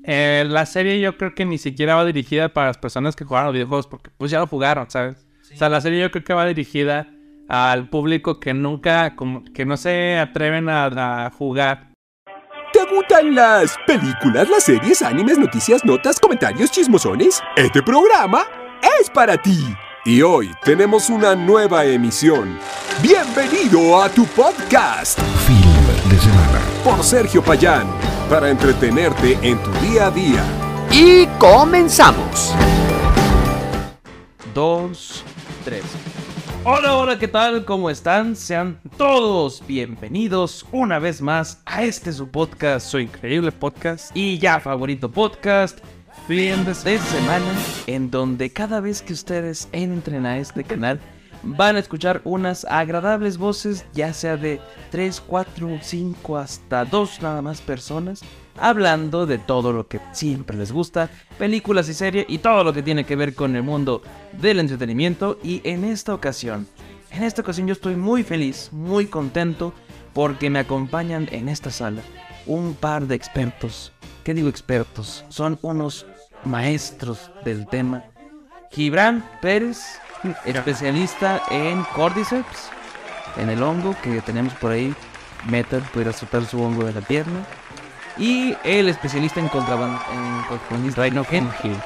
La serie yo creo que ni siquiera va dirigida para las personas que jugaron los videojuegos, porque pues ya lo jugaron, ¿sabes? Sí. O sea, la serie yo creo que va dirigida al público que nunca, que no se atreven a jugar. ¿Te gustan las películas, las series, animes, noticias, notas, comentarios, chismosones? Este programa es para ti. Y hoy tenemos una nueva emisión. Bienvenido a tu podcast Film de Semana por Sergio Payán, para entretenerte en tu día a día. Y comenzamos. 2, 3. Hola, ¿qué tal? ¿Cómo están? Sean todos bienvenidos una vez más a su podcast, su increíble podcast y ya favorito podcast, Fin de Semana, en donde cada vez que ustedes entren a este canal van a escuchar unas agradables voces, ya sea de 3, 4, 5, hasta 2 nada más personas, hablando de todo lo que siempre les gusta, películas y series y todo lo que tiene que ver con el mundo del entretenimiento. Y en esta ocasión yo estoy muy feliz, muy contento, porque me acompañan en esta sala un par de expertos. ¿Qué digo expertos? Son unos maestros del tema. Gibran Pérez, especialista en Cordyceps, en el hongo que tenemos por ahí. Metal puede soltar su hongo de la pierna. Y el especialista en contrabandista Reino Genji.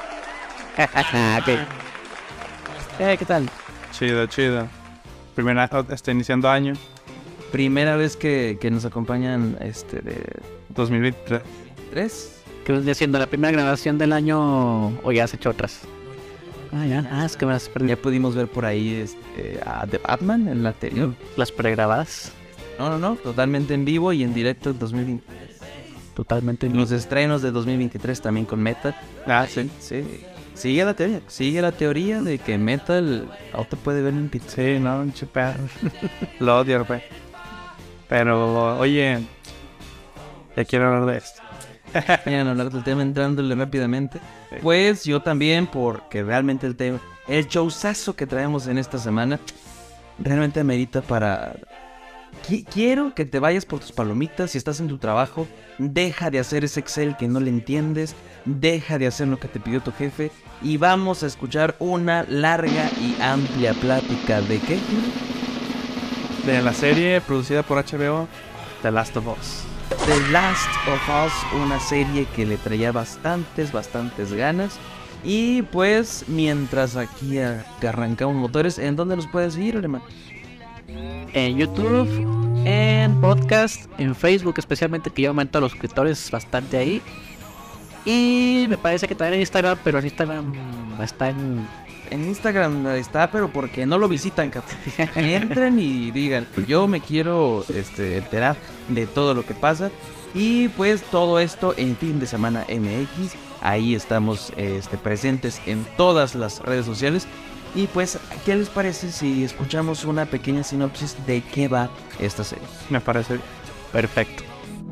¿Qué tal? Chido. Iniciando año. Primera vez que nos acompañan de 2023. ¿Qué vendría siendo la primera grabación del año o ya has hecho otras? Es que me las perdí. Ya pudimos ver por ahí a The Batman en la anterior. Las pregrabadas. No, totalmente en vivo y en directo en 2020. Totalmente en los estrenos de 2023 también con Metal. Sí. Sigue la teoría de que Metal ahora te puede ver en pizza. Sí, no, un chupar. Lo odio, pues. Pero, oye, ya quiero hablar de esto. Quiero hablar del tema entrándole rápidamente. Sí. Pues yo también, porque realmente el showzazo que traemos en esta semana realmente amerita para... Quiero que te vayas por tus palomitas. Si estás en tu trabajo, deja de hacer ese Excel que no le entiendes, deja de hacer lo que te pidió tu jefe y vamos a escuchar una larga y amplia plática ¿de qué? De la serie producida por HBO, The Last of Us. The Last of Us, una serie que le traía bastantes ganas. Y pues mientras aquí arrancamos motores, ¿en dónde nos puedes seguir, alemán? En YouTube, en podcast, en Facebook especialmente, que yo aumento a los suscriptores bastante ahí. Y me parece que también en Instagram, pero en Instagram está en Instagram está, pero porque no lo visitan, entren y digan, yo me quiero enterar de todo lo que pasa. Y pues todo esto en Fin de Semana MX. Ahí estamos presentes en todas las redes sociales. Y pues, ¿qué les parece si escuchamos una pequeña sinopsis de qué va esta serie? Me parece perfecto.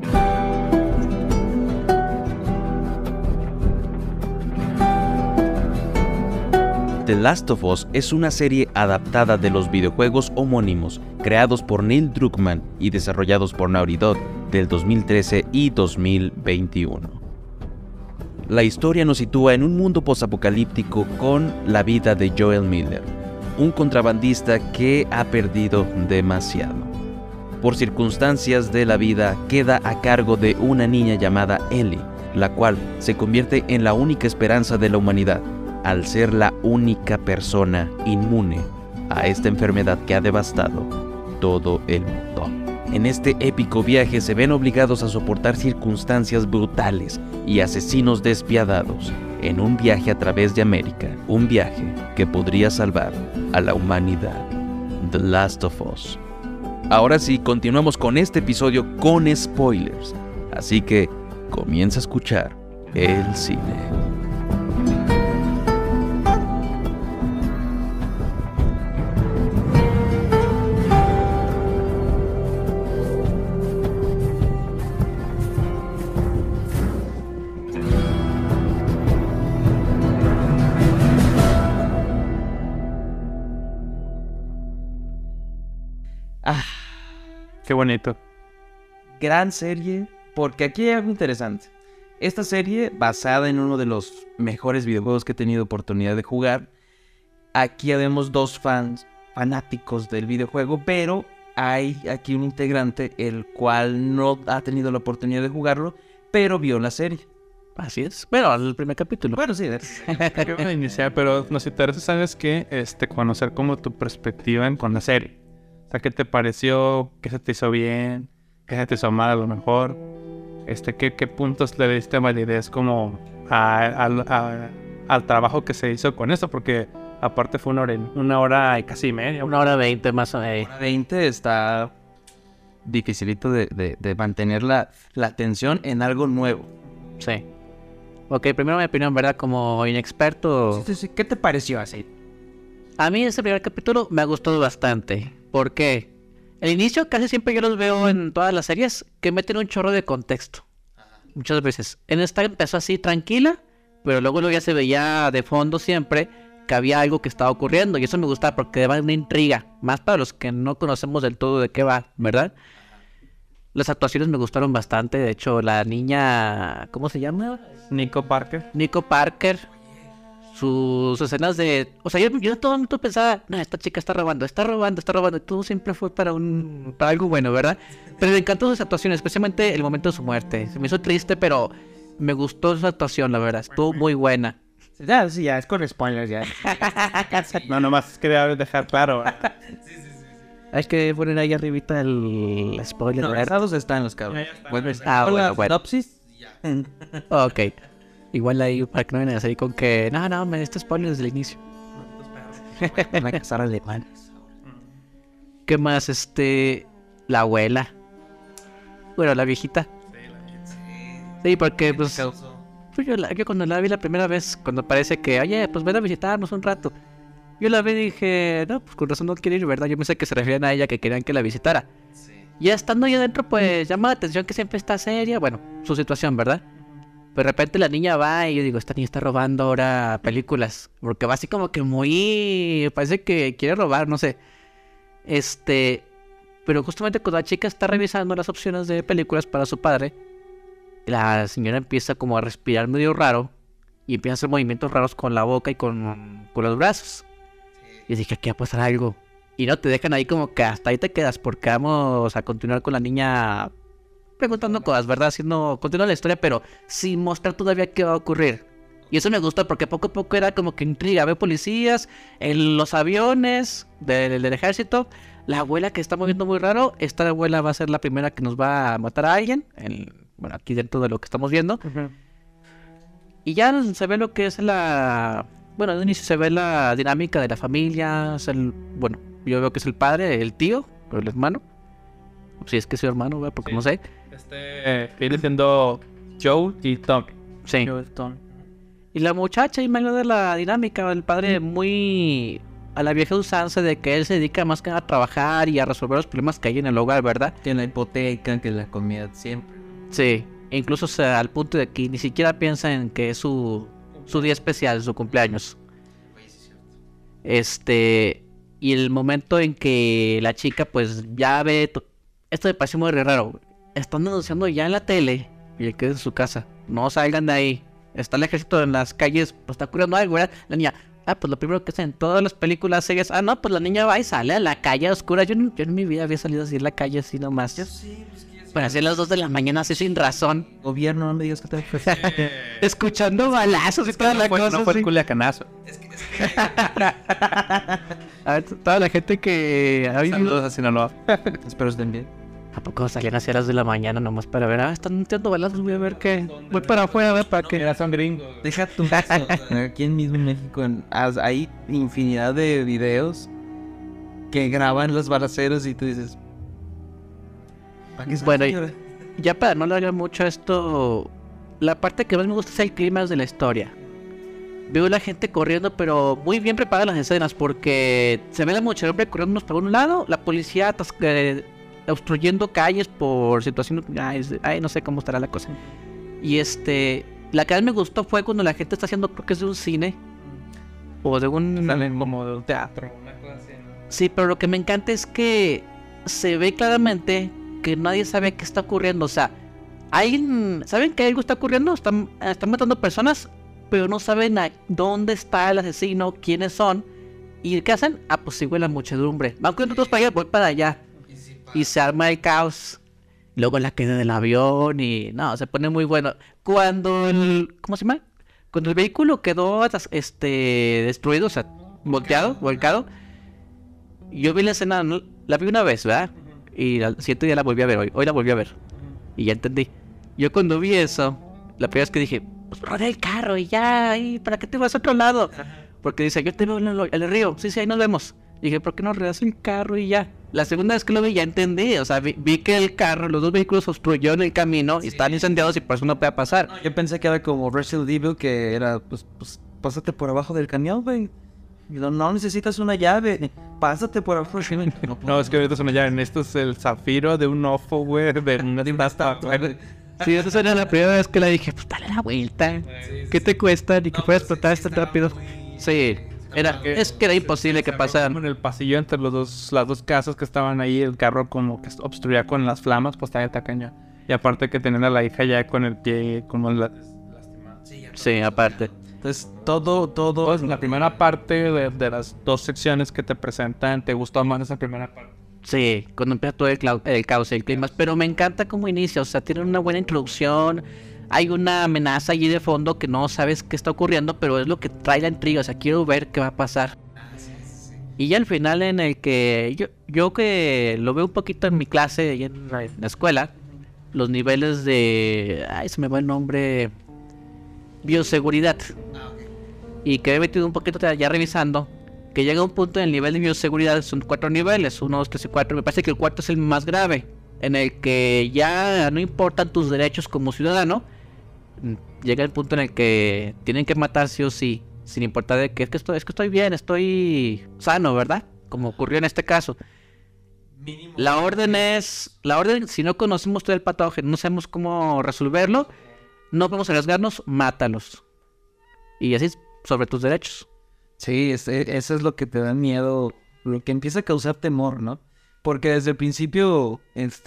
The Last of Us es una serie adaptada de los videojuegos homónimos, creados por Neil Druckmann y desarrollados por Naughty Dog del 2013 y 2021. La historia nos sitúa en un mundo posapocalíptico con la vida de Joel Miller, un contrabandista que ha perdido demasiado. Por circunstancias de la vida, queda a cargo de una niña llamada Ellie, la cual se convierte en la única esperanza de la humanidad, al ser la única persona inmune a esta enfermedad que ha devastado todo el mundo. En este épico viaje se ven obligados a soportar circunstancias brutales y asesinos despiadados en un viaje a través de América, un viaje que podría salvar a la humanidad. The Last of Us. Ahora sí, continuamos con este episodio con spoilers, así que comienza a escuchar el cine. Qué bonito. Gran serie, porque aquí hay algo interesante. Esta serie, basada en uno de los mejores videojuegos que he tenido oportunidad de jugar, aquí habemos dos fanáticos del videojuego, pero hay aquí un integrante el cual no ha tenido la oportunidad de jugarlo, pero vio la serie. Así es. Bueno, el primer capítulo. Bueno, sí. Yo voy a iniciar, pero nos interesa, ¿sabes qué? Conocer como tu perspectiva con la serie. O sea, ¿qué te pareció? ¿Qué se te hizo bien? ¿Qué se te hizo mal a lo mejor? ¿Qué puntos le diste validez como al trabajo que se hizo con esto? Porque aparte fue una hora y casi media. 1:20 más o menos. 20 está dificilito de mantener la atención en algo nuevo. Sí. Ok, primero mi opinión, ¿verdad? Como inexperto. Sí. ¿Qué te pareció así? A mí ese primer capítulo me ha gustado bastante. ¿Por qué? El inicio casi siempre yo los veo en todas las series que meten un chorro de contexto. Muchas veces. En esta empezó así tranquila, pero luego ya se veía de fondo siempre que había algo que estaba ocurriendo. Y eso me gusta porque va una intriga. Más para los que no conocemos del todo de qué va, ¿verdad? Las actuaciones me gustaron bastante. De hecho, la niña... ¿Cómo se llama? Nico Parker. Nico Parker. Sus escenas de... O sea, yo todo el mundo pensaba, no, esta chica está robando. Y todo siempre fue para algo bueno, ¿verdad? Pero me encantó sus actuaciones, especialmente el momento de su muerte. Se me hizo triste, pero me gustó su actuación, la verdad. Estuvo muy buena. Ya es con spoilers ya. No, nomás quería dejar claro. Hay que poner ahí arribita el spoiler. No, basados están los cabros. Bueno. Sinopsis. Ok. Igual ahí para que no vayan a salir con que no, me diste spoiler desde el inicio. Van a casar alemanes. ¿Qué más? La abuela. Bueno, la viejita. Sí, porque pues yo cuando la vi la primera vez, cuando parece que, oye, pues ven a visitarnos un rato. Yo la vi y dije, no, pues con razón no quiere ir, ¿verdad? Yo pensé que se referían a ella, que querían que la visitara. Sí. Ya estando ahí adentro, pues llama la atención que siempre está seria, bueno, su situación, ¿verdad? Pero de repente la niña va y yo digo, esta niña está robando ahora películas. Porque va así como que muy... Parece que quiere robar, no sé. Pero justamente cuando la chica está revisando las opciones de películas para su padre, la señora empieza como a respirar medio raro y empieza a hacer movimientos raros con la boca y con los brazos. Y dije, aquí va a pasar algo. Y no, te dejan ahí como que hasta ahí te quedas porque vamos a continuar con la niña preguntando cosas, ¿verdad? Continúa la historia, pero sin mostrar todavía qué va a ocurrir. Y eso me gusta porque poco a poco era como que intriga. Veo policías, en los aviones del ejército. La abuela que está moviendo muy raro. Esta abuela va a ser la primera que nos va a matar a alguien. Bueno, aquí dentro de lo que estamos viendo. Uh-huh. Y ya se ve lo que es bueno, al inicio se ve la dinámica de la familia. Bueno, yo veo que es el padre, el tío, o el hermano. Si es que es su hermano, ¿verdad? Porque sí. No sé. Viene siendo Joe y Tom. Sí. Joe y Tom. Y la muchacha, y me agrada la dinámica. El padre muy a la vieja usanza de que él se dedica más que a trabajar y a resolver los problemas que hay en el hogar, ¿verdad? Que la hipoteca, que la comida siempre. Sí. E incluso al punto de que ni siquiera piensa en que es su día especial, su cumpleaños. Y el momento en que la chica pues ya ve... Esto me pareció muy raro. Están anunciando ya en la tele y el que es en su casa. No salgan de ahí. Está el ejército en las calles, pues está ocurriendo algo, ¿verdad? La niña, pues lo primero que hacen en todas las películas, series, no, pues la niña va y sale a la calle oscura. Yo en mi vida había salido así en la calle así nomás. Yo sí, pues así a las 2 de la mañana, así sin razón. Gobierno, no me digas que te... Escuchando balazos y toda la cosa. No fue el culiacanazo. A ver, toda la gente que ha vivido... Saludos a Sinaloa. Espero estén bien. ¿A poco salían hacia las de la mañana nomás para ver? Están tirando balazos, voy a ver qué. Voy para afuera a ver para qué. Mira, son gringos. Deja tu aquí mismo en México hay infinidad de videos que graban los balaceros y tú dices... Bueno, ya para no alargar mucho esto, la parte que más me gusta es el clima de la historia. Veo la gente corriendo, pero muy bien preparadas las escenas, porque se ve la muchedumbre corriendo por un lado, la policía obstruyendo calles por situaciones, no sé cómo estará la cosa. Y la que más me gustó fue cuando la gente está haciendo, creo que es de un cine o de un... Salen como de un teatro, una cosa así, ¿no? Sí, pero lo que me encanta es que se ve claramente que nadie sabe qué está ocurriendo. O sea, ¿Saben que algo está ocurriendo? Están matando personas, pero no saben dónde está el asesino, quiénes son. ¿Y qué hacen? Pues sigue la muchedumbre. Van con todos para allá, voy para allá. Y se arma el caos. Luego la queda del avión y... No, se pone muy bueno. Cuando ¿cómo se llama? Cuando el vehículo quedó destruido, o sea, volcado. Yo vi la escena, la vi una vez, ¿verdad? Y al siguiente día la volví a ver, hoy la volví a ver. Y ya entendí. Yo cuando vi eso, la primera vez que dije, pues rodea el carro y ya, ¿y para qué te vas a otro lado? Porque dice, yo te veo en el río, sí, ahí nos vemos. Dije, ¿por qué no rodeas el carro y ya? La segunda vez que lo vi ya entendí, o sea, vi que el carro, los dos vehículos obstruyeron el camino y estaban incendiados y por eso no podía pasar. Yo pensé que era como Resident Evil, que era, pues pásate por abajo del cañón, güey. No necesitas una llave, pásate por abajo. No, es que ahorita es una llave. Esto es el zafiro de un ofo, güey, de una pasta. Sí, esa era la primera vez que la dije, pues dale la vuelta. ¿Qué te cuesta? Ni que puedas explotar tan rápido. Sí, es que era imposible que pasara. En el pasillo entre las dos casas que estaban ahí, el carro como que obstruía con las flamas, pues estaba tacaña. Y aparte que tenían a la hija ya con el pie como lastimada. Sí, aparte. Entonces, todo... Pues la primera parte de las dos secciones que te presentan, ¿te gustó más esa primera parte? Sí, cuando empieza todo el caos y el clima. Pero me encanta cómo inicia, o sea, tiene una buena introducción. Hay una amenaza allí de fondo que no sabes qué está ocurriendo, pero es lo que trae la intriga, o sea, quiero ver qué va a pasar. Y ya al final en el que yo que lo veo un poquito en mi clase, ahí en la escuela, los niveles de... se me va el nombre... Bioseguridad. Y que he metido un poquito ya revisando, que llega un punto en el nivel de bioseguridad, son 4 niveles, 1, 2, 3 y 4, me parece que el cuarto es el más grave, en el que ya no importan tus derechos como ciudadano, llega el punto en el que tienen que matar sí o sí, sin importar de que es que estoy bien, estoy sano, ¿verdad? Como ocurrió en este caso. La orden, si no conocemos todo el patógeno, no sabemos cómo resolverlo, no podemos arriesgarnos, mátalos. Y así sobre tus derechos. Sí, eso es lo que te da miedo, lo que empieza a causar temor, ¿no? Porque desde el principio,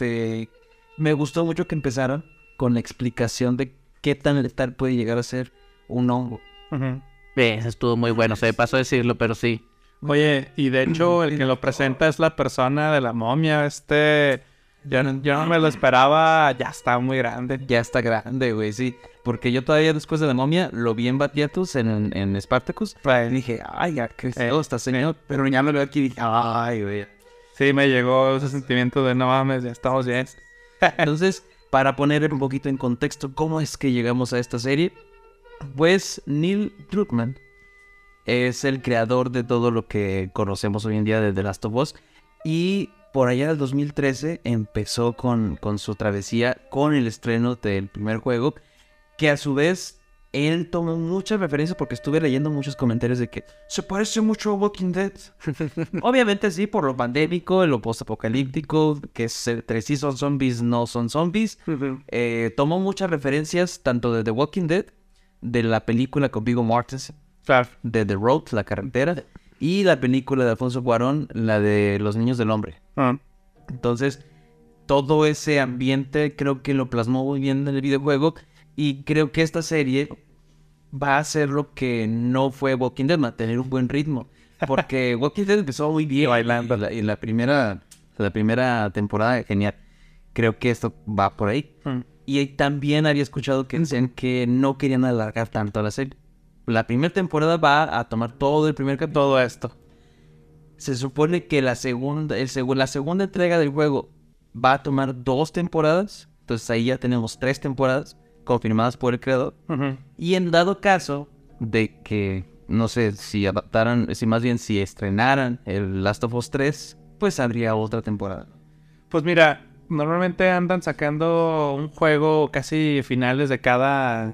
me gustó mucho que empezaran con la explicación de qué tan letal puede llegar a ser un hongo. Eso estuvo muy bueno, se me pasó a decirlo, pero sí. Oye, y de hecho el que lo presenta es la persona de la momia, Yo no me lo esperaba, ya está muy grande. Ya está grande, güey, sí. Porque yo todavía después de la momia lo vi en Batiatus, en Spartacus. Y dije, ay, ya creció esta señora. Pero ya me lo veo aquí y dije, ay, güey. Sí, me llegó ese sentimiento de no mames, ya estamos bien. Entonces, para poner un poquito en contexto cómo es que llegamos a esta serie, pues Neil Druckmann es el creador de todo lo que conocemos hoy en día de The Last of Us. Y por allá del 2013 empezó con su travesía con el estreno del primer juego, que a su vez él tomó muchas referencias, porque estuve leyendo muchos comentarios de que se parece mucho a Walking Dead. Obviamente sí, por lo pandémico, lo postapocalíptico, que entre sí son zombies, no son zombies. Tomó muchas referencias tanto de The Walking Dead, de la película con Viggo Mortensen, de The Road, La Carretera, y la película de Alfonso Cuarón, la de Los Niños del Hombre. Entonces, todo ese ambiente creo que lo plasmó muy bien en el videojuego. Y creo que esta serie va a hacer lo que no fue Walking Dead, mantener un buen ritmo. Porque Walking Dead empezó muy bien bailando en la primera temporada, genial. Creo que esto va por ahí. Y también había escuchado que decían que no querían alargar tanto la serie. La primera temporada va a tomar todo el primer capítulo. Todo esto. Se supone que la segunda entrega del juego va a tomar 2 temporadas. Entonces ahí ya tenemos 3 temporadas confirmadas por el creador. Y en dado caso de que, no sé, si estrenaran el Last of Us 3, pues habría otra temporada. Pues mira, normalmente andan sacando un juego casi finales de cada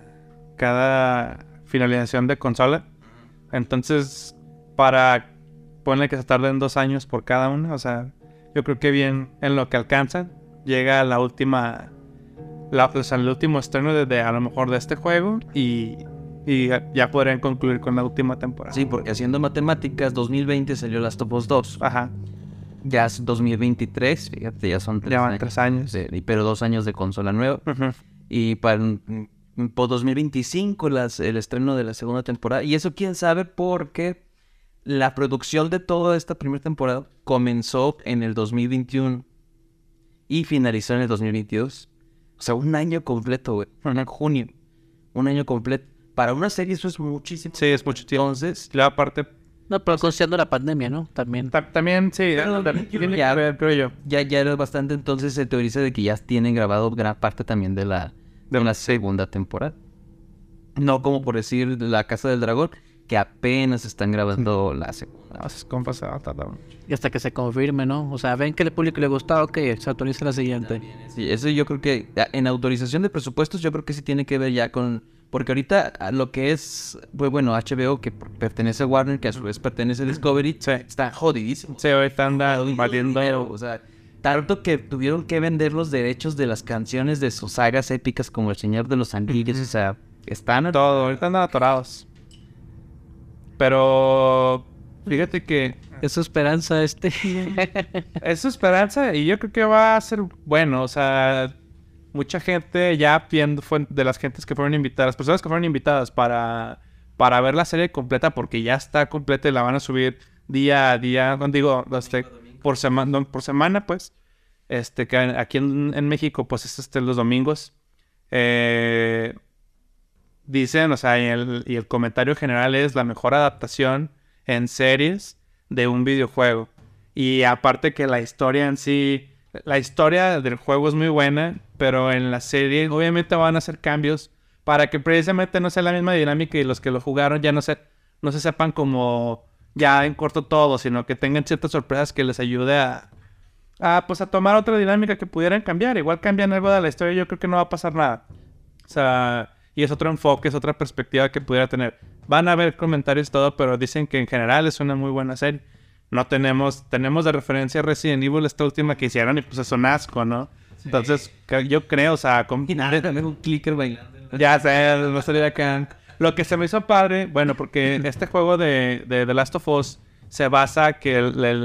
finalización de consola. Entonces, ponle que se tarden 2 años por cada una. O sea, yo creo que bien en lo que alcanzan, llega la última... el último estreno a lo mejor de este juego y ya podrían concluir con la última temporada. Sí, porque haciendo matemáticas, 2020 salió Last of Us 2. Ajá. Ya es 2023, fíjate, ya son 3 3 años. Sí, pero 2 años de consola nueva. Y para por 2025 el estreno de la segunda temporada. Y eso quién sabe porque la producción de toda esta primera temporada comenzó en el 2021 y finalizó en el 2022. O sea, un año completo, güey. En junio. Un año completo. Para una serie eso es muchísimo. Sí, es mucho tiempo. Entonces, La parte... No, pero considerando la pandemia, ¿no? También. También, sí, tiene que ver, creo yo. ya era bastante. Entonces se teoriza de que ya tienen grabado gran parte también de la segunda temporada. No como por decir La Casa del Dragón, que apenas están grabando la segunda. No, es compa, se va a tardar mucho. Y hasta que se confirme, ¿no? O sea, ven que al público le gusta, ok, se autoriza la siguiente. Sí, eso yo creo que en autorización de presupuestos yo creo que sí tiene que ver ya con... Porque ahorita lo que es, pues, bueno, HBO, que pertenece a Warner, que a su vez pertenece a Discovery, Sí. está jodidísimo. Sí, ahorita anda valiendo... Pero, o sea, tanto que tuvieron que vender los derechos de las canciones de sus sagas épicas como El Señor de los Anillos, o sea, están... Todo, ahorita andan atorados. Pero... Fíjate que... Es su esperanza Es su esperanza y yo creo que va a ser bueno, o sea... Mucha gente ya viendo fue de las gentes que fueron invitadas, personas que fueron invitadas para ver la serie completa porque ya está completa y la van a subir día a día, digo, por semana, pues. Que aquí en México, pues es los domingos. Dicen, o sea, y el comentario general es la mejor adaptación en series de un videojuego. Y aparte que la historia en sí... La historia del juego es muy buena, pero en la serie obviamente van a hacer cambios para que precisamente no sea la misma dinámica y los que lo jugaron ya no se sepan como ya en corto todo, sino que tengan ciertas sorpresas que les ayude a tomar otra dinámica que pudieran cambiar. Igual cambian algo de la historia, yo creo que no va a pasar nada. O sea, y es otro enfoque, es otra perspectiva que pudiera tener. Van a haber comentarios y todo, pero dicen que en general es una muy buena serie. No tenemos de referencia Resident Evil esta última que hicieron y pues es un asco, ¿no? Sí. Entonces, yo creo, o sea... Y nada, también un clicker bailando. Ya sé, no salía acá. Lo que se me hizo padre, bueno, porque este juego de The Last of Us se basa que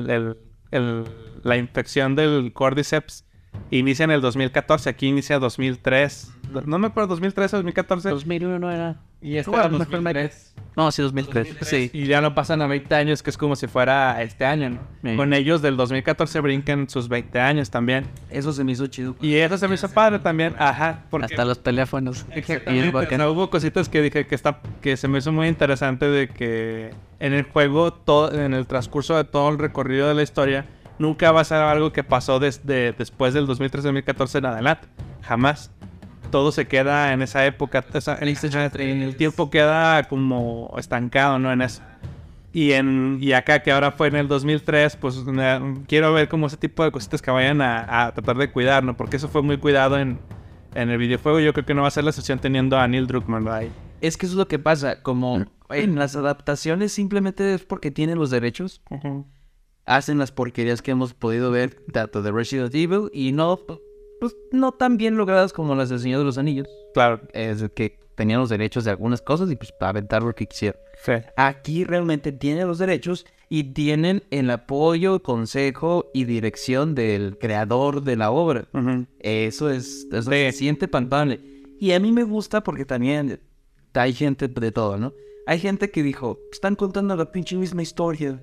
la infección del Cordyceps inicia en el 2014, aquí inicia 2003. No me acuerdo, 2013 o 2014. 2001 no era... Y este era 2003. No, sí, 2003. Sí. Y ya no pasan a 20 años, que es como si fuera este año, ¿no? Sí. Con ellos del 2014 brincan sus 20 años también. Eso se me hizo chido. Y eso se me hizo padre también, ajá. Porque... Hasta los teléfonos. O sea, hubo cositas que dije que se me hizo muy interesante de que en el juego, en el transcurso de todo el recorrido de la historia, nunca va a ser algo que pasó después del 2013-2014 en adelante. Jamás. Todo se queda en esa época, en el tiempo queda como estancado, ¿no? En eso. Y acá que ahora fue en el 2003, pues quiero ver como ese tipo de cositas que vayan a tratar de cuidar, ¿no? Porque eso fue muy cuidado en el videojuego. Yo creo que no va a ser la excepción teniendo a Neil Druckmann ahí. Es que eso es lo que pasa, como en las adaptaciones simplemente es porque tienen los derechos. Hacen las porquerías que hemos podido ver, tanto de Resident Evil y no tan bien logradas como las del Señor de los Anillos. Claro. Es que tenían los derechos de algunas cosas y pues para aventar lo que quisieran. Sí. Aquí realmente tienen los derechos y tienen el apoyo, consejo y dirección del creador de la obra. Eso se siente palpable. Y a mí me gusta porque también hay gente de todo, ¿no? Hay gente que dijo, están contando la pinche misma historia.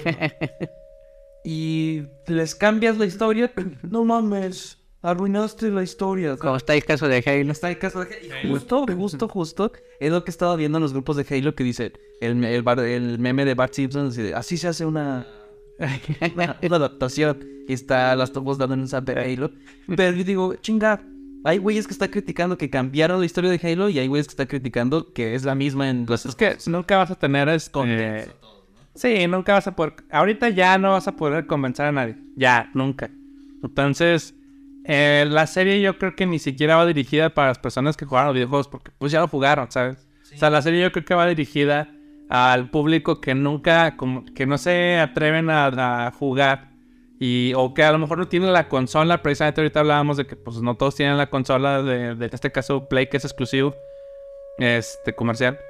Y les cambias la historia. No mames. Arruinaste la historia. Como está el caso de Halo. Está el caso de Halo. Justo. Es lo que estaba viendo en los grupos de Halo que dice el meme de Bart Simpson. Así se hace una adaptación. Y está las tomos dando en un de Halo. Pero yo digo, chinga. Hay güeyes que están criticando que cambiaron la historia de Halo. Y hay güeyes que están criticando que es la misma en los... Es que nunca vas a tener sí, nunca vas a poder... Ahorita ya no vas a poder convencer a nadie. Ya, nunca. Entonces... la serie yo creo que ni siquiera va dirigida para las personas que jugaron los videojuegos porque pues ya lo jugaron, ¿sabes? Sí. O sea, la serie yo creo que va dirigida al público que nunca, que no se atreven a jugar o que a lo mejor no tienen la consola. Precisamente ahorita hablábamos de que pues no todos tienen la consola de en este caso Play, que es exclusivo, comercial.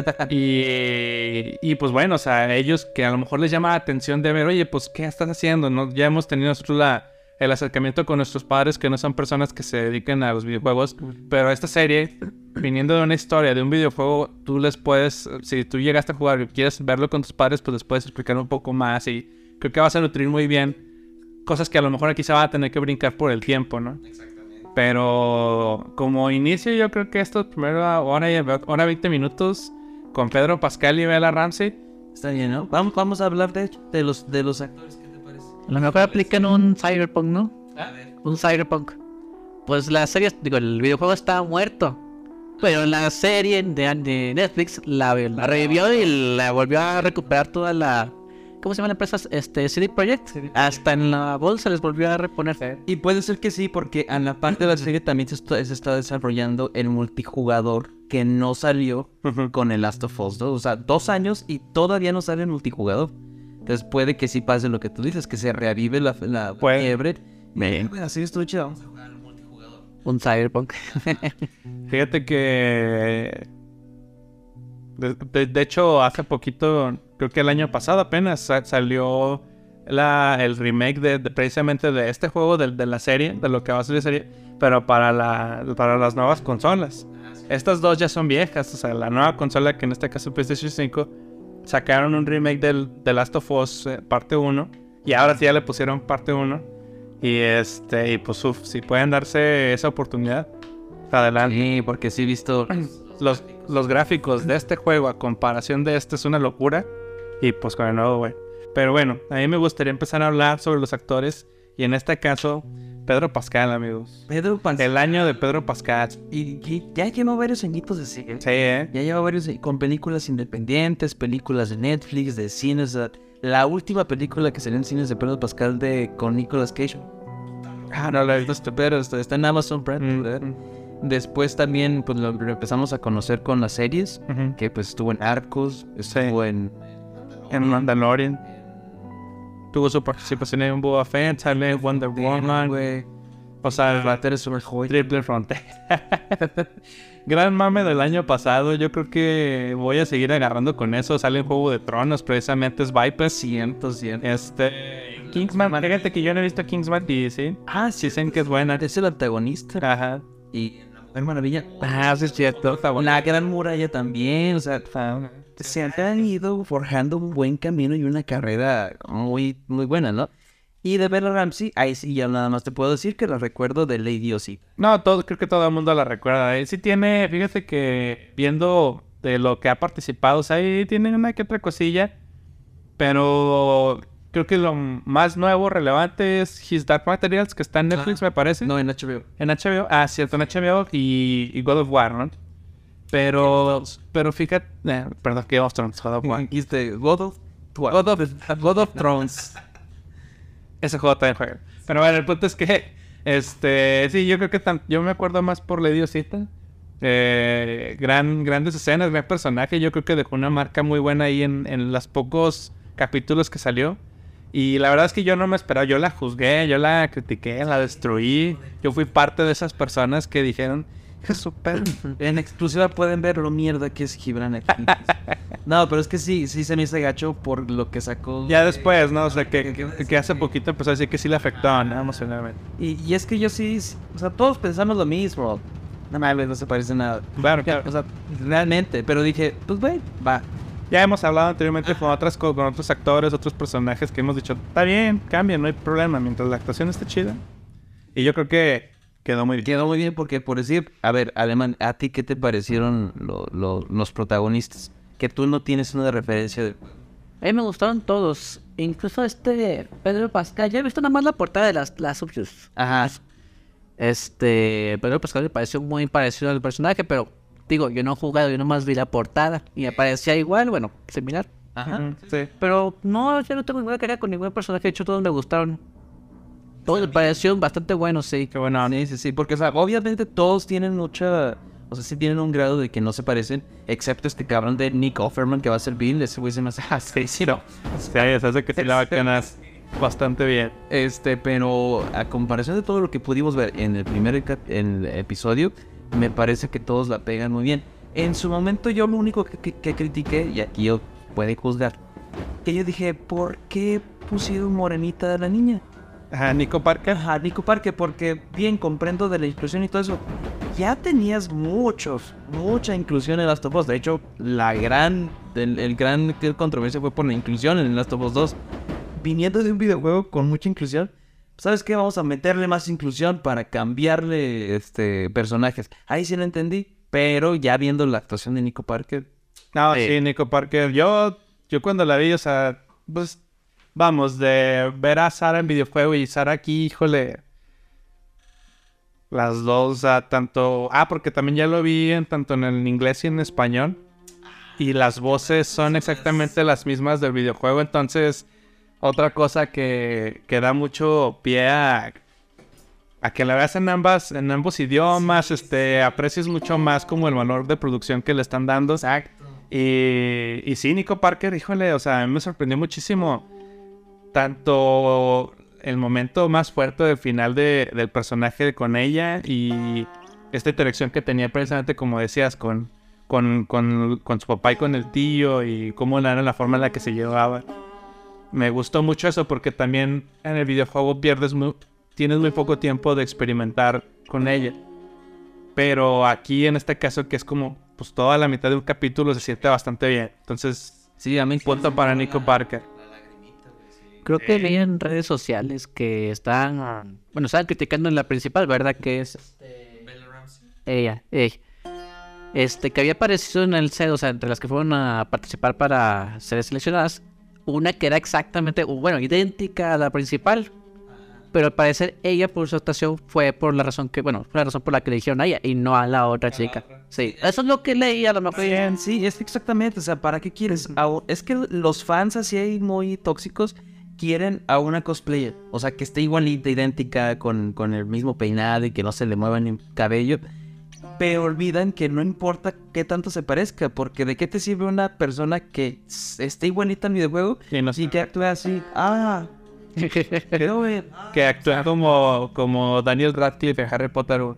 y pues bueno, o sea, ellos que a lo mejor les llama la atención de ver, oye, pues ¿qué estás haciendo? ¿No? Ya hemos tenido nosotros el acercamiento con nuestros padres que no son personas que se dediquen a los videojuegos. Pero esta serie, viniendo de una historia, de un videojuego, tú les puedes, si tú llegaste a jugar y quieres verlo con tus padres, pues les puedes explicar un poco más y creo que vas a nutrir muy bien cosas que a lo mejor aquí se van a tener que brincar por el tiempo, ¿no? Exactamente. Pero como inicio yo creo que esto primero hora 20 minutos con Pedro Pascal y Bella Ramsey. Está bien, ¿no? Vamos a hablar de los actores, ¿qué te parece? A lo mejor aplican un Cyberpunk, ¿no? A ver. Un Cyberpunk. Pues la serie, el videojuego está muerto. Pero la serie de Netflix la revivió y la volvió a recuperar toda la... ¿Cómo se llama la empresa? CD Projekt. Hasta en la bolsa les volvió a reponer. Y puede ser que sí, porque en la parte de la serie también se está desarrollando el multijugador que no salió con el Last of Us 2. O sea, 2 años y todavía no sale el multijugador. Entonces puede que sí pase lo que tú dices, que se reavive la fiebre. Bien. Así estuvo chido. Un Cyberpunk. Fíjate que... De hecho, hace poquito, creo que el año pasado apenas salió el remake precisamente de este juego, de la serie, de lo que va a ser la serie, pero para las nuevas consolas. Estas dos ya son viejas, o sea, la nueva consola, que en este caso es PlayStation 5, sacaron un remake del The Last of Us parte 1, y ahora sí ya le pusieron parte 1, y pues si pueden darse esa oportunidad, adelante. Sí, porque sí he visto... Los gráficos de este juego a comparación de este es una locura. Y pues con el nuevo, güey. Pero bueno, a mí me gustaría empezar a hablar sobre los actores. Y en este caso, Pedro Pascal, amigos. Pedro Pascal. El año de Pedro Pascal. Y ya lleva varios añitos de serie. Sí, Ya lleva varios con películas independientes, películas de Netflix, de cines. La última película que salió en cines de Pedro Pascal con Nicolas Cage. No la he visto, pero está en Amazon Prime. Después también pues lo empezamos a conocer con las series, que pues estuvo en Arcos, estuvo en Mandalorian. Tuvo su participación en Boba Fett, sale en Wonder Woman, güey. O sea, Triple Frontier. Gran mame del año pasado. Yo creo que voy a seguir agarrando con eso. Sale en Juego de Tronos, precisamente es Viper. 100. Kingsman, fíjate que yo no he visto Kingsman y sí. Sí, dicen que es buena. Es el antagonista. Ajá. Y La Mujer Maravilla. Sí es cierto. La Gran Muralla también. O sea, se han ido forjando un buen camino y una carrera muy, muy buena, ¿no? Y de Bella Ramsey, ahí sí ya nada más te puedo decir que la recuerdo de Lady O.C. No, creo que todo el mundo la recuerda. Sí tiene, fíjate que viendo de lo que ha participado, o sea, ahí tiene una que otra cosilla. Pero creo que lo más nuevo, relevante es His Dark Materials, que está en Netflix, me parece. No, en HBO. En HBO, cierto, en HBO y God of War, ¿no? Pero fíjate, perdón, que God of War. Dijiste God of Thrones. Ese juego también juega. Pero bueno, el punto es que, sí, yo creo que yo me acuerdo más por Lady Osita. Grandes escenas, gran personaje. Yo creo que dejó una marca muy buena ahí en los pocos capítulos que salió. Y la verdad es que yo no me esperaba. Yo la juzgué, yo la critiqué, la destruí. Yo fui parte de esas personas que dijeron... Es súper. En exclusiva pueden ver lo mierda que es Gibran aquí. No, pero es que sí se me hizo gacho por lo que sacó. Ya después, ¿no? O sea, que hace poquito empezó a decir que sí le afectó, ¿no? Emocionalmente. Y es que yo sí, o sea, todos pensamos lo mismo. No mames, no se parece nada. Claro. O sea, realmente. Pero dije, pues güey, va. Ya hemos hablado anteriormente con otros actores, otros personajes que hemos dicho, está bien, cambia, no hay problema, mientras la actuación esté chida. Y yo creo que quedó muy bien. Quedó muy bien porque, por decir, a ver, Alemán, ¿a ti qué te parecieron los protagonistas? Que tú no tienes una referencia de... A mí me gustaron todos, incluso Pedro Pascal. Ya he visto nada más la portada de las subjus. Ajá. Pedro Pascal me pareció muy parecido al personaje, pero digo, yo no he jugado, yo nomás vi la portada y me parecía igual, bueno, similar. Ajá. Sí. Pero no, yo no tengo ninguna carga con ningún personaje, de hecho todos me gustaron. Todos me parecieron bastante buenos, sí. Qué bueno. Sí, porque, o sea, obviamente todos tienen mucha... O sea, sí tienen un grado de que no se parecen, excepto este cabrón de Nick Offerman que va a ser Bill. Ese güey se me hace... Sí, no. Sí, se hace que sí la vacanas bastante bien. Pero a comparación de todo lo que pudimos ver en el primer episodio, me parece que todos la pegan muy bien. En su momento yo lo único que critiqué, y aquí yo puede juzgar, que yo dije, ¿por qué pusieron morenita a la niña? Ajá, Nico Parker. Ajá, Nico Parker, porque bien comprendo de la inclusión y todo eso. Ya tenías mucha inclusión en Last of Us. De hecho, el gran controversia fue por la inclusión en Last of Us 2. Viniendo de un videojuego con mucha inclusión, ¿sabes qué? Vamos a meterle más inclusión para cambiarle personajes. Ahí sí lo entendí, pero ya viendo la actuación de Nico Parker. No, sí, Nico Parker. Yo cuando la vi, o sea, pues, vamos, de ver a Sarah en videojuego y Sarah aquí, híjole. Las dos, o sea, tanto... porque también ya lo vi tanto en el inglés y en español. Y las voces son exactamente las mismas del videojuego. Entonces, otra cosa que da mucho pie a que la veas en ambos idiomas. Aprecies mucho más como el valor de producción que le están dando. Exacto. Y sí, Nico Parker, híjole, o sea, a mí me sorprendió muchísimo. Tanto el momento más fuerte del final del personaje con ella y esta interacción que tenía precisamente, como decías, con su papá y con el tío y cómo era la forma en la que se llevaba. Me gustó mucho eso porque también en el videojuego tienes muy poco tiempo de experimentar con ella. Pero aquí en este caso que es como pues toda la mitad de un capítulo se siente bastante bien. Entonces, sí, a mí punto para Nico Parker. Creo que vi en redes sociales que estaban criticando en la principal, ¿verdad? Que es ella. Que había aparecido en el set, o sea, entre las que fueron a participar para ser seleccionadas, una que era exactamente, idéntica a la principal. Pero al parecer ella por su actuación fue por la razón por la que le dijeron a ella y no a la otra chica. Sí, eso es lo que leí a lo mejor. Bien, sí, es exactamente, o sea, ¿para qué quieres? Es que los fans así ahí muy tóxicos quieren a una cosplayer, o sea, que esté igualita, idéntica, con el mismo peinado y que no se le mueva ni el cabello, pero olvidan que no importa qué tanto se parezca, porque ¿de qué te sirve una persona que esté igualita en videojuego y que actúe así? Que actúa como Daniel Radcliffe en Harry Potter 1.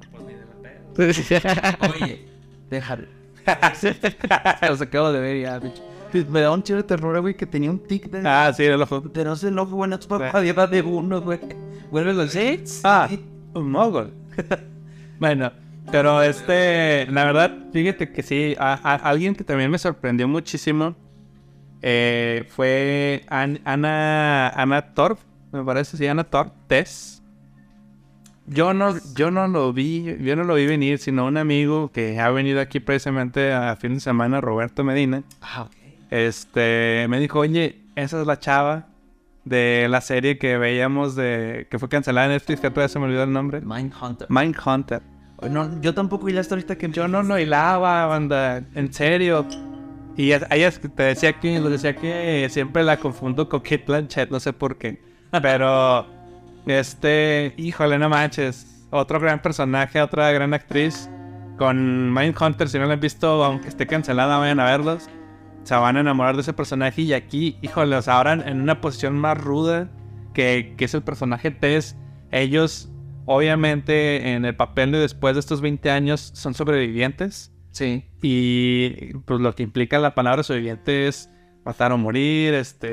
Oye, déjalo. Los acabo de ver ya, bicho. Me da un chido de terror, güey, que tenía un tic de... Sí, el ojo. Pero no sé el ojo, bueno, es para llevar de uno, güey. Vuélvelo a hacer. Un mogol. Bueno, pero la verdad, fíjate que sí, alguien que también me sorprendió muchísimo fue Anna Torv, me parece, sí, Anna Torv, Tess. Yo no lo vi venir, sino un amigo que ha venido aquí precisamente a fin de semana, Roberto Medina. Ok. Me dijo, oye, esa es la chava de la serie que veíamos que fue cancelada en Netflix, que todavía se me olvidó el nombre. Mindhunter. No, yo tampoco hilé hasta ahorita que... Yo no hilaba, banda, en serio. Y ella te decía que siempre la confundo con Kate Blanchett, no sé por qué. Pero, híjole, no manches. Otro gran personaje, otra gran actriz. Con Mindhunter, si no la han visto, aunque esté cancelada, vayan a verlos. Se van a enamorar de ese personaje. Y aquí, híjole, o sea, ahora en una posición más ruda que es el personaje Tess. Ellos, obviamente, en el papel de después de estos 20 años, son sobrevivientes. Sí. Y pues lo que implica la palabra sobreviviente es matar o morir,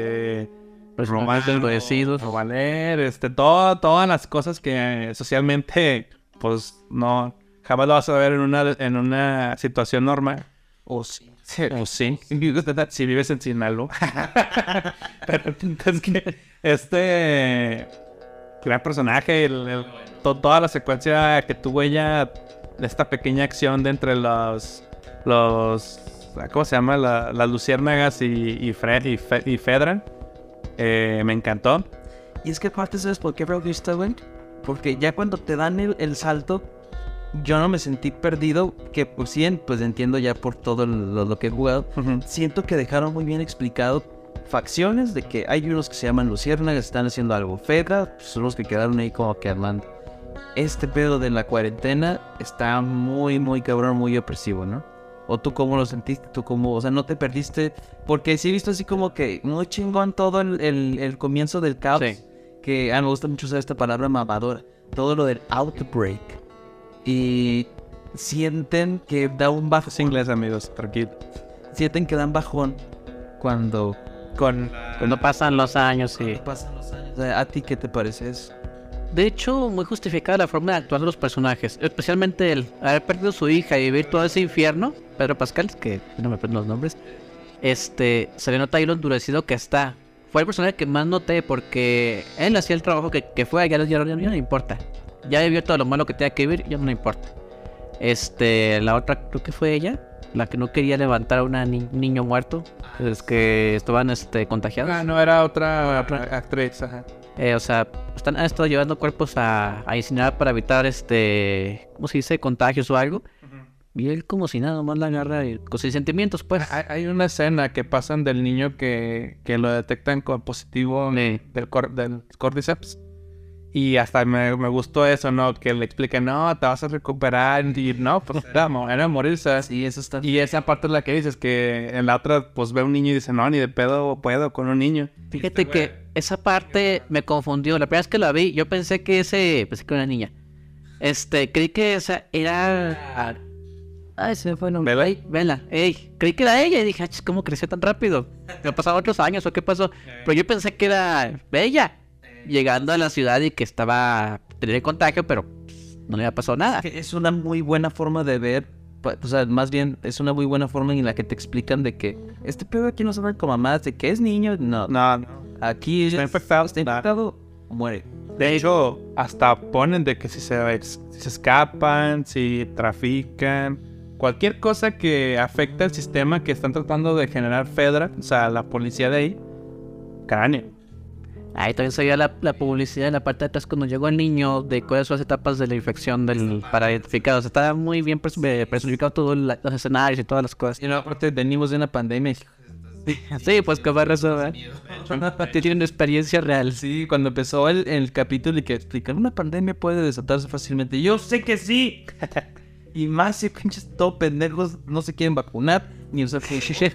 robar, valer, todas las cosas que socialmente, pues no, jamás lo vas a ver en una situación normal. O sí. O sí, si vives en Sinaloa. Pero entonces que gran personaje, toda la secuencia que tuvo ella, esta pequeña acción de entre los ¿cómo se llama? Las luciérnagas y Fedra, me encantó. Y es que aparte, ¿sabes por qué creo que está bien? Porque ya cuando te dan el salto, yo no me sentí perdido, que pues sí, pues entiendo ya por todo lo que he jugado. Siento que dejaron muy bien explicado facciones de que hay unos que se llaman luciérnagas, están haciendo algo. Fedra, pues, son los que quedaron ahí como que armando. Este pedo de la cuarentena está muy, muy cabrón, muy opresivo, ¿no? ¿O tú cómo lo sentiste? ¿Tú cómo? O sea, ¿no te perdiste? Porque sí he visto así como que muy chingón todo el comienzo del caos. Sí. Que me gusta mucho usar esta palabra mamadora. Todo lo del outbreak. Y sienten que da un bajón. Es inglés, amigos, tranquilo. Sienten que dan bajón cuando Cuando pasan los años, sí. pasan los años. O sea, ¿a ti qué te parece eso? de hecho, muy justificada la forma de actuar de los personajes. Especialmente el haber perdido a su hija y vivir todo ese infierno. Pedro Pascal, que no me aprendo los nombres. Se le nota ahí lo endurecido que está. Fue el personaje que más noté porque él hacía el trabajo que fue, ya no le importa. Ya vivió todo lo malo que tenía que vivir, ya no le importa. La otra creo que fue ella, la que no quería levantar a un niño muerto. Es que estaban contagiados. Ah, no, era otra actriz, ajá. Han estado llevando cuerpos a incinerar para evitar ¿cómo se dice? Contagios o algo. Y él como si nada, nomás la agarra con sus sentimientos, pues. Hay una escena que pasan del niño que lo detectan con positivo del Cordyceps. Y hasta me gustó eso, ¿no? Que le expliquen, no, te vas a recuperar. Y no, pues era morirse. Sí, eso está... Y esa parte es la que dices, que en la otra, pues ve a un niño y dice, no, ni de pedo puedo con un niño. Fíjate que esa parte me confundió. La primera vez que la vi, yo pensé que era una niña. Creí que esa era... Ay, se me fue el nombre. ¿Bella? Bella. Creí que era ella y dije, ¿cómo creció tan rápido? ¿Me pasaron otros años o qué pasó? Pero yo pensé que era Bella. Llegando a la ciudad y que tenía el contagio, pero no le había pasado nada. Es una muy buena forma de ver, o sea, más bien es una muy buena forma en la que te explican de que este pedo aquí no se ve como más, de que es niño, no. Aquí está infectado, muere. De hecho, hasta ponen de que si se escapan, si trafican, cualquier cosa que afecte al sistema que están tratando de generar Fedra, o sea, la policía de ahí, cráneo. Ahí también se veía la publicidad en la parte de atrás cuando llegó el niño de cuáles son las etapas de la infección para identificar. O sea, estaba muy bien personificado todos los escenarios y todas las cosas. Y no, aparte venimos de una pandemia. Sí, pues qué va a resolver. Tiene una experiencia real. Sí, cuando empezó el capítulo y que explican, una pandemia puede desatarse fácilmente. Yo sé que sí. Y más si pinches todo pendejos no se quieren vacunar ni usar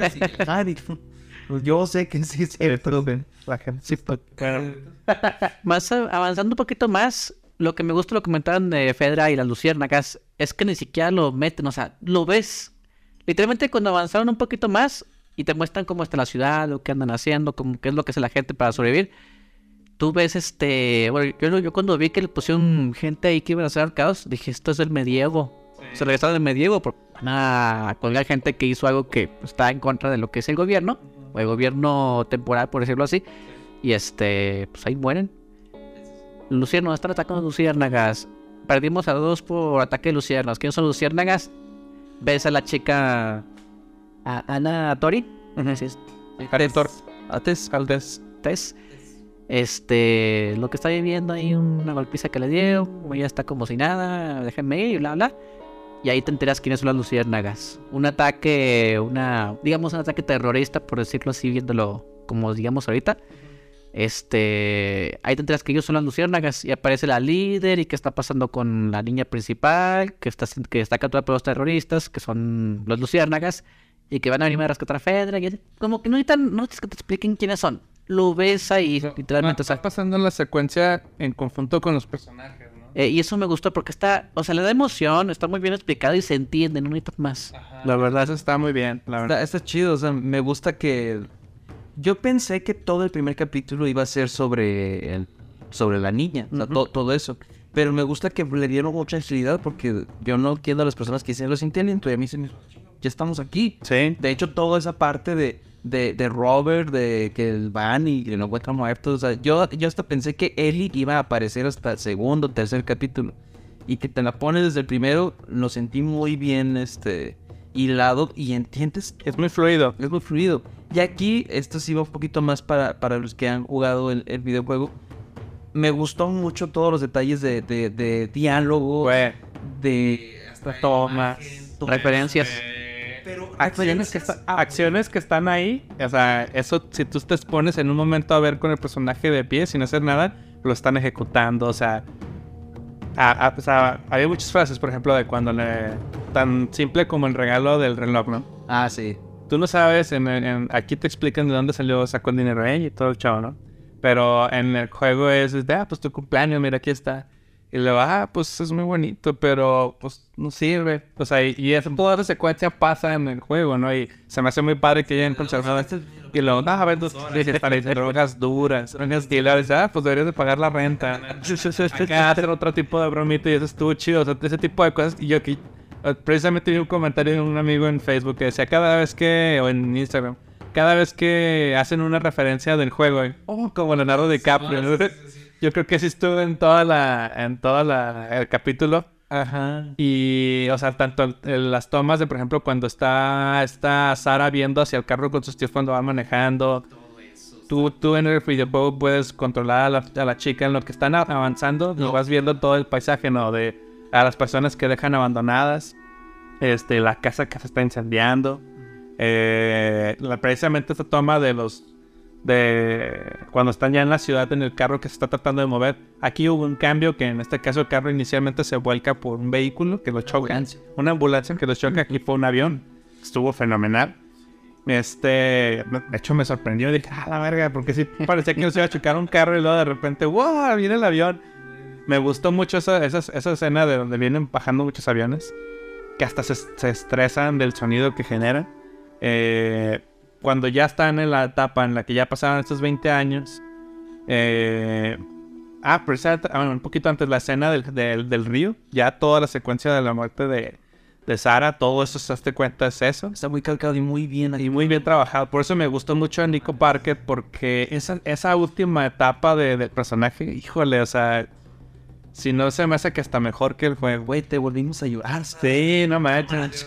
yo sé que sí, pero la gente sí, bueno. Más avanzando un poquito más, lo que me gusta lo comentaban de Fedra y las luciérnagas es que ni siquiera lo meten, o sea, lo ves. Literalmente cuando avanzaron un poquito más y te muestran cómo está la ciudad, lo que andan haciendo, qué es lo que hace la gente para sobrevivir. Tú ves bueno, yo cuando vi que le pusieron gente ahí que iban a hacer arcados, dije, esto es el medievo. Se regresaron del medievo porque van a colgar gente que hizo algo que está en contra de lo que es el gobierno. O el gobierno temporal, por decirlo así. Y pues ahí mueren. Luciérnagas, están atacando luciérnagas. Perdimos a 2 por ataque de luciérnagas. ¿Quiénes son luciérnagas? Ves a la chica Ana Tori. Tess. Lo que está viviendo ahí, una golpiza que le dio. Ella está como si nada. Déjenme ir y bla bla. Y ahí te enteras quiénes son las luciérnagas. Un ataque terrorista, por decirlo así, viéndolo como digamos ahorita. Ahí te enteras que ellos son las luciérnagas. Y aparece la líder y qué está pasando con la niña principal, que está capturada por los terroristas, que son los luciérnagas, y que van a venir a rescatar a Fedra. Y como que no necesitas que te expliquen quiénes son. Lo ves ahí, literalmente. Está pasando en la secuencia en conjunto con los personajes. Y eso me gustó porque le da emoción, está muy bien explicado y se entiende, no necesitas más. Ajá, la verdad, eso está muy bien, la verdad. Está chido, o sea, me gusta que... Yo pensé que todo el primer capítulo iba a ser sobre la niña, o sea, todo eso. Pero me gusta que le dieron mucha agilidad porque yo no entiendo a las personas que dicen los inteligentos y a mí se me... Ya estamos aquí. Sí. De hecho, toda esa parte de Robert, de que van y lo encuentran muerto. O sea, yo hasta pensé que Ellie iba a aparecer hasta el segundo o tercer capítulo. Y que te la pones desde el primero, lo sentí muy bien hilado y entiendes. Es muy fluido. Y aquí, esto sí va un poquito más para los que han jugado el videojuego. Me gustó mucho todos los detalles de diálogo, de hasta tomas, referencias. Pero acciones que están ahí, o sea, eso si tú te pones en un momento a ver con el personaje de pie sin hacer nada, lo están ejecutando, o sea, había muchas frases, por ejemplo, de cuando tan simple como el regalo del reloj, ¿no? Ah, sí. Tú no sabes, aquí te explican de dónde sacó el dinero y todo el chavo, ¿no? Pero en el juego es pues tu cumpleaños, mira, aquí está. Y luego, pues es muy bonito, pero pues no sirve. O sea, toda esa secuencia pasa en el juego, ¿no? Y se me hace muy padre que hayan conservado esto. Y luego, a ver, drogas duras, drogas dealers, pues deberías de pagar la renta. Acá hacer otro tipo de bromita y eso estuvo chido. O sea, ese tipo de cosas. Y yo aquí, precisamente vi un comentario de un amigo en Facebook que decía, o en Instagram, cada vez que hacen una referencia del juego, como Leonardo DiCaprio, ¿no? Yo creo que sí estuvo en el capítulo. Ajá. Y, o sea, tanto las tomas de, por ejemplo, cuando está Sara viendo hacia el carro con sus tíos cuando va manejando. Tú en el videojuego puedes controlar a la chica en lo que están avanzando. No. Vas viendo todo el paisaje, ¿no? A las personas que dejan abandonadas. La casa que se está incendiando. Precisamente esta toma de cuando están ya en la ciudad en el carro que se está tratando de mover. Aquí hubo un cambio que en este caso el carro inicialmente se vuelca por un vehículo que lo choca. Una ambulancia que lo choca. Aquí fue un avión. Estuvo fenomenal. De hecho me sorprendió. Dije, la verga, porque sí parecía que no se iba a chocar un carro y luego de repente, ¡wow! Viene el avión. Me gustó mucho esa escena de donde vienen bajando muchos aviones. Que hasta se estresan del sonido que generan. Cuando ya están en la etapa en la que ya pasaron estos 20 años. Un poquito antes, la escena del río. Ya toda la secuencia de la muerte de Sara. Todo eso, se hace cuenta, es eso. Está muy calcado y muy bien trabajado. Por eso me gustó mucho a Nico Parker. Porque esa última etapa del personaje, híjole, o sea, si no se me hace que está mejor que el juego. Güey, te volvimos a ayudar. Sí, no manches.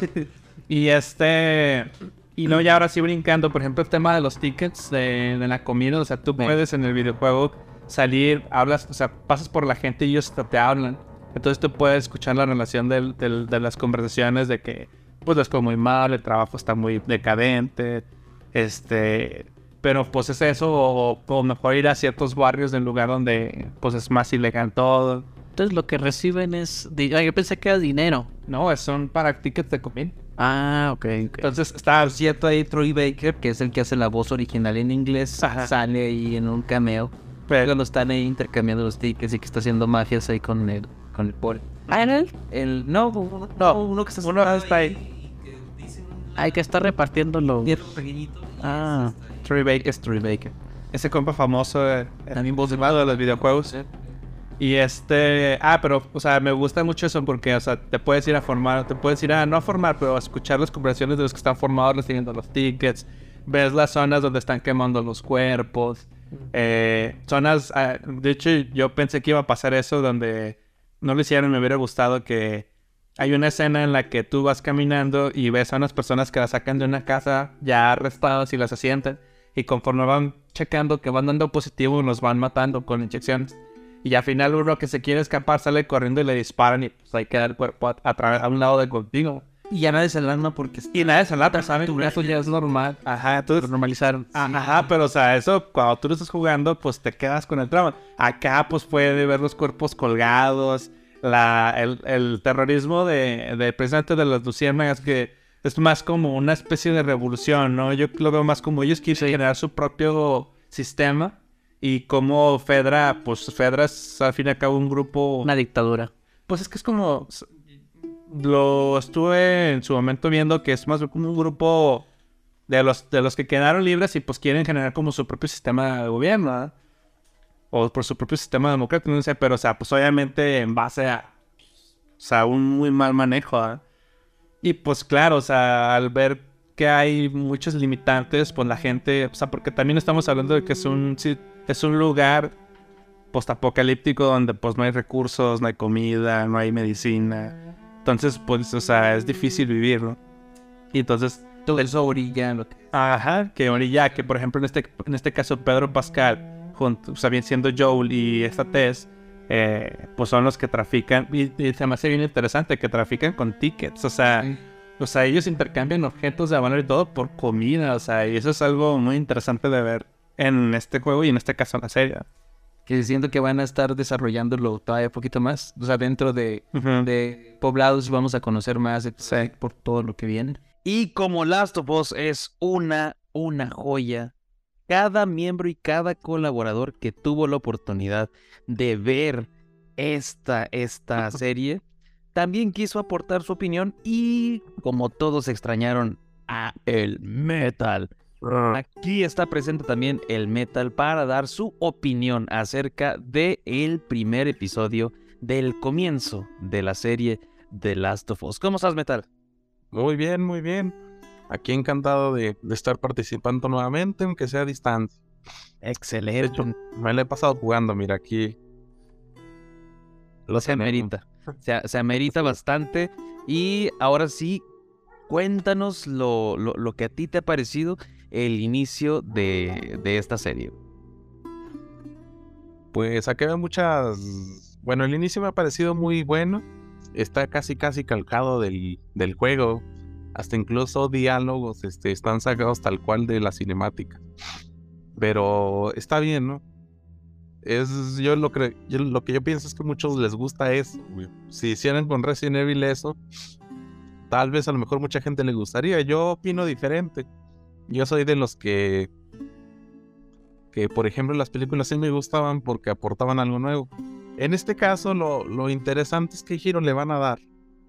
Y no, ya ahora sí brincando, por ejemplo, el tema de los tickets de la comida. O sea, tú puedes en el videojuego salir, hablas, o sea, pasas por la gente y ellos te hablan. Entonces tú puedes escuchar la relación de las conversaciones de que, pues, les fue muy mal, el trabajo está muy decadente, pero pues es eso, o mejor ir a ciertos barrios del lugar donde, pues, es más ilegal todo. Entonces lo que reciben es... yo pensé que era dinero. No, son para tickets de comida. Ok. Entonces está cierto ahí Troy Baker, que es el que hace la voz original en inglés. Ajá. Sale ahí en un cameo. Pero cuando están ahí intercambiando los tickets y que está haciendo magias ahí con el pobre. ¿Era él? Uno que está ahí. Hay que estar repartiéndolo. Troy Baker. Es Troy Baker. Ese compa famoso, también voz de los videojuegos. Sí. Y pero, o sea, me gusta mucho eso porque, o sea, te puedes ir no a formar, pero a escuchar las conversaciones de los que están formados recibiendo los tickets. Ves las zonas donde están quemando los cuerpos. Zonas, de hecho, yo pensé que iba a pasar eso donde no lo hicieron. Me hubiera gustado que hay una escena en la que tú vas caminando y ves a unas personas que las sacan de una casa ya arrestadas y las asientan. Y conforme van checando que van dando positivo, los van matando con inyecciones. Y al final uno que se quiere escapar sale corriendo y le disparan y pues ahí queda el cuerpo a un lado de contigo. Y ya nadie se alarma porque... Y nadie se alarma, ¿sabes? Eso ya es normal. Ajá, entonces... Lo normalizaron. Ajá, pero o sea, eso cuando tú lo estás jugando, pues te quedas con el trauma. Acá pues puede ver los cuerpos colgados. El terrorismo precisamente de las luciérnagas, que es más como una especie de revolución, ¿no? Yo lo veo más como ellos quieren generar su propio sistema. Y como Fedra es al fin y al cabo un grupo... Una dictadura. Pues es que es como... Lo estuve en su momento viendo que es más como un grupo de los que quedaron libres y pues quieren generar como su propio sistema de gobierno, ¿eh? O por su propio sistema democrático, no sé, pero o sea, pues obviamente en base a... O sea, un muy mal manejo, ¿eh? Y pues claro, o sea, al ver que hay muchos limitantes, pues la gente... O sea, porque también estamos hablando de que es un lugar postapocalíptico donde pues no hay recursos, no hay comida, no hay medicina. Entonces, pues, o sea, es difícil vivir, ¿no? Y entonces... Todo eso orilla lo que... Ajá, que orilla, que por ejemplo en este caso Pedro Pascal, o sea, bien siendo Joel y esta Tess, pues son los que trafican. Y se me hace bien interesante que trafican con tickets, o sea... Sí. O sea, ellos intercambian objetos de valor y todo por comida, o sea, y eso es algo muy interesante de ver en este juego y en este caso en la serie. Que siento que van a estar desarrollándolo todavía un poquito más. O sea, dentro de poblados vamos a conocer más por todo lo que viene. Y como Last of Us es una joya, cada miembro y cada colaborador que tuvo la oportunidad de ver esta serie, también quiso aportar su opinión y, como todos extrañaron a el metal, aquí está presente también el metal para dar su opinión acerca del primer episodio del comienzo de la serie The Last of Us. ¿Cómo estás, metal? Muy bien, muy bien. Aquí encantado de estar participando nuevamente, aunque sea a distancia. De Excelente. hecho, me lo he pasado jugando, mira, aquí. Se amerita. Se amerita bastante. Y ahora sí, cuéntanos lo que a ti te ha parecido el inicio de esta serie. Pues aquí hay muchas... Bueno, el inicio me ha parecido muy bueno. Está casi calcado del juego. Hasta incluso diálogos están sacados tal cual de la cinemática. Pero está bien, ¿no? Lo que yo pienso es que a muchos les gusta eso, güey. Si hicieran con Resident Evil eso, tal vez a lo mejor mucha gente le gustaría. Yo opino diferente. Yo soy de los que por ejemplo las películas sí me gustaban porque aportaban algo nuevo. En este caso lo interesante es qué giro le van a dar.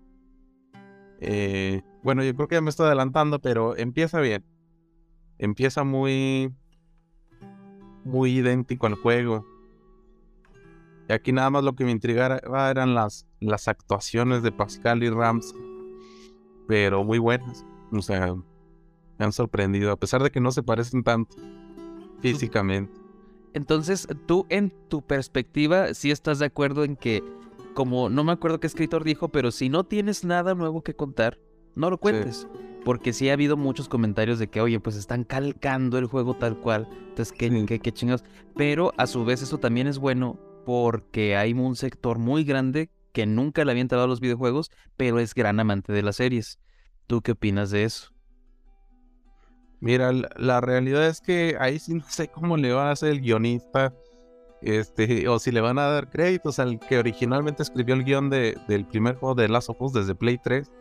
Bueno, yo creo que ya me estoy adelantando, pero empieza bien. Empieza muy idéntico al juego. Y aquí nada más lo que me intrigaba eran las actuaciones de Pascal y Rams, pero muy buenas. O sea, me han sorprendido, a pesar de que no se parecen tanto físicamente. Entonces, tú en tu perspectiva, sí estás de acuerdo en que, como no me acuerdo qué escritor dijo, pero si no tienes nada nuevo que contar, no lo cuentes. Sí. Porque sí ha habido muchos comentarios de que, oye, pues están calcando el juego tal cual. Entonces, qué chingados. Pero a su vez eso también es bueno porque hay un sector muy grande que nunca le había entrado a los videojuegos, pero es gran amante de las series. ¿Tú qué opinas de eso? Mira, la realidad es que ahí sí no sé cómo le va a hacer el guionista, o si le van a dar créditos al que originalmente escribió el guión del primer juego de Last of Us desde Play 3.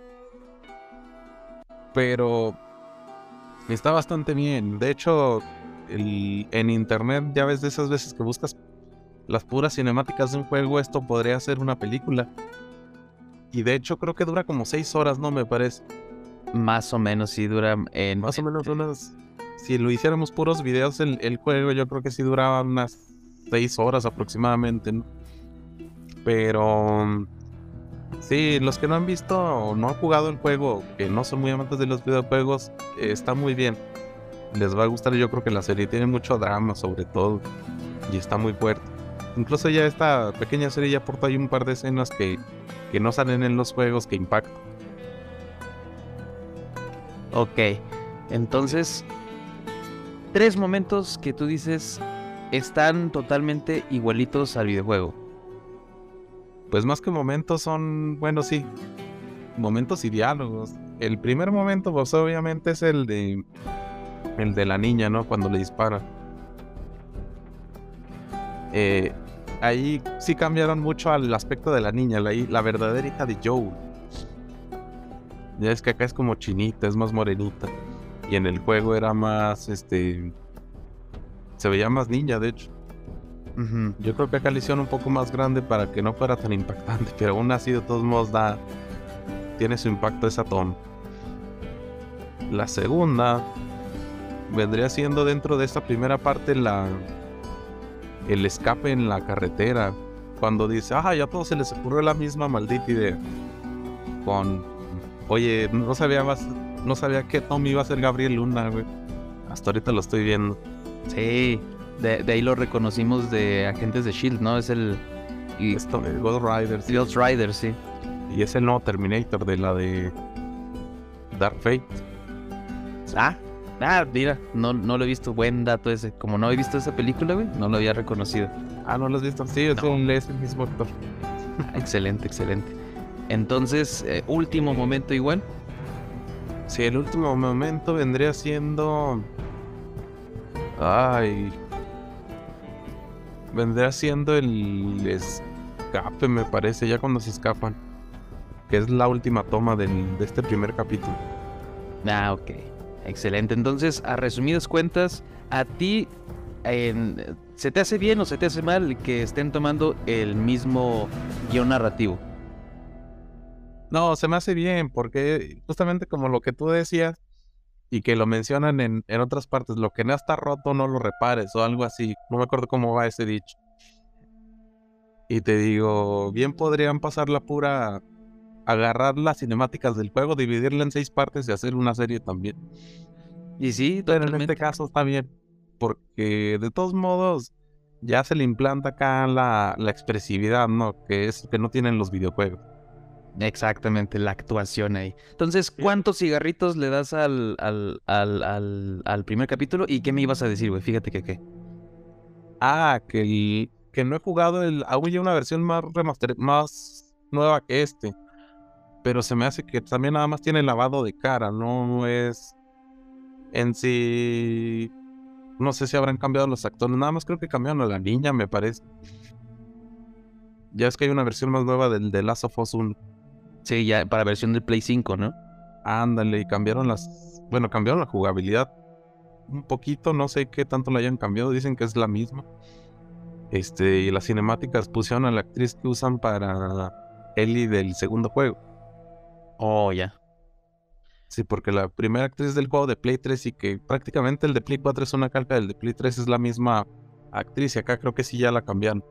Pero está bastante bien. De hecho, en internet ya ves de esas veces que buscas las puras cinemáticas de un juego, esto podría ser una película. Y de hecho creo que dura como 6 horas, ¿no? Me parece. Más o menos sí dura más o menos unas... Si lo hiciéramos puros videos el juego, yo creo que sí duraba unas 6 horas aproximadamente, ¿no? Pero... sí, los que no han visto o no han jugado el juego, que no son muy amantes de los videojuegos, está muy bien. Les va a gustar, yo creo que la serie tiene mucho drama sobre todo. Y está muy fuerte. Incluso ya esta pequeña serie ya aporta ahí un par de escenas que no salen en los juegos, que impactan. Ok, entonces 3 momentos que tú dices están totalmente igualitos al videojuego. Pues más que momentos son, bueno, sí, momentos y diálogos. El primer momento, pues obviamente es el de la niña, ¿no? Cuando le dispara. Ahí sí cambiaron mucho al aspecto de la niña, la verdadera hija de Joel. Ya es que acá es como chinita, es más morenita. Y en el juego era más, se veía más niña, de hecho. Uh-huh. Yo creo que acá le hicieron un poco más grande para que no fuera tan impactante, pero aún así de todos modos tiene su impacto esa toma. La segunda vendría siendo dentro de esta primera parte el escape en la carretera, cuando dice, ya a todos se les ocurrió la misma maldita idea. Oye, no sabía que Tom iba a ser Gabriel Luna, güey. Hasta ahorita lo estoy viendo. Sí, de ahí lo reconocimos de Agentes de S.H.I.E.L.D., ¿no? Es el Ghost Rider. Sí. Ghost Rider, sí. Y es el nuevo Terminator de la de Dark Fate. Mira, no lo he visto. Buen dato ese. Como no he visto esa película, güey, no lo había reconocido. ¿No lo has visto? Sí, es el mismo actor. Excelente. Entonces, último momento igual. Sí, el último momento vendría siendo... vendría siendo el escape, me parece, ya cuando se escapan. Que es la última toma de este primer capítulo. Ok. Excelente. Entonces, a resumidas cuentas, a ti ¿se te hace bien o se te hace mal que estén tomando el mismo guión narrativo? No, se me hace bien, porque justamente como lo que tú decías, y que lo mencionan en otras partes, lo que no está roto no lo repares, o algo así. No me acuerdo cómo va ese dicho. Y te digo, bien podrían pasar la pura, agarrar las cinemáticas del juego, dividirla en 6 partes y hacer una serie también. Y sí, Pero en totalmente. este caso está bien, porque de todos modos ya se le implanta acá la expresividad, ¿no? Que es que no tienen los videojuegos. Exactamente, la actuación ahí. Entonces, ¿cuántos cigarritos le das al primer capítulo? ¿Y qué me ibas a decir, güey? Fíjate que qué. Que no he jugado aún hay una versión más nueva que este. Pero se me hace que también nada más tiene lavado de cara, no es en sí. No sé si habrán cambiado los actores, nada más creo que cambiaron a la niña, me parece. Ya es que hay una versión más nueva del The Last of Us 1. Sí, ya para versión del Play 5, ¿no? Ándale, y cambiaron cambiaron la jugabilidad un poquito, no sé qué tanto la hayan cambiado, dicen que es la misma. Y las cinemáticas pusieron a la actriz que usan para Ellie del segundo juego. Oh, ya. Sí, porque la primera actriz del juego de Play 3 y que prácticamente el de Play 4 es una calca del de Play 3 es la misma actriz y acá creo que sí ya la cambiaron.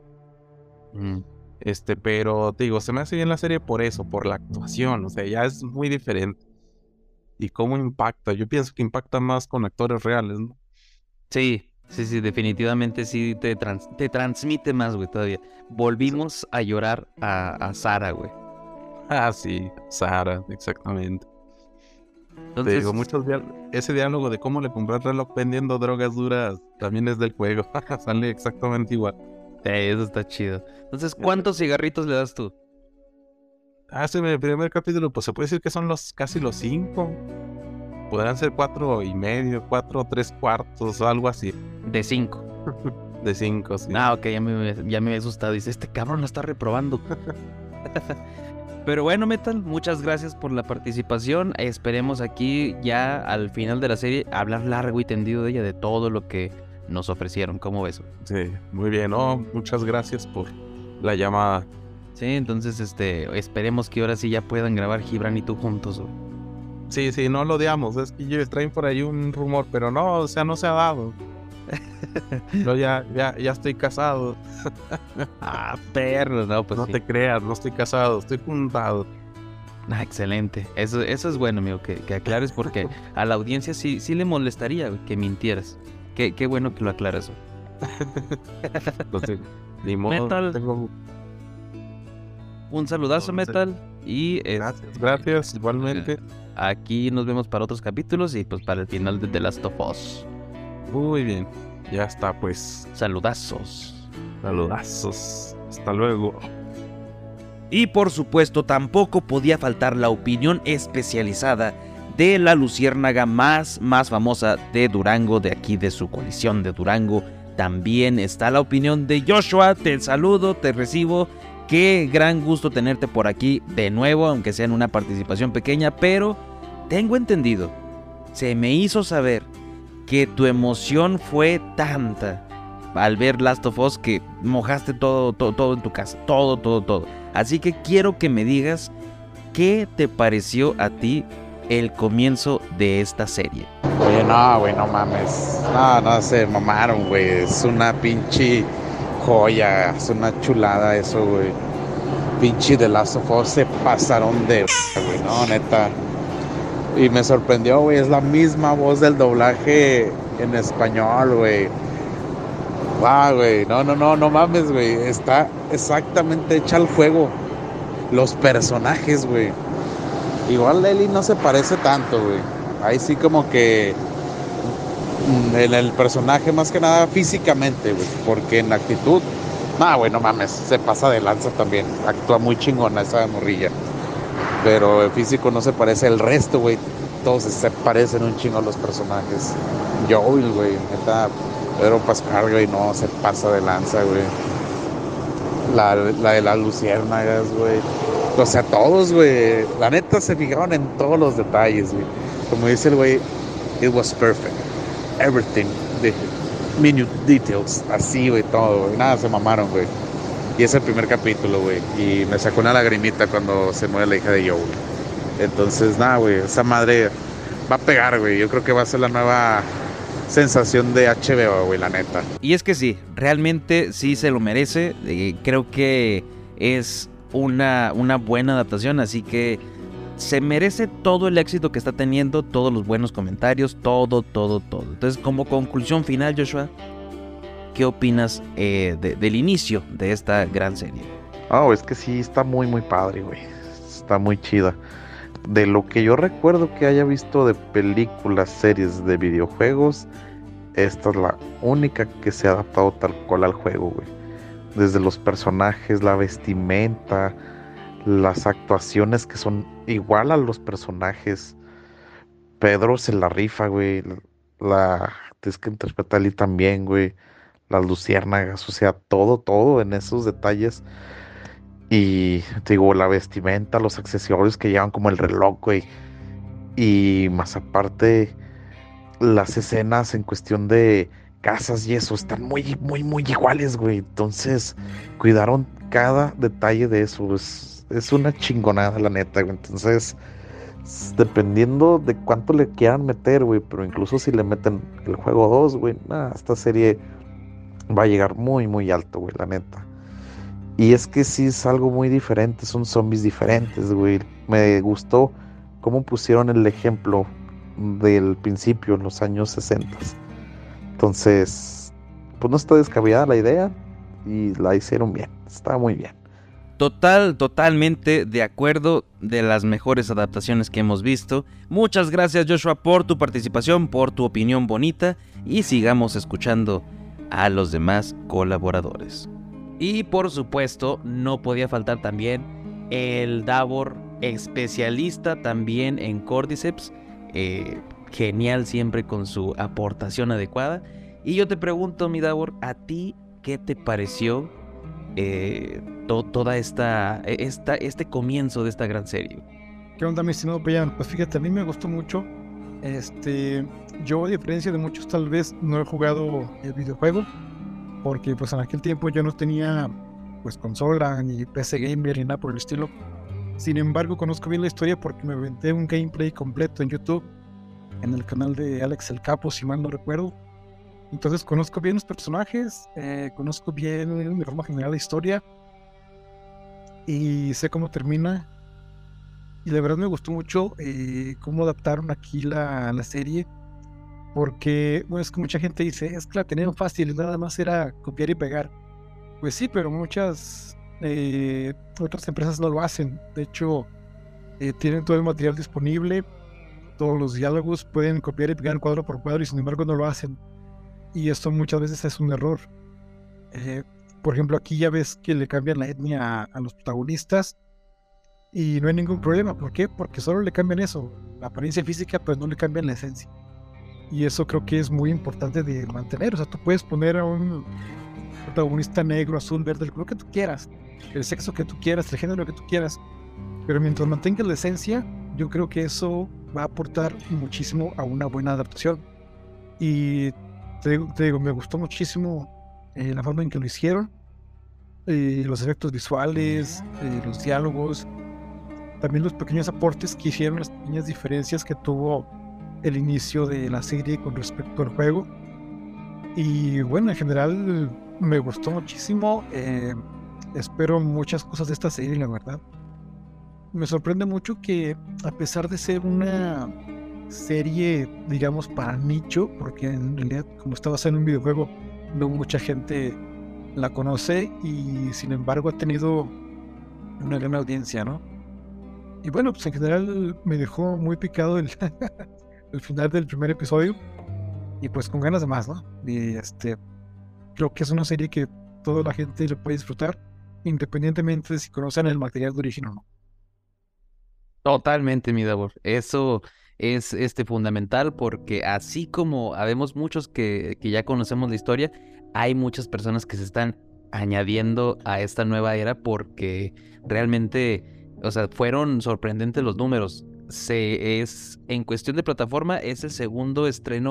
Pero te digo, se me hace bien la serie por eso, por la actuación, o sea, ya es muy diferente. Y cómo impacta, yo pienso que impacta más con actores reales, ¿no? Sí, definitivamente sí te transmite más, güey, todavía. Volvimos a llorar a Sara, güey. Ah, sí, Sara, exactamente. Entonces, Te digo, ese diálogo de cómo le compró el reloj vendiendo drogas duras también es del juego, sale exactamente igual. eso está chido. Entonces, ¿cuántos cigarritos le das tú? En el primer capítulo, pues se puede decir que son casi los 5. Podrán ser 4.5, 4 3/4, o algo así. De 5. De 5, sí. Ah, ok, ya me había asustado. Dice, este cabrón la está reprobando. Pero bueno, Metal, muchas gracias por la participación. Esperemos aquí ya al final de la serie hablar largo y tendido de ella, de todo lo que nos ofrecieron. ¿Cómo ves? Sí, muy bien, muchas gracias por la llamada. Sí, entonces esperemos que ahora sí ya puedan grabar Gibran y tú juntos, güey. Sí, no lo odiamos, es que traen por ahí un rumor, pero no, o sea, no se ha dado. Yo ya estoy casado. Perro, no, pues no sí. te creas, no estoy casado, estoy juntado. Excelente, eso es bueno, amigo, que aclares porque a la audiencia sí le molestaría, güey, que mintieras. Qué bueno que lo aclaras, güey. Entonces, ni modo, Metal. Un saludazo, Metal. Y gracias, igualmente. Aquí nos vemos para otros capítulos y pues para el final de The Last of Us. Muy bien, ya está pues. Saludazos. Hasta luego. Y por supuesto tampoco podía faltar la opinión especializada de la luciérnaga más famosa de Durango, de aquí de su coalición de Durango. También está la opinión de Joshua. Te saludo, te recibo. Qué gran gusto tenerte por aquí de nuevo, aunque sea en una participación pequeña, pero tengo entendido, se me hizo saber que tu emoción fue tanta al ver Last of Us que mojaste todo en tu casa, todo. Así que quiero que me digas qué te pareció a ti el comienzo de esta serie. Oye, no, güey, no mames. No, se mamaron, güey. Es una pinche joya, es una chulada eso, güey. Pinche The Last of Us se pasaron de güey, no, neta. Y me sorprendió, güey, es la misma voz del doblaje en español, güey. Wow, güey, no mames, güey. Está exactamente hecha al juego. Los personajes, güey. Igual Ellie no se parece tanto, güey. Ahí sí como que en el personaje más que nada físicamente, güey. Porque en la actitud, güey, no mames, se pasa de lanza también. Actúa muy chingona esa morrilla. Pero el físico no se parece al resto, güey. Todos se parecen un chingo a los personajes. Joel, güey, neta. Pedro Pascal, güey, no, se pasa de lanza, güey. La de las luciérnagas, güey. O sea, todos, güey. La neta se fijaron en todos los detalles, güey. Como dice el güey, it was perfect. Everything. minute details, así, güey, todo, güey. Nada, se mamaron, güey. Y es el primer capítulo, güey. Y me sacó una lagrimita cuando se muere la hija de Joe, güey. Entonces, nada, güey, esa madre va a pegar, güey. Yo creo que va a ser la nueva sensación de HBO, güey, la neta. Y es que sí, realmente sí se lo merece. Creo que es una buena adaptación, así que se merece todo el éxito que está teniendo, todos los buenos comentarios, todo. Entonces, como conclusión final, Joshua, ¿qué opinas del inicio de esta gran serie? Oh, es que sí, está muy, muy padre, güey. Está muy chida. De lo que yo recuerdo que haya visto de películas, series de videojuegos, esta es la única que se ha adaptado tal cual al juego, güey. Desde los personajes, la vestimenta, las actuaciones que son igual a los personajes. Pedro se la rifa, güey. La actriz que interpreta a Lee también, güey. Las luciérnagas, o sea, todo en esos detalles. Y te digo, la vestimenta, los accesorios que llevan como el reloj, güey. Y más aparte, las escenas en cuestión de casas y eso están muy, muy, muy iguales, güey. Entonces, cuidaron cada detalle de eso. Es una chingonada, la neta, güey. Entonces, dependiendo de cuánto le quieran meter, güey. Pero incluso si le meten el juego 2, güey. Esta serie va a llegar muy, muy alto, güey, la neta. Y es que sí es algo muy diferente, son zombies diferentes, güey. Me gustó cómo pusieron el ejemplo del principio, en los años 60. Entonces, pues no está descabellada la idea y la hicieron bien, está muy bien. Totalmente de acuerdo, de las mejores adaptaciones que hemos visto. Muchas gracias, Joshua, por tu participación, por tu opinión bonita, y sigamos escuchando a los demás colaboradores. Y por supuesto, no podía faltar también el Davor, especialista también en Cordyceps, genial siempre con su aportación adecuada. Y yo te pregunto, mi Davor, ¿a ti qué te pareció toda este comienzo de esta gran serie? ¿Qué onda, mi estimado Pellán? Pues fíjate, a mí me gustó mucho. Yo, a diferencia de muchos, tal vez no he jugado el videojuego, porque pues en aquel tiempo yo no tenía pues consola, ni PC gamer, ni nada por el estilo. Sin embargo, conozco bien la historia porque me aventé un gameplay completo en YouTube, en el canal de Alex el Capo, si mal no recuerdo. Entonces conozco bien los personajes, conozco bien de forma general la historia, y sé cómo termina. Y la verdad me gustó mucho cómo adaptaron aquí la serie, porque bueno, es que mucha gente dice, es que la tenían fácil, nada más era copiar y pegar. Pues sí, pero muchas otras empresas no lo hacen. De hecho, tienen todo el material disponible, todos los diálogos, pueden copiar y pegar cuadro por cuadro, y sin embargo no lo hacen. Y esto muchas veces es un error. Por ejemplo, aquí ya ves que le cambian la etnia a los protagonistas y no hay ningún problema. ¿Por qué? Porque solo le cambian eso, la apariencia física, pero no le cambian la esencia. Y eso creo que es muy importante de mantener. O sea, tú puedes poner a un protagonista negro, azul, verde, el color que tú quieras, el sexo que tú quieras, el género que tú quieras, pero mientras mantengas la esencia, yo creo que eso va a aportar muchísimo a una buena adaptación. Y te digo, me gustó muchísimo la forma en que lo hicieron, los efectos visuales, los diálogos, también los pequeños aportes que hicieron, las pequeñas diferencias que tuvo el inicio de la serie con respecto al juego. Y bueno, en general me gustó muchísimo. Espero muchas cosas de esta serie, la verdad. Me sorprende mucho que, a pesar de ser una serie, digamos, para nicho, porque en realidad, como está basada en un videojuego, no mucha gente la conoce, y sin embargo ha tenido una gran audiencia, ¿no? Y bueno, pues en general me dejó muy picado el final del primer episodio, y pues con ganas de más, ¿no? Y creo que es una serie que toda la gente le puede disfrutar, independientemente de si conocen el material de origen o no. Totalmente, mi Davor. Eso es fundamental, porque así como habemos muchos que ya conocemos la historia, hay muchas personas que se están añadiendo a esta nueva era, porque realmente, o sea, fueron sorprendentes los números. En cuestión de plataforma, es el segundo estreno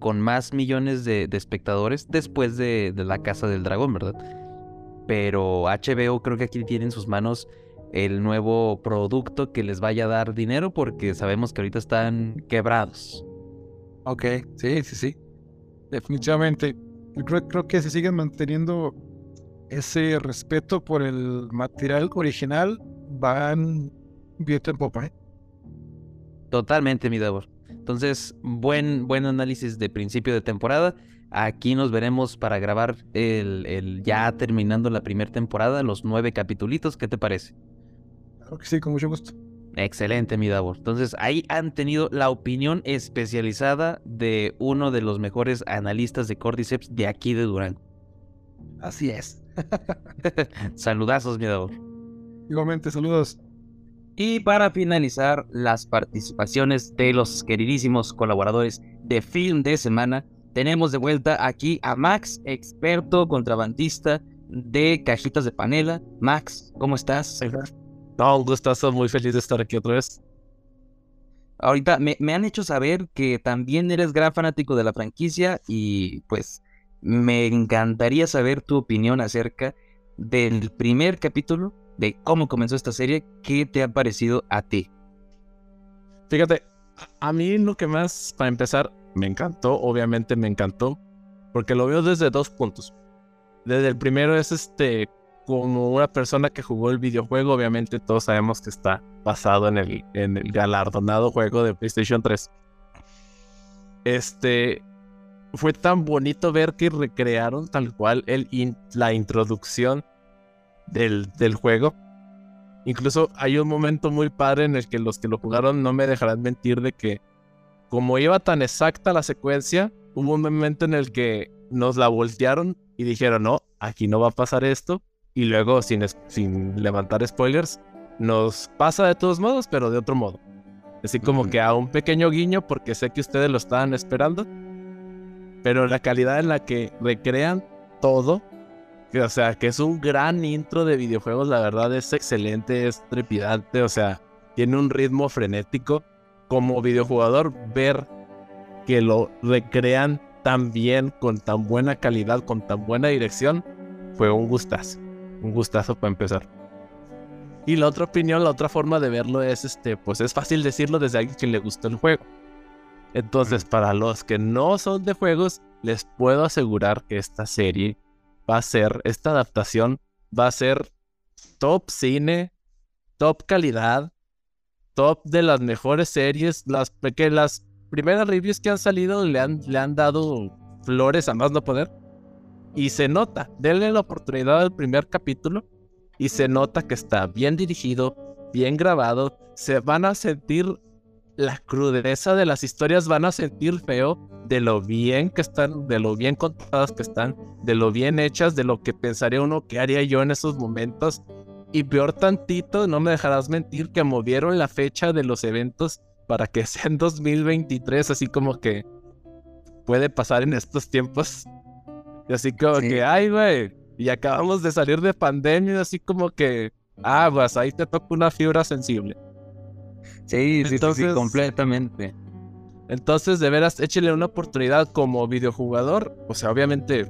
con más millones de espectadores después de La Casa del Dragón, ¿verdad? Pero HBO creo que aquí tiene en sus manos el nuevo producto que les vaya a dar dinero porque sabemos que ahorita están quebrados. Ok, sí. Definitivamente. Yo creo que si siguen manteniendo ese respeto por el material original, van viento en popa, ¿eh? Totalmente, mi Davor. Entonces, buen análisis de principio de temporada. Aquí nos veremos para grabar el ya terminando la primera temporada, los 9 capitulitos. ¿Qué te parece? Claro que sí, con mucho gusto. Excelente, mi Davor. Entonces, ahí han tenido la opinión especializada de uno de los mejores analistas de Cordyceps de aquí de Durango. Así es. Saludazos, mi Davor. Igualmente, saludos. Y para finalizar, las participaciones de los queridísimos colaboradores de Film de Semana, tenemos de vuelta aquí a Max, experto contrabandista de cajitas de panela. Max, ¿cómo estás? No, un gustazo, muy feliz de estar aquí otra vez. Ahorita me han hecho saber que también eres gran fanático de la franquicia y pues me encantaría saber tu opinión acerca del primer capítulo, de cómo comenzó esta serie. ¿Qué te ha parecido a ti? Fíjate, a mí lo que más, para empezar, me encantó, obviamente me encantó, porque lo veo desde 2 puntos. Desde el primero es como una persona que jugó el videojuego, obviamente todos sabemos que está basado en el galardonado juego de PlayStation 3. Fue tan bonito ver que recrearon tal cual la introducción del juego. Incluso hay un momento muy padre en el que los que lo jugaron no me dejarán mentir de que como iba tan exacta la secuencia, hubo un momento en el que nos la voltearon y dijeron, no, aquí no va a pasar esto. Y luego, sin levantar spoilers, nos pasa de todos modos, pero de otro modo. Así como que a un pequeño guiño, porque sé que ustedes lo estaban esperando. Pero la calidad en la que recrean todo, o sea, que es un gran intro de videojuegos, la verdad es excelente, es trepidante, o sea, tiene un ritmo frenético. Como videojugador, ver que lo recrean tan bien, con tan buena calidad, con tan buena dirección, fue un gustazo para empezar. Y la otra opinión, la otra forma de verlo es, pues es fácil decirlo desde alguien que le gustó el juego. Entonces, para los que no son de juegos, les puedo asegurar que esta adaptación va a ser top cine, top calidad, top de las mejores series. Las primeras reviews que han salido le han dado flores a más no poder. Y se nota, denle la oportunidad al primer capítulo y se nota que está bien dirigido, bien grabado. Se van a sentir la crudeza de las historias, van a sentir feo de lo bien que están, de lo bien contadas que están, de lo bien hechas, de lo que pensaría uno que haría yo en esos momentos. Y peor tantito, no me dejarás mentir, que movieron la fecha de los eventos para que sea en 2023, así como que puede pasar en estos tiempos. Y así como que, ay, güey, y acabamos de salir de pandemia, así como que, pues ahí te toca una fibra sensible. Sí, completamente. Entonces, de veras, échale una oportunidad como videojugador. O sea, obviamente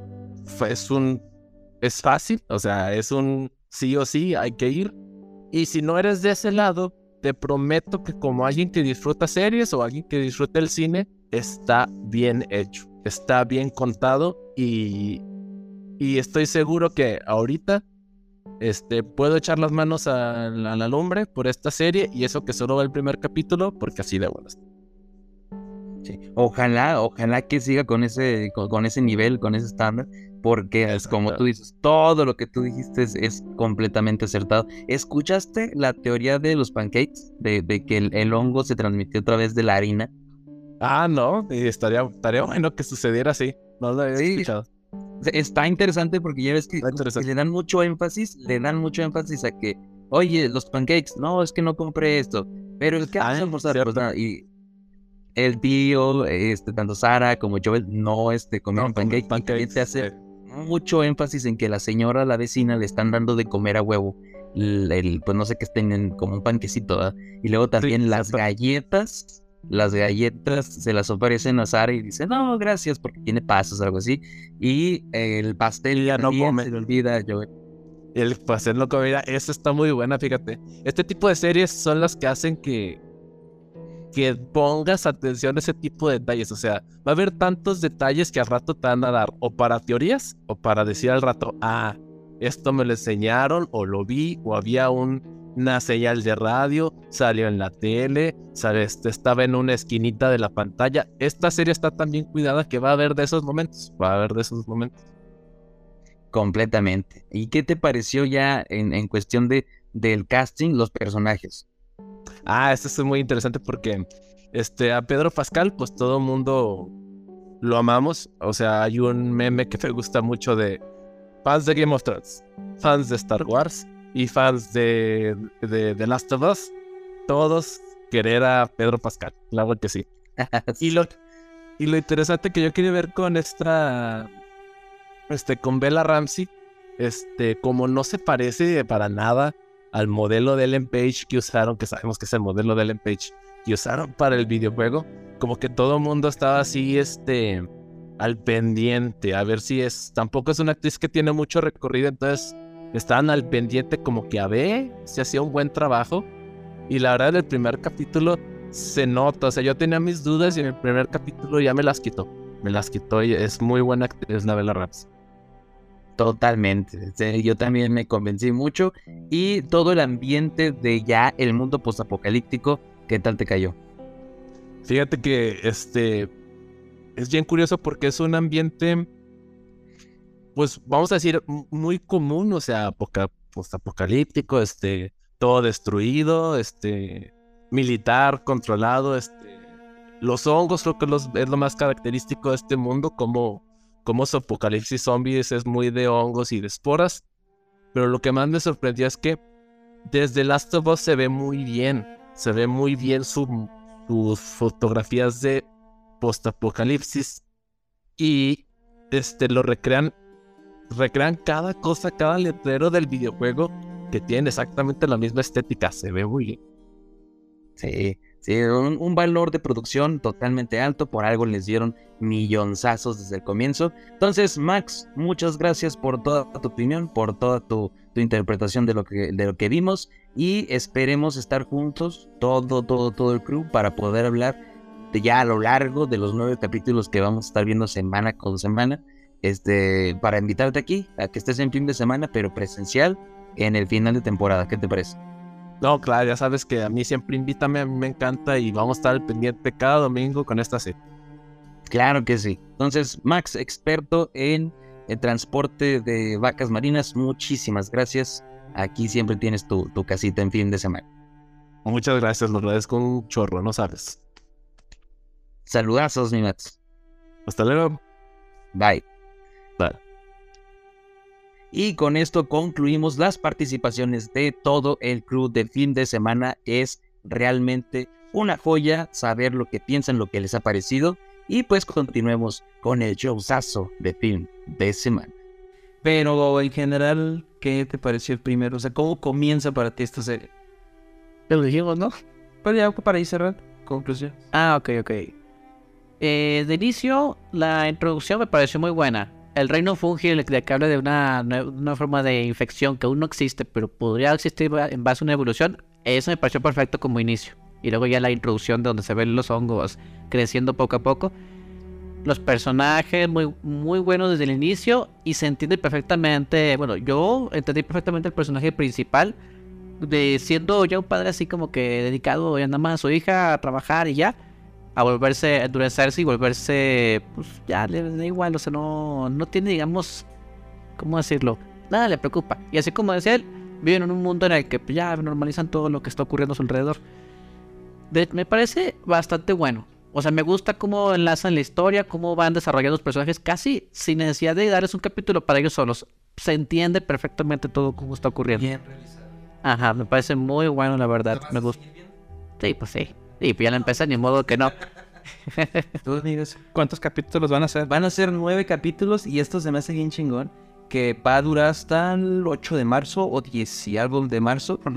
es fácil, o sea, es un sí o sí, hay que ir. Y si no eres de ese lado, te prometo que como alguien que disfruta series o alguien que disfruta el cine, está bien hecho, está bien contado y estoy seguro que ahorita puedo echar las manos a la lumbre por esta serie, y eso que solo va el primer capítulo, porque así de buenas. Sí. Ojalá que siga con ese nivel, con ese estándar, porque es como tú dices, todo lo que tú dijiste es completamente acertado. ¿Escuchaste la teoría de los pancakes? De que el hongo se transmitió a través de la harina. No, y estaría bueno que sucediera así. No lo había escuchado. Está interesante porque ya ves que le dan mucho énfasis a que, oye, los pancakes, no, es que no compré esto, pero el que hace almorzar, pues nada, y el tío, tanto Sara como Joel no comieron pancakes, y también te hace mucho énfasis en que la señora, la vecina, le están dando de comer a huevo, pues no sé qué estén como un panquecito, ¿verdad? Y luego también las galletas las galletas se las ofrecen a Sara y dice, no, gracias, porque tiene pasos o algo así. Y el pastel Ya no también come. se le olvida a Joey. El pastel no comida, esa está muy buena, fíjate. Este tipo de series son las que hacen que pongas atención a ese tipo de detalles. O sea, va a haber tantos detalles que al rato te van a dar o para teorías o para decir al rato, esto me lo enseñaron o lo vi o había una señal de radio, salió en la tele, estaba en una esquinita de la pantalla. Esta serie está tan bien cuidada que va a haber de esos momentos. Completamente. ¿Y qué te pareció ya en cuestión del casting, los personajes? Esto es muy interesante porque a Pedro Pascal, pues todo el mundo lo amamos. O sea, hay un meme que me gusta mucho de fans de Game of Thrones, fans de Star Wars y fans de The Last of Us. Todos querer a Pedro Pascal, claro que sí. Y lo interesante que yo quería ver con con Bella Ramsey, como no se parece para nada al modelo de Ellen Page que usaron, que sabemos que es el modelo de Ellen Page que usaron para el videojuego, como que todo el mundo estaba así, al pendiente, a ver si tampoco es una actriz que tiene mucho recorrido, entonces estaban al pendiente como que a ver si hacía un buen trabajo, y la verdad en el primer capítulo se nota, o sea, yo tenía mis dudas y en el primer capítulo ya me las quitó y es muy buena actriz la Bella Ramsey. Totalmente. Yo también me convencí mucho. Y todo el ambiente de ya el mundo postapocalíptico, ¿qué tal te cayó? Fíjate que es bien curioso porque es un ambiente, pues vamos a decir, muy común, o sea, postapocalíptico, todo destruido, militar, controlado, los hongos creo que es lo más característico de este mundo, como su apocalipsis zombies es muy de hongos y de esporas. Pero lo que más me sorprendió es que desde Last of Us se ve muy bien sus fotografías de postapocalipsis y lo recrean cada cosa, cada letrero del videojuego que tienen exactamente la misma estética, se ve muy bien. Sí, un valor de producción totalmente alto, por algo les dieron millonzazos desde el comienzo. Entonces, Max, muchas gracias por toda tu opinión, por toda tu interpretación de lo que vimos, y esperemos estar juntos, todo el crew, para poder hablar ya a lo largo de los 9 capítulos que vamos a estar viendo semana con semana, para invitarte aquí, a que estés en fin de semana, pero presencial, en el final de temporada. ¿Qué te parece? No, claro, ya sabes que a mí siempre invítame, a mí me encanta y vamos a estar al pendiente cada domingo con esta serie. Claro que sí. Entonces, Max, experto en el transporte de vacas marinas, muchísimas gracias. Aquí siempre tienes tu casita en fin de semana. Muchas gracias, lo agradezco un chorro, no sabes. Saludazos, mi Max. Hasta luego. Bye. Bye. Y con esto concluimos las participaciones de todo el crew de fin de semana. Es realmente una joya saber lo que piensan, lo que les ha parecido. Y pues continuemos con el showzazo de fin de semana. Pero en general, ¿qué te pareció el primero? O sea, ¿cómo comienza para ti esta serie? Ya lo dijimos, ¿no? Pues ya para ir cerrar, conclusión. Ok. De inicio, la introducción me pareció muy buena. El reino fungi, el que habla de una forma de infección que aún no existe, pero podría existir en base a una evolución, eso me pareció perfecto como inicio. Y luego ya la introducción de donde se ven los hongos creciendo poco a poco. Los personajes muy, muy buenos desde el inicio y se entiende perfectamente. Bueno, yo entendí perfectamente el personaje principal, de siendo ya un padre así como que dedicado ya nada más a su hija a trabajar y ya, a volverse, a endurecerse y volverse, pues ya le da igual, o sea, no tiene, digamos, ¿cómo decirlo? Nada le preocupa. Y así como decía él, viven en un mundo en el que pues, ya normalizan todo lo que está ocurriendo a su alrededor. Me parece bastante bueno. O sea, me gusta cómo enlazan la historia, cómo van desarrollando los personajes casi sin necesidad de darles un capítulo para ellos solos. Se entiende perfectamente todo cómo está ocurriendo. Bien realizado. Ajá, me parece muy bueno, la verdad. Me gusta. Sí, pues sí. Y pues ya la empecé, ni modo que no. ¿Tú, amigos? ¿Cuántos capítulos van a ser? Van a ser 9 capítulos y esto se me hace bien chingón. Que va a durar hasta el 8 de marzo o 10 y algo de marzo.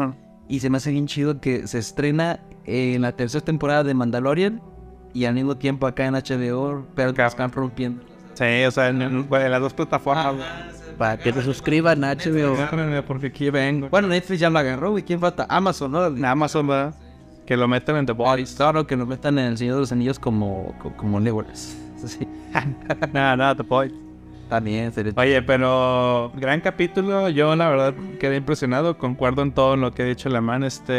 Y se me hace bien chido que se estrena en la tercera temporada de Mandalorian y al mismo tiempo acá en HBO, pero que están rompiendo. Sí, o sea, en las dos plataformas. Para que te suscriban a HBO. Agárrenme, porque aquí vengo. Bueno, Netflix ya lo agarró, güey. ¿Quién falta? Amazon, ¿no? Amazon, ¿verdad? Que lo metan en The Boys. Claro, que lo metan en El Señor de los Anillos como Legolas. Sí. No, The Boys. También sería... Oye, pero gran capítulo. Yo, la verdad, quedé impresionado. Concuerdo en todo lo que ha dicho la man.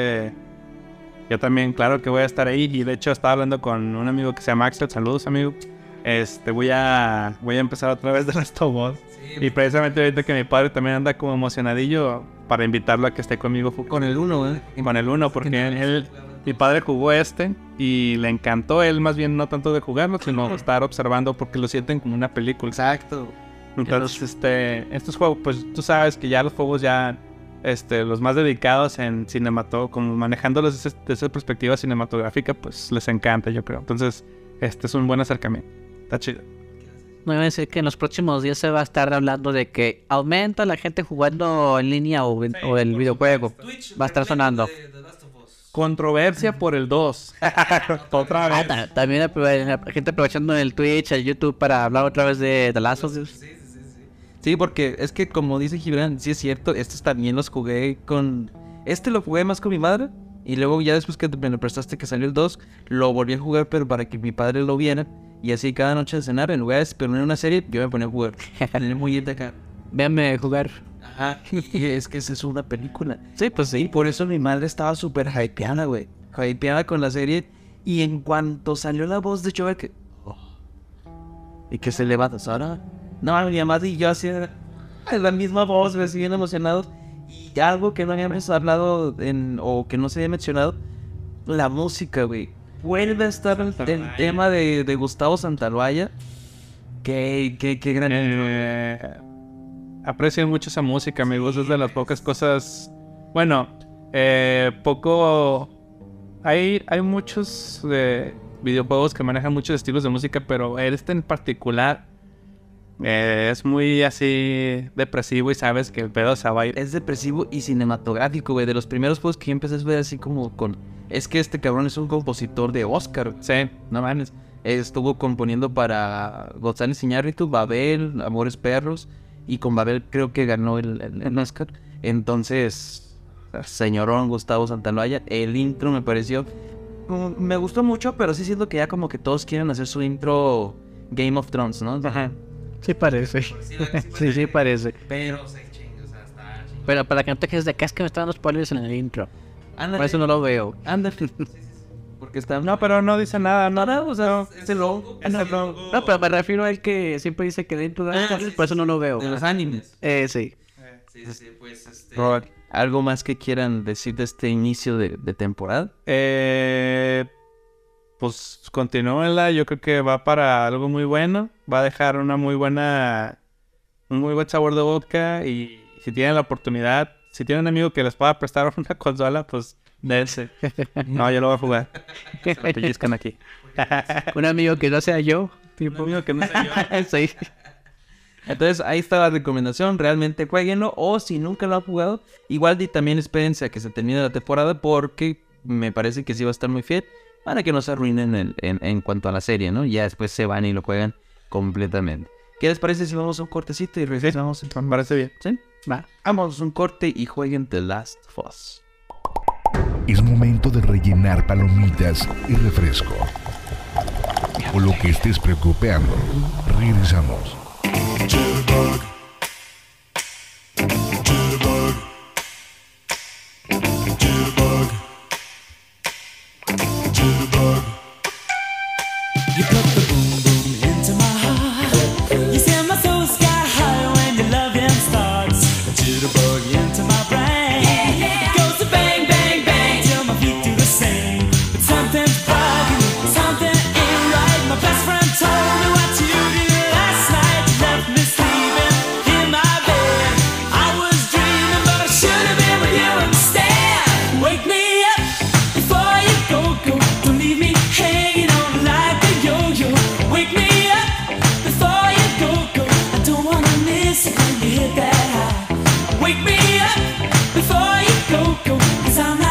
Yo también, claro que voy a estar ahí. Y de hecho, estaba hablando con un amigo que se llama Axel. Saludos, amigo. Voy a empezar otra vez de Last of Us. Y precisamente ahorita que mi padre también anda como emocionadillo para invitarlo a que esté conmigo. Con el 1, ¿eh? Con el 1, porque mi padre jugó y le encantó. Él más bien no tanto de jugarlo, sino estar observando porque lo sienten como una película. Exacto. Entonces, estos juegos, pues tú sabes que ya los juegos ya, los más dedicados en como manejándolos desde esa perspectiva cinematográfica, pues les encanta, yo creo. Entonces, es un buen acercamiento. Está chido. No iba a decir que en los próximos días se va a estar hablando de que aumenta la gente jugando en línea o el videojuego. Va a estar sonando. Controversia por el 2. Otra vez. También la gente aprovechando el Twitch, el YouTube para hablar otra vez de The Last of Us. Sí, porque es que como dice Gibran, sí es cierto, estos también los jugué con... lo jugué más con mi madre. Y luego ya después que me lo prestaste que salió el 2, lo volví a jugar pero para que mi padre lo viera. Y así cada noche de cenar, en lugar de poner una serie, yo me ponía a jugar. Tenía muy bien de acá. Véanme jugar. Ajá. Y es que esa es una película. Sí, pues sí. Por eso mi madre estaba súper hypeada, güey. Hypeada con la serie. Y en cuanto salió la voz de Joel, que... ¿Y que se levanta, Sara? No, mi mamá y yo hacía la misma voz, me siguen emocionados. Y algo que no habíamos hablado o que no se había mencionado, la música, güey. Vuelve a estar el tema de Gustavo Santaolalla. Qué gran... Aprecio mucho esa música, amigos. Es de las pocas cosas... Bueno, Hay muchos videojuegos que manejan muchos estilos de música, pero este en particular es muy así depresivo y sabes que el pedo se va a ir. Es depresivo y cinematográfico, güey. De los primeros juegos que yo empecé a ver así como con... Es que este cabrón es un compositor de Oscar. Sí. No mames. Estuvo componiendo para González Iñárritu, Babel, Amores Perros. Y con Babel creo que ganó el Oscar. Entonces, señorón Gustavo Santaolalla. El intro me pareció... Me gustó mucho, pero sí siento que ya como que todos quieren hacer su intro Game of Thrones, ¿no? Ajá. Sí parece. Sí parece. Pero se chinga, o sea, está chingado. Pero para que no te quedes de acá es que me están dando spoilers en el intro. Ándale. Por eso no lo veo. Ándale. Porque está... No, pero no dice nada, No, o sea, es el logo. No, pero me refiero al que siempre dice que dentro de por eso no lo veo. De los animes. Sí. Sí, pues Robert, ¿algo más que quieran decir de este inicio de temporada? Pues continúenla, yo creo que va para algo muy bueno. Va a dejar un muy buen sabor de boca. Y si tienen la oportunidad, si tienen un amigo que les pueda prestar una consola, pues dense. No, yo lo voy a jugar. Se lo pellizcan aquí. Un amigo que no sea yo. Un amigo que no sea yo. Sí. Entonces ahí está la recomendación, realmente jueguenlo. O si nunca lo han jugado, igual también espérense a que se termine la temporada, porque me parece que sí va a estar muy fiel, para que no se arruinen en cuanto a la serie, ¿no? Ya después se van y lo juegan completamente. ¿Qué les parece si vamos a un cortecito y regresamos? Sí, me parece bien. ¿Sí? Va. Vamos a un corte y jueguen The Last of Us. Es momento de rellenar palomitas y refresco. O lo que estés preocupando. Regresamos. Jitterbug. Jitterbug. Jitterbug. You put the boom boom into my heart. You send my soul sky high when your loving starts. A jitterbug into my brain. It goes to bang bang bang till my feet do the same. But something's bugging me, something ain't right. My best friend told me what you did last night. You left me sleeping in my bed. I was dreaming, but I should have been with you instead. Wake me up before you go. Don't leave me hanging on like a yo-yo. Wake me up before you go. I don't wanna miss it when you hit that high. Wake me up before you go. 'Cause I'm not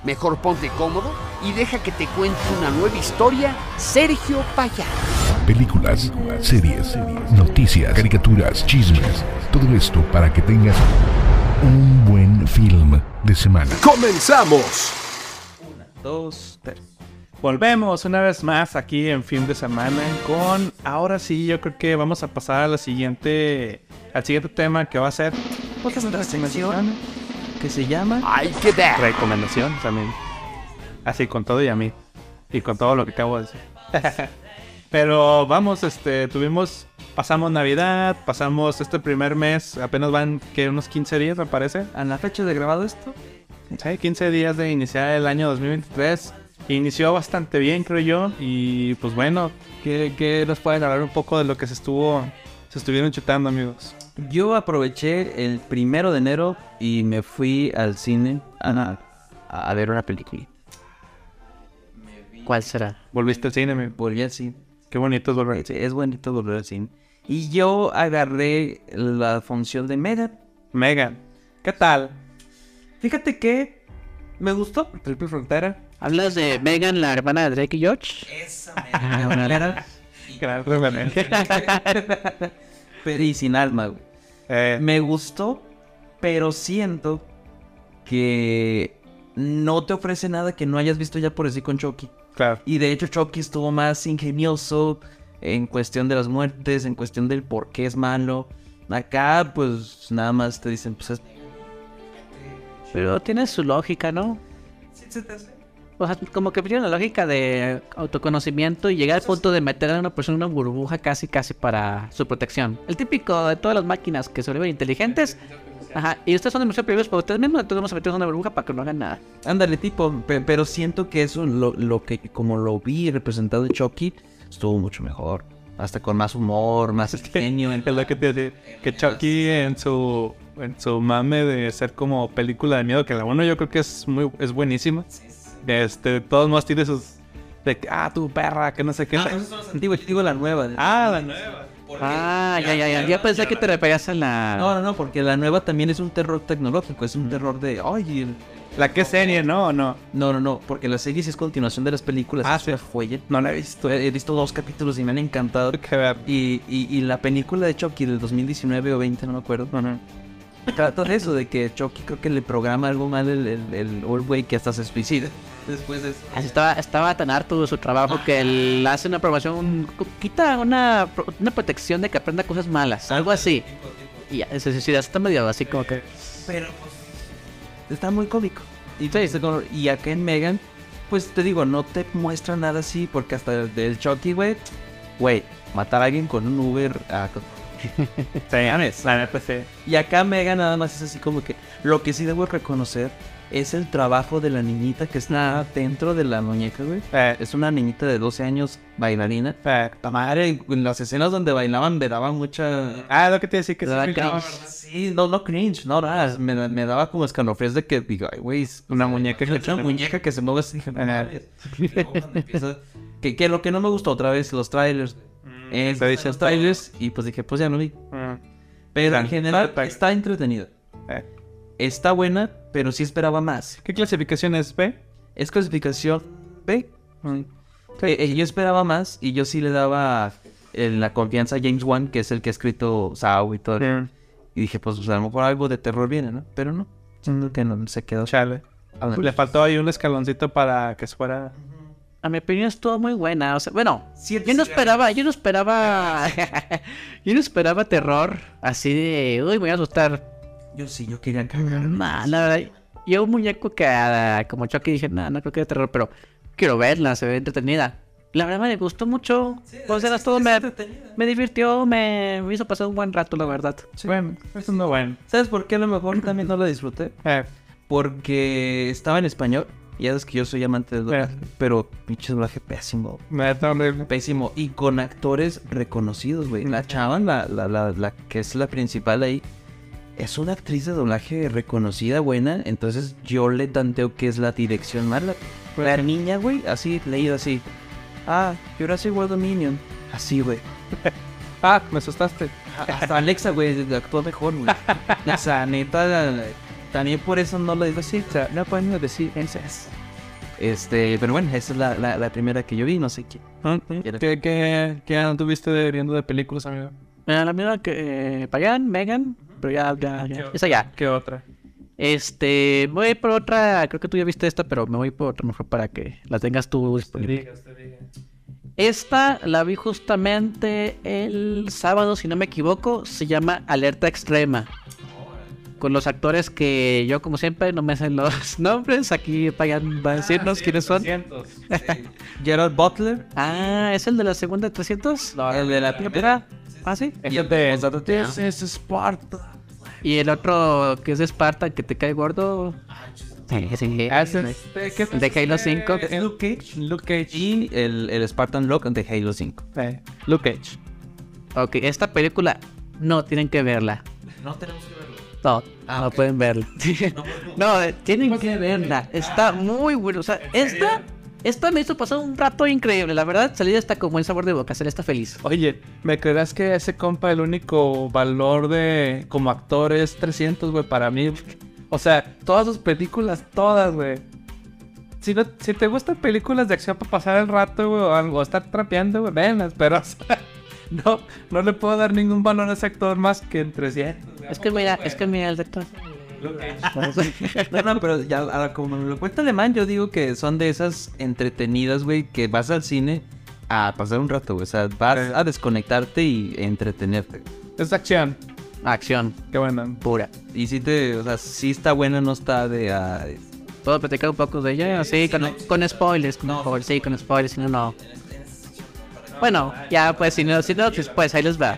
Mejor ponte cómodo y deja que te cuente una nueva historia, Sergio Payá. Películas, series, noticias, caricaturas, chismes. Todo esto para que tengas un buen film de semana. ¡Comenzamos! 2, 3. Volvemos una vez más aquí en fin de semana con... Ahora sí, yo creo que vamos a pasar a al siguiente tema que va a ser... Recomendación que se llama ¡Ay, qué da! Recomendación también. Así con todo y a mí. Y con todo lo que acabo de decir. Pero vamos, pasamos Navidad, pasamos este primer mes, apenas van que unos 15 días me parece. a la fecha de grabado esto. Sí, 15 días de iniciar el año 2023. Inició bastante bien, creo yo. Y pues bueno, ¿qué nos pueden hablar un poco de lo que se estuvieron chutando, amigos? Yo aproveché el 1 de enero y me fui al cine a ver una película. ¿Cuál será? ¿Volviste al cine, amigo? Volví al cine. Qué bonito es volver. Sí, es bonito volver al cine. Y yo agarré la función de Megan. Megan, ¿qué tal? Fíjate que me gustó. Triple Frontera. ¿Hablas de Megan, la hermana de Drake y George? Esa Megan. Gran referencia. Pero y sin alma, güey. Me gustó, pero siento que no te ofrece nada que no hayas visto ya por así con Chucky. Claro. Y de hecho Chucky estuvo más ingenioso en cuestión de las muertes, en cuestión del por qué es malo. Acá, pues, nada más te dicen, pues es... Pero tiene su lógica, ¿no? O sea, como que tiene la lógica de autoconocimiento y llegar al punto de meter a una persona en una burbuja casi para su protección. El típico de todas las máquinas que se vuelven inteligentes. Ajá, y ustedes son demasiado privilegios para ustedes mismos, entonces vamos a meternos en una burbuja para que no hagan nada. Ándale, tipo, pero siento que eso, lo que, como lo vi representado en Chucky, estuvo mucho mejor. Hasta con más humor, más ingenio. Es lo que te digo, que Chucky en su mame de ser como película de miedo, que la 1 yo creo que es buenísima. Todos más tiene sus... De que, tu perra, que no sé qué. Esos son los antiguos, yo digo la nueva. La nueva. Ya pensé que te referías a la... No, porque la nueva también es un terror tecnológico, es un terror de... Ay, ¿La qué serie? No. No, porque la serie sí es continuación de las películas. Sí. Fue, no la he visto, he visto 2 capítulos y me han encantado. Que ver. Y la película de Chucky del 2019 o 20, no me acuerdo. Trata de eso, de que Chucky creo que le programa algo mal el old güey que hasta se suicida. Después de eso. Así estaba tan harto de su trabajo que él hace una programación, quita una protección de que aprenda cosas malas, algo así. Y ya, se suicida, está medio así como que... Pero pues está muy cómico. Y acá en Megan, pues te digo, no te muestra nada así, porque hasta del Chucky, güey, matar a alguien con un Uber Y acá Megan nada más es así como que lo que sí debo reconocer es el trabajo de la niñita que está dentro de la muñeca, güey. Es una niñita de 12 años bailarina. La madre, en las escenas donde bailaban me daba mucha... lo que te decía que sí. No cringe, no nada. Me daba como escalofríos de que digo, ay, güey, es una muñeca que se mueve así. Que lo que no me gustó otra vez, los trailers. Los trailers y pues dije, pues ya no vi. Pero en general está entretenida. Está buena, pero sí esperaba más. ¿Qué clasificación es B? Es clasificación B. Yo esperaba más y yo sí le daba la confianza a James Wan, que es el que ha escrito Saw y todo. Y dije, pues a lo mejor algo de terror viene, ¿no? Pero no, siento que no se quedó. Chale. Le faltó ahí un escaloncito para que fuera... A mi opinión estuvo muy buena, o sea, bueno, yo no esperaba terror, así de, uy, me voy a asustar. Yo quería cagar. La verdad, yo un muñeco que como Chucky dije, no creo que de terror, pero quiero verla, se ve entretenida. La verdad me gustó mucho, todo me divirtió, me hizo pasar un buen rato, la verdad. Sí. Bueno, eso no bueno. ¿Sabes por qué a lo mejor también no la disfruté? Porque estaba en español. Ya sabes que yo soy amante del doblaje, pero pinche doblaje pésimo. Pésimo. Y con actores reconocidos, güey. La chava, la que es la principal ahí, es una actriz de doblaje reconocida, buena. Entonces yo le tanteo que es la dirección mala. La niña, güey, así, leído así. Jurassic World Dominion. Así, güey. Me asustaste. Hasta Alexa, güey, actúa mejor, güey. O sea, neta... También por eso no lo digo así, o sea, no pueden decir incest. Pero bueno, esa es la primera que yo vi, no sé qué. ¿Qué anduviste viendo de películas, amigo? Mira, la misma que Payan, Megan, pero ya. Esa ya. ¿Qué otra? Voy por otra, creo que tú ya viste esta, pero me voy por otra mejor para que la tengas tú disponible. Te diga. Esta la vi justamente el sábado, si no me equivoco, se llama Alerta Extrema. Con los actores que yo, como siempre, no me sé los nombres. Aquí Payan va a decirnos quiénes son. Gerard Butler. Ah, ¿es el de la segunda de 300? No, el de la primera. Ah, sí. Es el de es Esparta. Y el otro que es de Esparta, que te cae gordo. Sí. De Halo 5. Es Luke Cage. Y el Spartan Locke de Halo 5. Luke Cage. Ok, esta película no tienen que verla. No tenemos que verlo. No pueden verla. No, tienen que verla. Está muy bueno. O sea, esta me hizo pasar un rato increíble. La verdad, salí hasta con buen sabor de boca. Salí hasta feliz. Oye, ¿me creerás que ese compa el único valor de como actor es 300, güey, para mí? O sea, todas sus películas, todas, güey. Si te gustan películas de acción para pasar el rato, güey, o estar trapeando, güey, venlas, pero o sea, no le puedo dar ningún valor a ese actor más que en 300. Güey. Es que mira el actor. No, pero ya como me lo cuenta Alemán, yo digo que son de esas entretenidas, güey, que vas al cine a pasar un rato, güey. O sea, vas a desconectarte y entretenerte. Es acción. Acción. Qué buena. Pura. Y sí sí está buena, no está de... ¿Puedo platicar un poco de ella? Sí, con spoilers. Sí, con spoilers, si no. Bueno, ya pues, si no, pues ahí les va.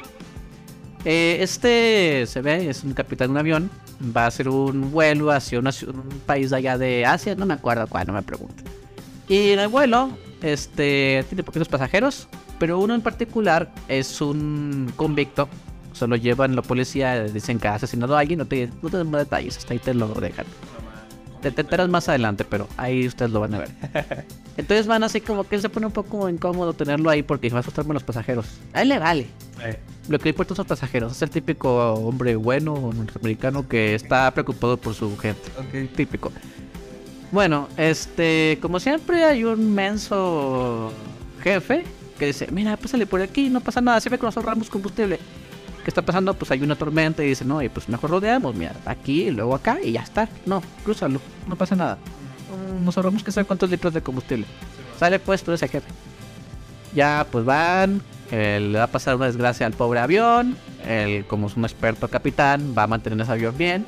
Se ve, es un capitán de un avión. Va a hacer un vuelo hacia un país allá de Asia, no me acuerdo cuál, no me pregunten. Y en el vuelo, tiene poquitos pasajeros, pero uno en particular es un convicto. Se lo llevan la policía, dicen que ha asesinado a alguien, no te dan más detalles, hasta ahí te lo dejan. Te enteras más adelante, pero ahí ustedes lo van a ver. Entonces van así como que se pone un poco incómodo tenerlo ahí porque va a asustarme a los pasajeros. A él le vale. Lo que le importa son los pasajeros. Es el típico hombre bueno norteamericano que está preocupado por su gente. Okay. Típico. Bueno, como siempre hay un menso jefe que dice, mira, pásale por aquí, no pasa nada, siempre que nos ahorramos combustible. ¿Qué está pasando? Pues hay una tormenta y dice, no, y pues mejor rodeamos, mira, aquí y luego acá y ya está. No, crúzalo, no pasa nada. Nos ahorramos que saber cuántos litros de combustible. Sale pues, tú eres el jefe. Ya pues van, le va a pasar una desgracia al pobre avión. Él, como es un experto capitán, va a mantener ese avión bien.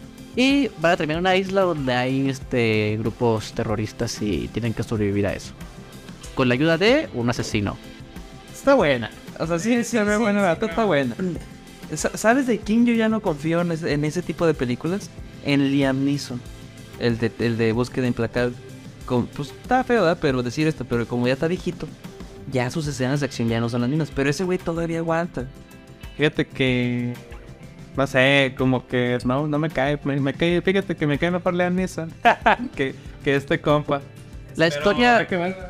Y van a terminar en una isla donde hay grupos terroristas y tienen que sobrevivir a eso. Con la ayuda de un asesino. Está buena. O sea, sí, buena, la está buena. ¿Sabes de quién yo ya no confío en ese tipo de películas? En Liam Neeson. El de Búsqueda Implacable. Pues está feo, ¿verdad? Pero decir esto, pero como ya está viejito, ya sus escenas de acción ya no son las mismas. Pero ese güey todavía aguanta. Fíjate que... No sé, como que no me cae. Fíjate que me cae mejor Liam Neeson que este compa. La historia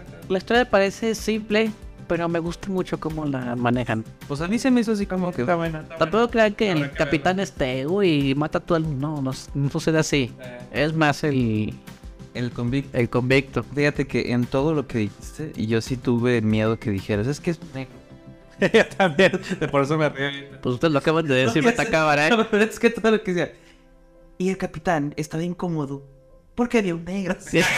parece simple, pero me gusta mucho cómo la manejan. Pues a mí se me hizo así como que... Está buena. Tampoco crean que el capitán uy, mata a todo el mundo. No sucede así. Es más el convicto. El convicto. Fíjate que en todo lo que dijiste, y yo sí tuve miedo que dijeras, es que es negro. Yo también, por eso me río. Pues ustedes lo acaban de decir, me cámara, No, pero es que todo lo que decía. Y el capitán estaba incómodo porque había un negro.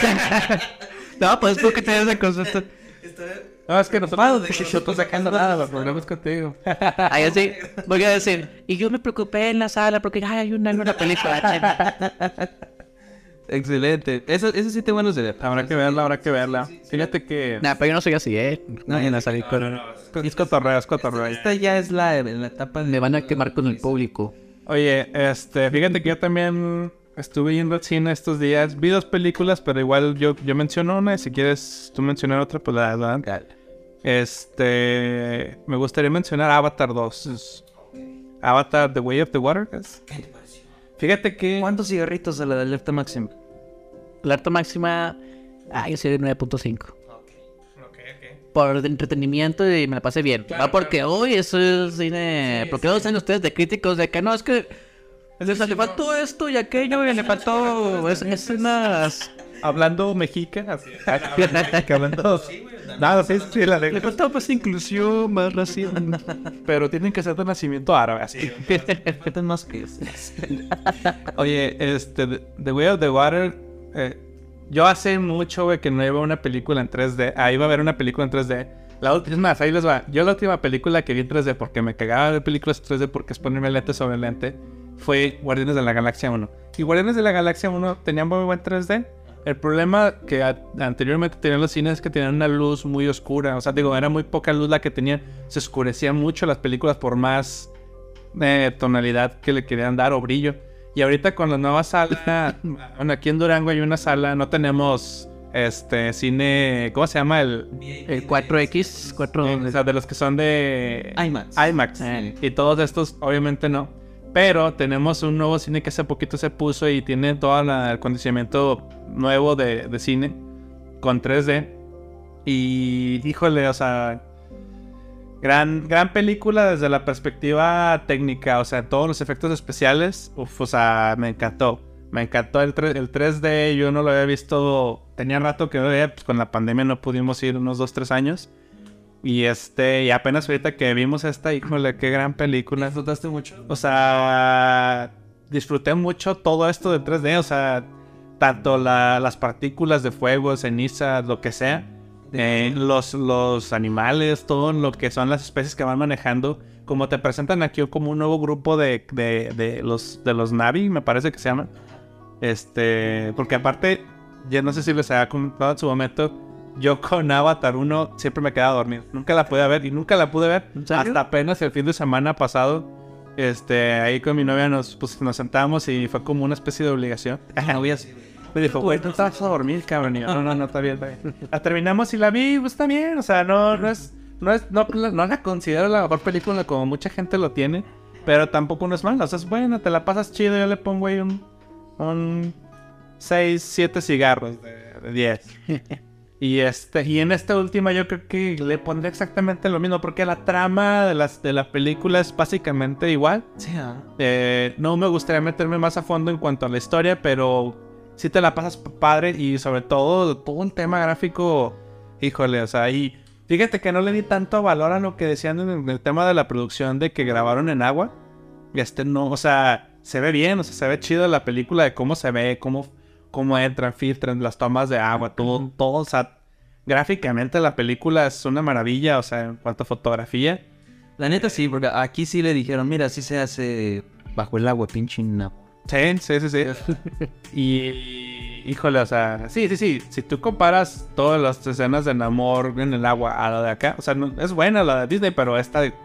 No, pues porque te das de concepto. No, es que nosotros sacando nada, los problemas contigo. Ahí así, voy a decir, y yo me preocupé en la sala porque hay un negro en la película. Excelente. Eso sí te bueno de Habrá que verla. Fíjate que... Nah, pero yo no soy así, No, en la salida. Es cotorreo. Esta ya es la etapa de... Me van a quemar con el público. Oye, fíjate que yo también estuve yendo al cine estos días. Vi 2 películas, pero igual yo menciono una y si quieres tú mencionar otra, pues la verdad. Me gustaría mencionar Avatar 2. Avatar The Way of the Water. ¿Qué te pareció? Fíjate que... ¿Cuántos cigarritos a la de alerta máxima? La alerta máxima... yo soy de 9.5. Ok. Por entretenimiento y me la pasé bien. Claro, porque hoy eso es cine... Sí, porque no saben ustedes de críticos de que no, es que... le faltó esto y aquello y le faltó escenas hablando mexica. Hablando... No, sí, la Le lengua. faltaba más inclusión, más racismo. Pero tienen que ser de nacimiento árabe, así. ¿Qué más que es? Oye, The Way of the Water, yo hace mucho, güey, que no iba a una película en 3D. Iba a ver una película en 3D. Es más, ahí les va. Yo la última película que vi en 3D, porque me cagaba de películas en 3D porque es ponerme lente sobre lente, fue Guardianes de la Galaxia 1. Y Guardianes de la Galaxia 1 tenía muy buen 3D. El problema que anteriormente tenían los cines es que tenían una luz muy oscura. O sea, digo, era muy poca luz la que tenían. Se oscurecían mucho las películas por más tonalidad que le querían dar o brillo. Y ahorita con la nueva sala, bueno, aquí en Durango hay una sala, no tenemos cine, ¿cómo se llama? El 4X, 4... o sea, de los que son de IMAX. Y todos estos, obviamente no. Pero tenemos un nuevo cine que hace poquito se puso y tiene todo el acondicionamiento nuevo de cine con 3D. Y híjole, o sea, gran película desde la perspectiva técnica. O sea, todos los efectos especiales, o sea, me encantó. Me encantó el 3D, yo no lo había visto, tenía rato que no lo veía, pues con la pandemia no pudimos ir unos 2-3 años. Y y apenas ahorita que vimos esta, híjole, qué gran película. ¿Disfrutaste mucho? O sea, disfruté mucho todo esto de 3D, o sea, tanto las partículas de fuego, ceniza, lo que sea, los animales, todo lo que son las especies que van manejando, como te presentan aquí como un nuevo grupo de los Navi, me parece que se llaman. Porque aparte, ya no sé si les había contado en su momento, yo con Avatar 1 siempre me quedaba dormido. Nunca la pude ver y nunca la pude ver hasta apenas el fin de semana pasado. Ahí con mi novia nos sentamos y fue como una especie de obligación. Me dijo, güey, no te vas a dormir, cabrón. Y yo, no, está bien. La terminamos y la vi, pues está bien. O sea, no la considero la mejor película como mucha gente lo tiene. Pero tampoco no es mala. O sea, es buena, te la pasas chido. Yo le pongo ahí un 6, 7 cigarros de 10. Y en esta última yo creo que le pondré exactamente lo mismo, porque la trama de la película es básicamente igual. Sí, no me gustaría meterme más a fondo en cuanto a la historia, pero sí te la pasas padre y sobre todo un tema gráfico, híjole, o sea, y fíjate que no le di tanto valor a lo que decían en el tema de la producción de que grabaron en agua. No, o sea, se ve bien, o sea, se ve chido la película de cómo se ve, cómo entran, filtran las tomas de agua, todo, o sea, gráficamente la película es una maravilla, o sea, en cuanto a fotografía. La neta sí, porque aquí sí le dijeron, mira, así se hace bajo el agua, pinche no. Sí. Y, híjole, o sea, sí, si tú comparas todas las escenas de Namor en el agua a la de acá, o sea, es buena la de Disney, pero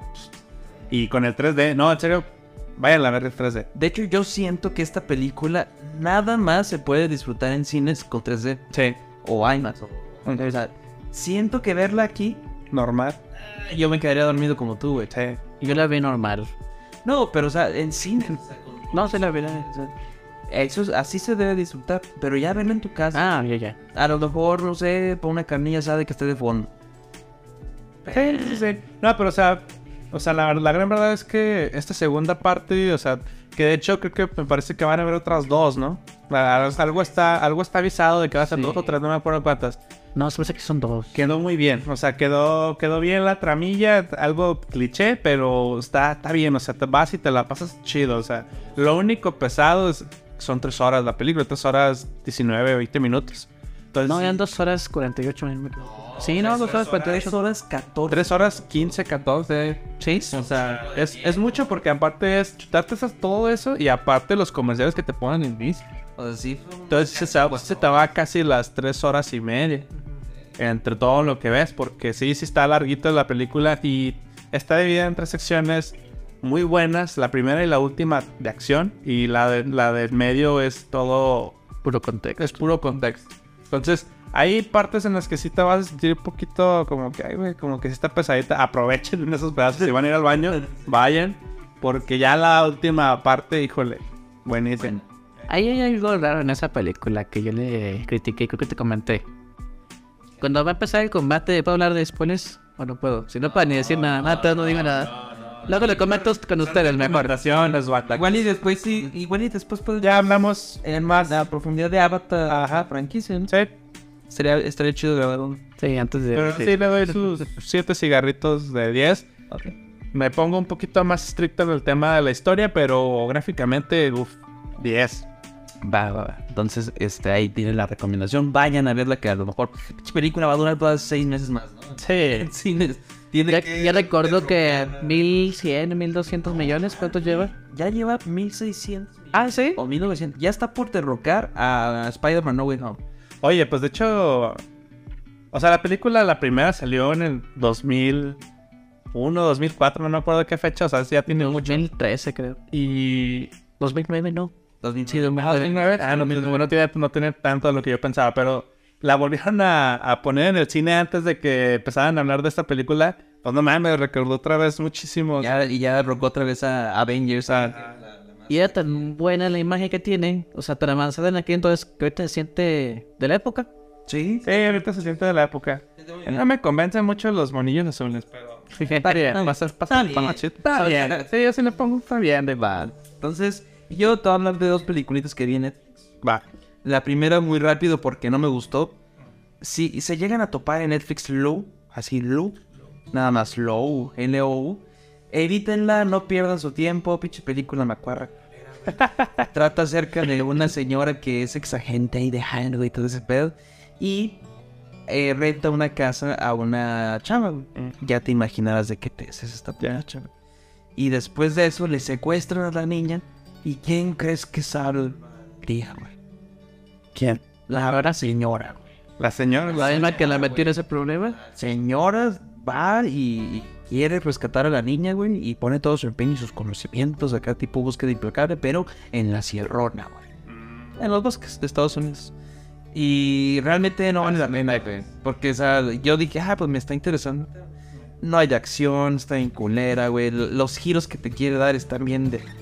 y con el 3D, no, en serio, vayan a ver el 3D. De hecho, yo siento que esta película nada más se puede disfrutar en cines con 3D. Sí. O IMAX. O sea, siento que verla aquí... Normal. Yo me quedaría dormido como tú, güey. Sí. Yo la vi normal. No, pero o sea, en cine... No, se la vi. Eso así se debe disfrutar. Pero ya verlo en tu casa. Ya. A lo mejor, no sé, por una carnilla sabe que esté de fondo. Sí. No, pero o sea, la gran verdad es que esta segunda parte, o sea, que de hecho creo que me parece que van a haber otras 2, ¿no? Algo está avisado de que va a ser 2 o 3, no me acuerdo cuántas. No, se parece que son 2. Quedó muy bien, o sea, quedó bien la tramilla, algo cliché, pero está bien, o sea, te vas y te la pasas chido, o sea, lo único pesado son 3 horas la película, 3 horas 19, 20 minutos. Entonces, no, eran 2 horas 48 minutos. Sí, no, 2 horas 48. 3 horas 14. 3 horas 15, 14. Sí. O sea, es mucho porque aparte es chutarte todo eso y aparte los comerciales que te ponen en Disney. O sea, sí. Entonces se te va casi las 3 horas y media entre todo lo que ves, porque sí está larguito la película y está dividida en 3 secciones muy buenas, la primera y la última de acción, y la de medio es todo puro contexto. Es puro contexto. Entonces, hay partes en las que sí te vas a sentir un poquito como que, ay, güey, como que sí está pesadita. Aprovechen en esos pedazos. Si van a ir al baño, vayan. Porque ya la última parte, híjole, buenísimo. Ahí hay algo raro en esa película que yo le critiqué, creo que te comenté. Cuando va a empezar el combate, ¿puedo hablar de spoilers? ¿O no puedo? Si no, para ni decir nada, no digo nada. Luego le comento con ustedes mejor. Recomendaciones, banda. Igual y después sí, igual y después pues Ya hablamos en más la profundidad de Avatar franquicia, ¿no? Sí, Estaría chido grabar un... Sí, antes de... pero sí le doy sus 7 cigarritos de 10. Ok. Me pongo un poquito más estricto en el tema de la historia, pero gráficamente, 10. Va. Entonces, ahí tienen la recomendación. Vayan a verla, que a lo mejor esta película va a durar todas 6 meses más, ¿no? Sí. Ya recuerdo que 1.100, 1.200 millones, ¿cuánto lleva? Ya lleva 1.600 Ah, ¿sí? o 1.900. Ya está por derrocar a Spider-Man No Way Home. Oye, pues de hecho, o sea, la película, la primera salió en el 2001, 2004, no me acuerdo qué fecha, o sea, ya tiene mucho. 2013, creo. Y 2009 no. 2009, no tiene tanto de lo que yo pensaba, pero la volvieron a poner en el cine antes de que empezaran a hablar de esta película. Pues no mames, me recordó otra vez muchísimo. Y ya derrocó otra vez a Avengers. Y era tan buena la imagen que tiene, o sea, tan avanzada en aquel entonces, que ahorita se siente de la época. Sí. Sí, ahorita se siente de la época. No me convencen mucho los monillos azules, pero... Está bien. Está bien. Sí, yo sí le pongo, está bien, de va. Entonces, yo te voy a hablar de 2 peliculitas que vienen. Va. La primera muy rápido porque no me gustó. Si se llegan a topar en Netflix Low, así Low, nada más Low, L-O-U, evítenla, no pierdan su tiempo, pinche película macuarra. Trata acerca de una señora que es exagente y de handle y todo ese pedo. Y renta una casa a una chava, güey. Ya te imaginarás de qué es esta chava. Y después de eso le secuestran a la niña. ¿Y quién crees que sale? Cría, güey. ¿Quién? La verdad señora, güey. La señora. La misma que la metió en ese problema. Señora va y quiere rescatar a la niña, güey. Y pone todo su empeño y sus conocimientos acá, tipo búsqueda implacable, pero en la sierrona, güey. En los bosques de Estados Unidos. Y realmente no vale la pena, güey. Porque, o sea, yo dije, pues me está interesando. No hay acción, está en culera, güey. Los giros que te quiere dar están bien de...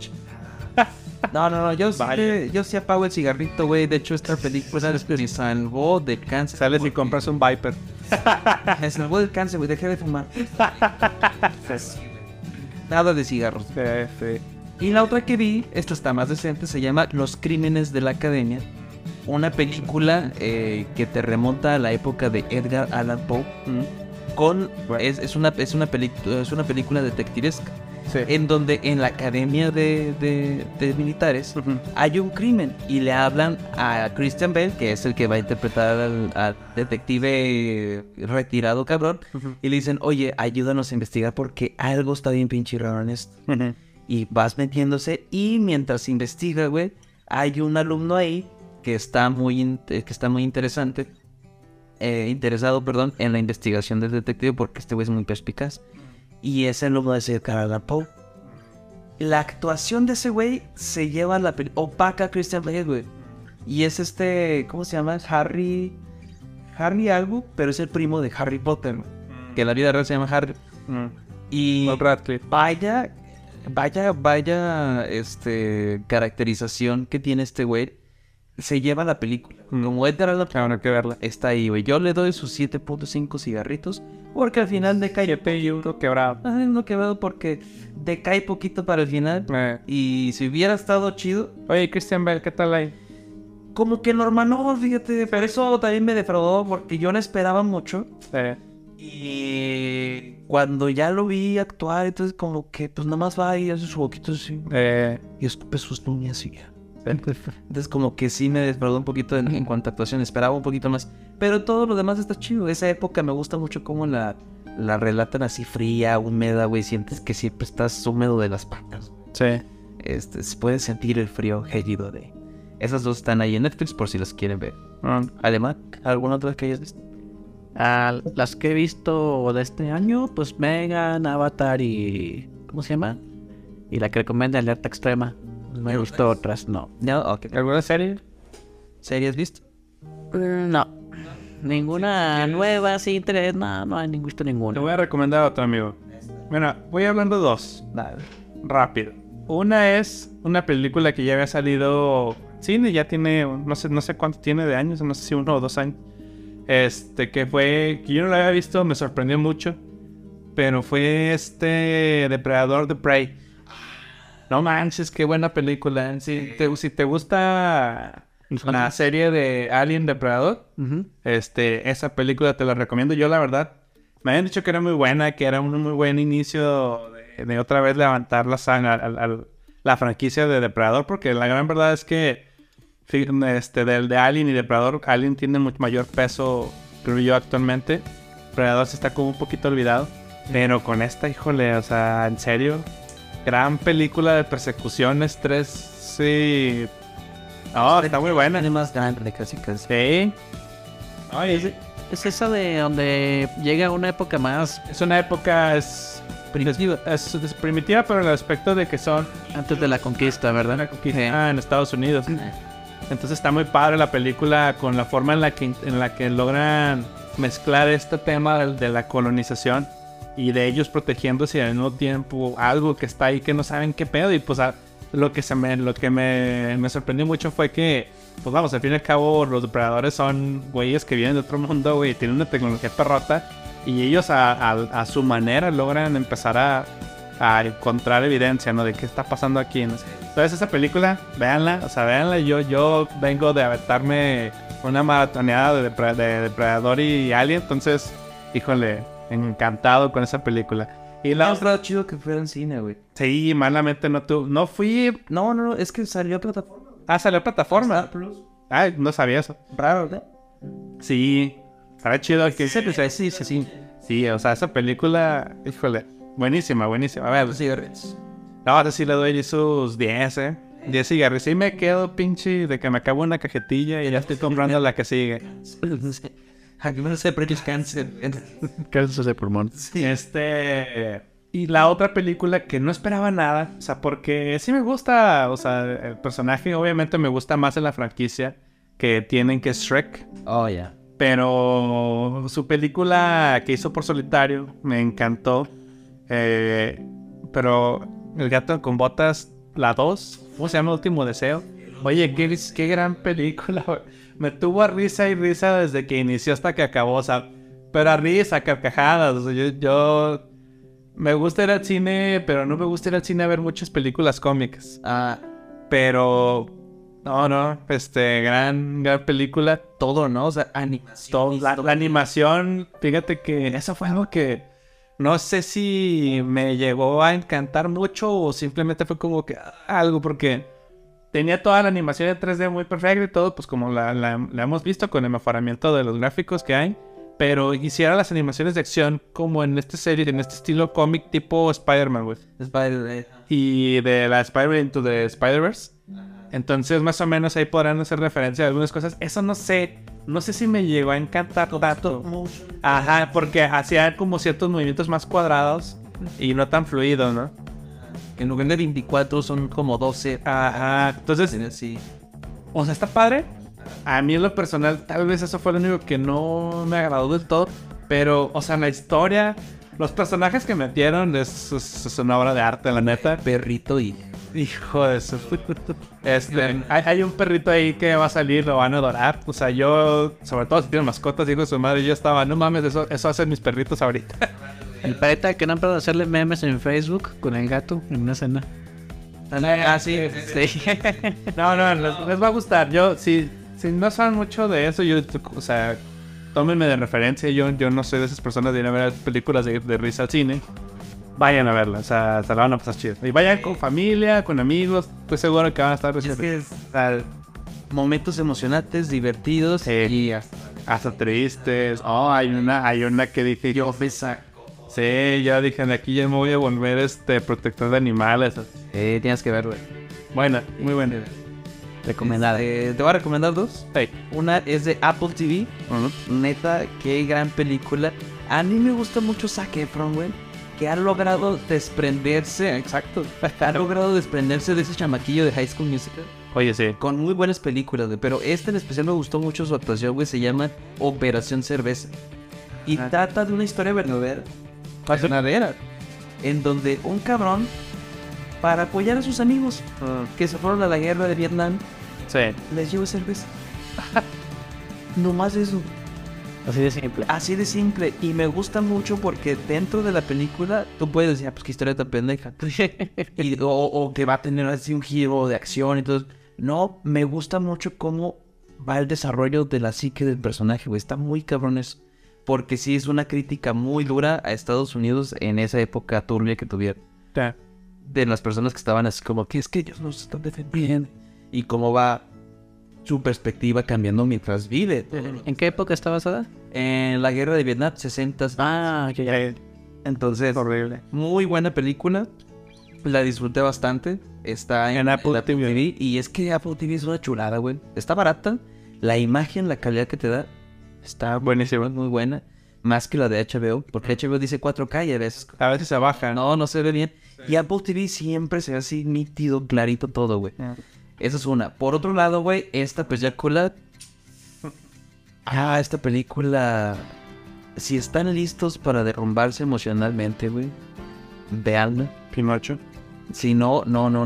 No, yo sí apago el cigarrito, güey. De hecho, esta película me salvó del cáncer. Sales y compras un Viper. Me salvó del cáncer, güey. Dejé de fumar. Nada de cigarros. Y la otra que vi, esta está más decente, se llama Los Crímenes de la Academia. Una película que te remonta a la época de Edgar Allan Poe. Es una película detectivesca. Sí. En donde en la academia de militares hay un crimen y le hablan a Christian Bale, que es el que va a interpretar al detective retirado cabrón, y le dicen, oye, ayúdanos a investigar porque algo está bien pinche raro en esto. Y vas metiéndose y mientras investiga, güey, hay un alumno ahí que está muy interesado, en la investigación del detective porque este güey es muy perspicaz. Y es el alumno de Edgar Allan Poe. La actuación de ese güey se lleva a la película. Opaca a Christian Bale, güey. Y es ¿cómo se llama? Harry algo, pero es el primo de Harry Potter, güey. Que en la vida real se llama Harry. Y vaya caracterización que tiene este güey. Se lleva la película. Como Edgar Allan Poe, Habrá que verla. está ahí, güey. Yo le doy sus 7.5 cigarritos. Porque al final decae. 7 y 1 quebrado. Uno quebrado porque decae poquito para el final. Y si hubiera estado chido. Oye, Christian Bale, ¿qué tal ahí? Como que normal, no, fíjate. Pero eso también me defraudó porque yo no esperaba mucho. Y cuando ya lo vi actuar, entonces como que pues nada más va y hace su boquito así. Y escupe sus uñas y ya. Entonces como que sí me defraudó un poquito en cuanto a actuación. Esperaba un poquito más. Pero todo lo demás está chido. Esa época me gusta mucho cómo la relatan así fría, húmeda, güey. Sientes que siempre estás húmedo de las patas. Sí. Se puede sentir el frío gélido de... Esas dos están ahí en Netflix por si las quieren ver. Además, ¿alguna otra que hayas visto? Las que he visto de este año, pues Megan, Avatar y... ¿cómo se llama? Y la que recomienda Alerta Extrema. Me he visto otras, no. No, ok. ¿Alguna serie? ¿Serie has visto? No. Ninguna nueva, sí, interés, no he visto Te ninguna. voy a recomendar otra, amigo. Bueno, voy hablando de 2. Rápido. Una es una película que ya había salido cine, ya tiene, no sé cuánto tiene de años, no sé si 1 o 2 años. Que yo no la había visto, me sorprendió mucho. pero fue Depredador de Prey. No manches, qué buena película. Si te gusta la serie de Alien Depredador, esa película te la recomiendo. Yo, la verdad, me habían dicho que era muy buena, que era un muy buen inicio de otra vez levantar la franquicia de Depredador, porque la gran verdad es que del de Alien y Depredador, Alien tiene mucho mayor peso, creo yo, actualmente. Depredador se está como un poquito olvidado, pero con esta, híjole, o sea, en serio, gran película de persecuciones, 3, sí. Oh, está muy buena. Es más grande, casi. Sí. Ay, Es esa de donde llega una época más es una época primitiva, es primitiva, pero en el aspecto de que son antes de la conquista, ¿verdad? en Estados Unidos. Entonces está muy padre la película con la forma en la que logran mezclar este tema de la colonización y de ellos protegiéndose y al mismo tiempo algo que está ahí que no saben qué pedo. Y pues lo que me sorprendió mucho fue que, pues vamos, al fin y al cabo los depredadores son güeyes que vienen de otro mundo, güey, tienen una tecnología perrota y ellos a su manera logran empezar a encontrar evidencia, ¿no? De qué está pasando aquí, ¿no? Entonces esa película, véanla, yo vengo de aventarme una maratoneada de Depredador y Alien, entonces, híjole, encantado con esa película. Y la otra chido que fuera en cine, güey. Sí, malamente no fui. No, es que salió a plataforma. Ah, salió a plataforma. Star Plus. Ay, no sabía eso. Raro, ¿verdad? Sí, estará chido que... Sí. Sí, o sea, esa película, híjole, buenísima. A ver, cigarrillos. No, ahora sí le doy sus 10, 10 cigarrillos. Sí me quedo pinche de que me acabo una cajetilla y ya estoy comprando la que sigue. Aquí me hace premios cáncer. Cáncer de pulmón. Sí. Y la otra película que no esperaba nada, o sea, porque sí me gusta, o sea, el personaje obviamente me gusta más en la franquicia que tienen, que es Shrek. Oh, ya. Pero su película que hizo por solitario me encantó. Pero El gato con botas, la 2, ¿cómo se llama? Último deseo. Oye, qué gran película, güey. Me tuvo a risa y risa desde que inició hasta que acabó, o sea, pero a risa, carcajadas. O sea, yo me gusta ir al cine, pero no me gusta ir al cine a ver muchas películas cómicas. Pero no, gran película. Todo, ¿no? O sea, animación. La animación, fíjate que eso fue algo que no sé si me llegó a encantar mucho o simplemente fue como que algo, porque tenía toda la animación en 3D muy perfecta y todo, pues como la hemos visto con el mejoramiento de los gráficos que hay. Pero hiciera las animaciones de acción como en esta serie, en este estilo cómic tipo Spider-Man, güey. Y de la Spider-Man Into the Spider-Verse. Entonces, más o menos ahí podrán hacer referencia a algunas cosas. Eso no sé si me llegó a encantar tanto. Ajá, porque hacían como ciertos movimientos más cuadrados y no tan fluidos, ¿no? En lugar de 24 son como 12. Ajá, entonces, sí. O sea, está padre. A mí en lo personal, tal vez eso fue lo único que no me agradó del todo. Pero, o sea, la historia, los personajes que metieron es una obra de arte, la neta. Perrito y... Hijo de su... hay un perrito ahí que va a salir, lo van a adorar. O sea, yo, sobre todo si tienen mascotas, hijo de su madre, yo estaba, no mames, eso hacen mis perritos ahorita. El perrita que no han parado de hacerle memes en Facebook con el gato en una escena. Sí. No, les va a gustar. Yo, si no saben mucho de eso, o sea, tómenme de referencia. Yo no soy de esas personas de ir a ver películas de risa al cine. Vayan a verla, o sea, se la van a pasar chido. Y vayan con familia, con amigos, pues seguro que van a estar momentos emocionantes, divertidos y hasta tristes. Oh, hay una que dije yo, sí, yo dije, de aquí ya me voy a volver protector de animales. Tienes que verlo. Buena, muy buena. Recomendada. Te voy a recomendar dos. Hey. Una es de Apple TV. Neta, qué gran película. A mí me gusta mucho Zac Efron, güey, que ha logrado desprenderse. Exacto. Ha logrado desprenderse de ese chamaquillo de High School Musical. Oye, sí. Con muy buenas películas, güey. Pero en especial me gustó mucho su actuación, güey. Se llama Operación Cerveza. Y trata de una historia verdadera. En donde un cabrón, para apoyar a sus amigos que se fueron a la guerra de Vietnam, sí, les llevó cerveza. No más eso. Así de simple. Así de simple. Y me gusta mucho porque dentro de la película tú puedes decir, pues qué historia tan pendeja. o que va a tener así un giro de acción y todo. No, me gusta mucho cómo va el desarrollo de la psique del personaje, güey. Está muy cabrón eso. Porque sí es una crítica muy dura a Estados Unidos en esa época turbia que tuvieron. De las personas que estaban así como que es que ellos nos están defendiendo. Y cómo va su perspectiva cambiando mientras vive. ¿En qué época está basada? En la guerra de Vietnam, 60. Ah, que ya. Entonces, Horrible. muy buena película. La disfruté bastante. Está en Apple TV. Y es que Apple TV es una chulada, güey. Está barata. La imagen, la calidad que te da, está buenísima, muy buena. Más que la de HBO. Porque HBO dice 4K y A veces se baja. no se ve bien. Y Apple TV siempre se ve así nítido, clarito todo, güey. Esa es una. Por otro lado, güey, esta película... esta película... Si están listos para derrumbarse emocionalmente, güey, veanla. Pinocho. Si no.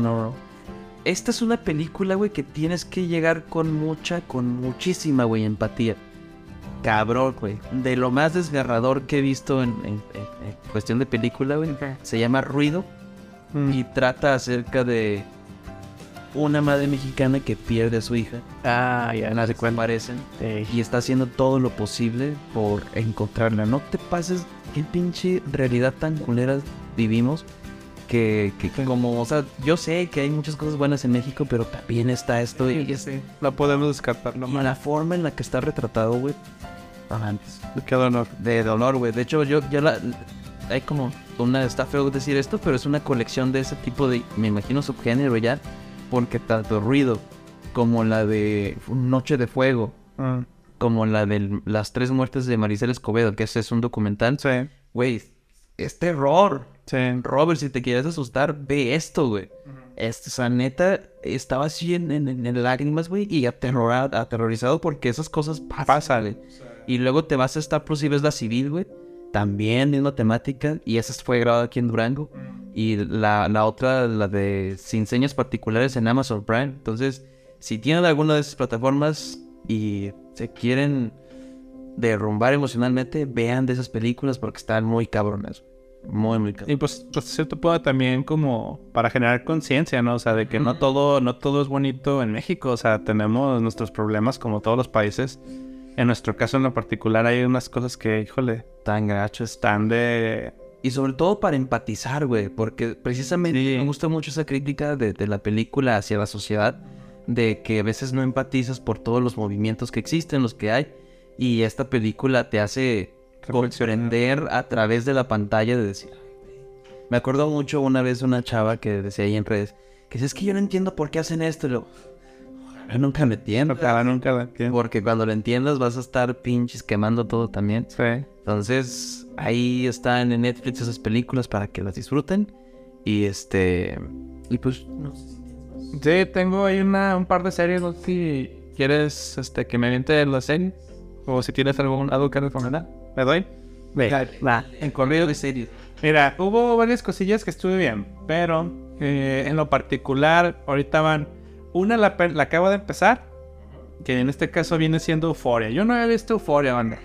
Esta es una película, güey, que tienes que llegar con muchísima, güey, empatía. Cabrón, güey. De lo más desgarrador que he visto en cuestión de película, güey. Se llama Ruido. Y trata acerca de una madre mexicana que pierde a su hija. Ya no sé cuál. Parecen. Y está haciendo todo lo posible por encontrarla. No te pases qué pinche realidad tan culera vivimos. Que como, o sea, yo sé que hay muchas cosas buenas en México, pero también está esto. Y No podemos descartarlo. la forma en la que está retratado, güey. Qué dolor. De dolor, güey. De hecho, hay como está feo decir esto, pero es una colección de ese tipo de, me imagino, subgénero ya. Porque tanto Ruido como la de Noche de Fuego, como la de las 3 muertes de Maricel Escobedo, que ese es un documental. Sí. Güey, es terror. Sí. Robert, si te quieres asustar, ve esto, güey. O sea, neta, estaba así en lágrimas, güey, y aterrorizado porque esas cosas pasan, güey. Y luego te vas a Star Plus y ves La Civil, güey. También misma temática, y esa fue grabada aquí en Durango. Y la otra, la de Sin Señas Particulares en Amazon Prime. Entonces, si tienen alguna de esas plataformas y se quieren derrumbar emocionalmente, vean de esas películas porque están muy cabronas. Muy cabronas. Y pues cierto punto también como para generar conciencia, ¿no? O sea, de que no todo es bonito en México. O sea, tenemos nuestros problemas como todos los países. En nuestro caso en lo particular hay unas cosas que, híjole, Tan gachos. están de... Y sobre todo para empatizar, güey. Porque precisamente me gusta mucho esa crítica de la película hacia la sociedad. De que a veces no empatizas por todos los movimientos que existen, los que hay. Y esta película te hace comprender a través de la pantalla de decir... Me acuerdo mucho una vez una chava que decía ahí en redes, que dice, es que yo no entiendo por qué hacen esto. Y luego, ojalá nunca lo entiendo. Ojalá nunca lo entiendo. Porque cuando lo entiendas vas a estar pinches quemando todo también. Sí. Entonces, ahí están en Netflix esas películas para que las disfruten. Y y pues, no sé si tienes más. Sí, tengo ahí un par de series, no sé si quieres que me aviente la serie. O si tienes algo que recomendar. ¿Me doy? Va, en correo de series. Mira, hubo varias cosillas que estuve bien, pero en lo particular, ahorita van... Una la acabo de empezar, que en este caso viene siendo Euphoria. Yo no había visto Euphoria, banda.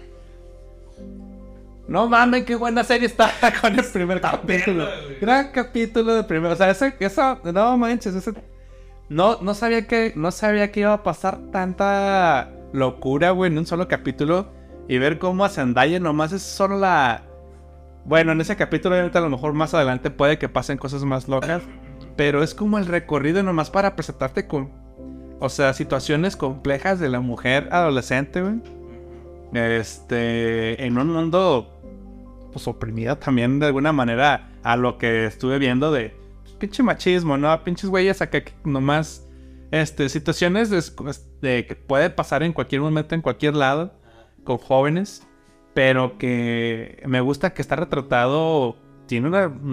No mames, qué buena serie está con el primer capítulo. Gran capítulo de primero. O sea, eso no manches, no sabía que iba a pasar tanta locura, güey, en un solo capítulo. Y ver cómo a Zendaya nomás es solo la... Bueno, en ese capítulo obviamente a lo mejor más adelante puede que pasen cosas más locas. Pero es como el recorrido nomás para presentarte con... O sea, situaciones complejas de la mujer adolescente, güey. En un mundo... Pues oprimida también de alguna manera a lo que estuve viendo de... Pinche machismo, ¿no? Pinches güeyes acá que nomás... situaciones de que puede pasar en cualquier momento, en cualquier lado. Con jóvenes. Pero que me gusta que está retratado... Tiene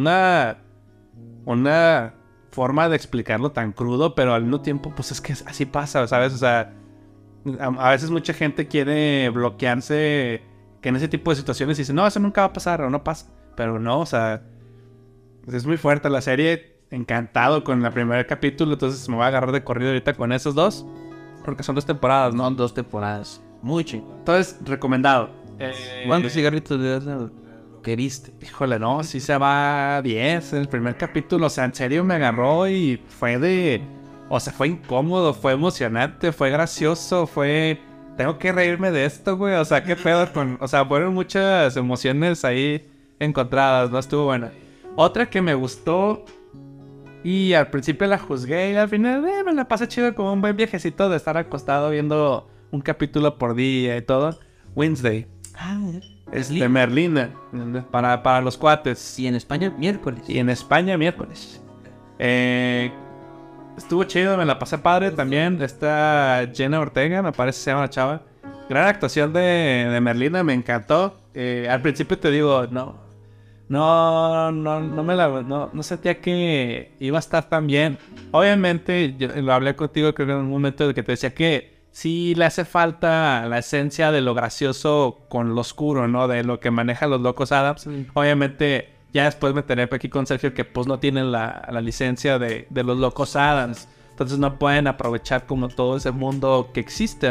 una forma de explicarlo tan crudo, pero al mismo tiempo, pues es que así pasa, ¿sabes? O sea, a veces mucha gente quiere bloquearse que en ese tipo de situaciones dice, no, eso nunca va a pasar o no pasa. Pero no, o sea, es muy fuerte la serie. Encantado con el primer capítulo, entonces me voy a agarrar de corrido ahorita con esos dos. Porque son 2 temporadas, ¿no? Son 2 temporadas. Muy chingón. Entonces, recomendado. ¿Cuántos cigarritos le das a lo que viste? Híjole, no, sí se va a 10 en el primer capítulo. O sea, en serio me agarró y fue de... O sea, fue incómodo, fue emocionante, fue gracioso, fue... Tengo que reírme de esto, güey. O sea, qué pedo con... O sea, fueron muchas emociones ahí encontradas, ¿no? Estuvo buena. Otra que me gustó y al principio la juzgué y al final me la pasé chido como un buen viajecito de estar acostado viendo un capítulo por día y todo. Wednesday. Es de Merlina. Para los cuates. Y en España, miércoles. Y en España, miércoles. Estuvo chido, me la pasé padre también. Está Jenna Ortega, me parece se llama la chava. Gran actuación de Merlina, me encantó. Al principio te digo, no sentía que iba a estar tan bien. Obviamente, yo lo hablé contigo creo que en un momento de que te decía que sí le hace falta la esencia de lo gracioso con lo oscuro, ¿no? De lo que maneja los Locos Adams. Obviamente, ya después me enteré aquí con Sergio que pues no tienen la licencia de los Locos Adams. Entonces no pueden aprovechar como todo ese mundo que existe.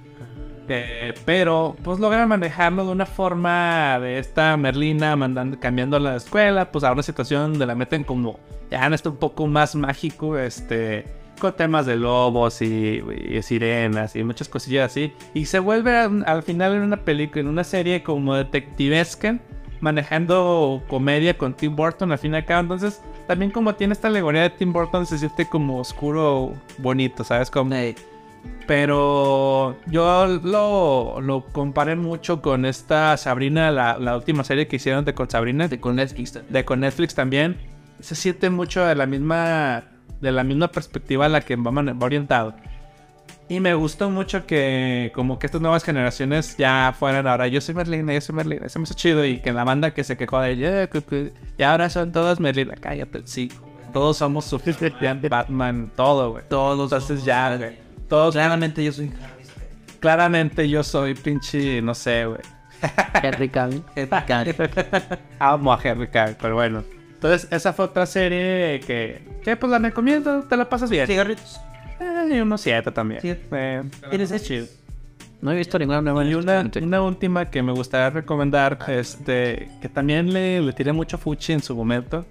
Pero pues logran manejarlo de una forma de esta Merlina cambiando la escuela, pues a una situación donde la meten como ya en esto un poco más mágico, con temas de lobos y sirenas y muchas cosillas así, y se vuelve al final en una película, en una serie como detectivesca, manejando comedia con Tim Burton al fin y al cabo. Entonces también como tiene esta alegoría de Tim Burton, se siente como oscuro, bonito, ¿sabes? Como... Pero yo lo comparé mucho con esta Sabrina, la última serie que hicieron con Sabrina. Con Netflix también. Se siente mucho de la misma perspectiva a la que va orientado. Y me gustó mucho que como que estas nuevas generaciones ya fueran ahora. Yo soy Merlina. Eso me hizo chido. Y que la banda que se quejó de ella, y ahora son todos Merlina. Cállate, sí. Todos somos Superman, Batman, todo, güey. Todos, entonces ya, güey. Todos, claramente yo soy pinche, no sé, güey. Henry Cavill. Amo a Henry Cavill, pero bueno. Entonces, esa fue otra serie que pues la recomiendo, te la pasas bien. Cigarritos. Y unos 7 también. ¿Tienes chido? No he visto ninguna nueva. Y una última que me gustaría recomendar, que también le tiré mucho fuchi en su momento.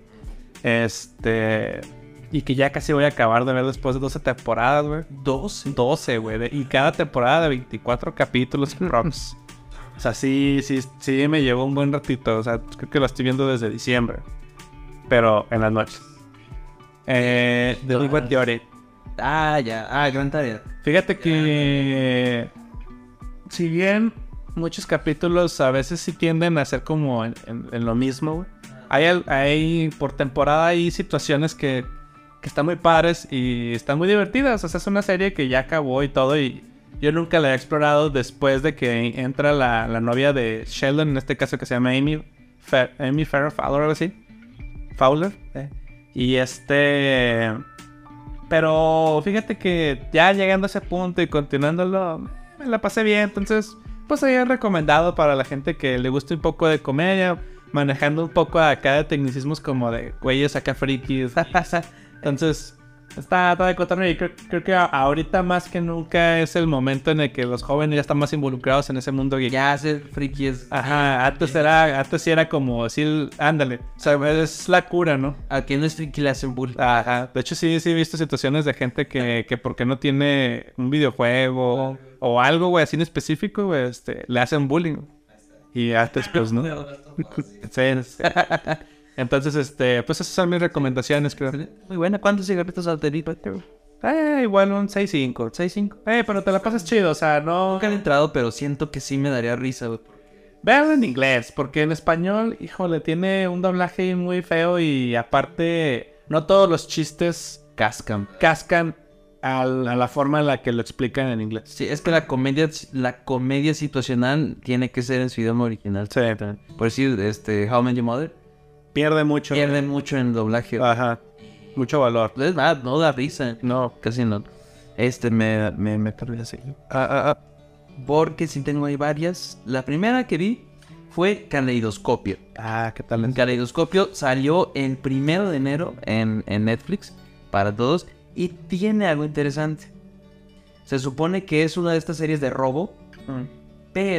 Y que ya casi voy a acabar de ver después de 12 temporadas, güey. 12, güey. Y cada temporada de 24 capítulos. Props. O sea, sí me llevó un buen ratito. O sea, creo que lo estoy viendo desde diciembre. Pero en las noches. The Big Bang Theory. Gran tarea. Fíjate que... Si bien muchos capítulos a veces sí tienden a ser como en lo mismo, güey. Hay por temporada hay situaciones que están muy padres y están muy divertidas. O sea, es una serie que ya acabó y todo. Y yo nunca la he explorado después de que entra la novia de Sheldon, en este caso que se llama Amy Farrah Fowler o algo así. Fowler. Y pero fíjate que ya llegando a ese punto y continuándolo, me la pasé bien. Entonces, pues ahí es recomendado para la gente que le guste un poco de comedia, manejando un poco acá de tecnicismos como de güeyes acá frikis. Entonces, está de contarme y creo que ahorita más que nunca es el momento en el que los jóvenes ya están más involucrados en ese mundo geek. Ya ser friki es... Ajá, antes sí era como decir, ándale, o sea, es la cura, ¿no? A quien no es friki le hacen bullying. Ajá, de hecho sí he visto situaciones de gente que porque no tiene un videojuego o algo, güey, así en específico, güey, le hacen bullying. Y antes, pues, ¿no? Sí. Entonces, pues esas son mis recomendaciones, creo. Muy buena. ¿Cuántos cigarritos alternitos? Igual un 6.5. 6.5. Pero te la pasas chido, o sea, no... Nunca he entrado, pero siento que sí me daría risa, güey. Véanlo en inglés, porque en español, híjole, tiene un doblaje muy feo y aparte, no todos los chistes cascan a la forma en la que lo explican en inglés. Sí, es que la comedia situacional tiene que ser en su idioma original. Sí. Por decir, How I Met Your Mother. Pierde mucho en el doblaje. Ajá. Mucho valor. Es más, no da risa. No. Casi no. Me perdí así. Porque sí tengo ahí varias. La primera que vi fue Caleidoscopio. ¿Qué tal? Caleidoscopio salió el 1 de enero en Netflix para todos. Y tiene algo interesante. Se supone que es una de estas series de robo. Pero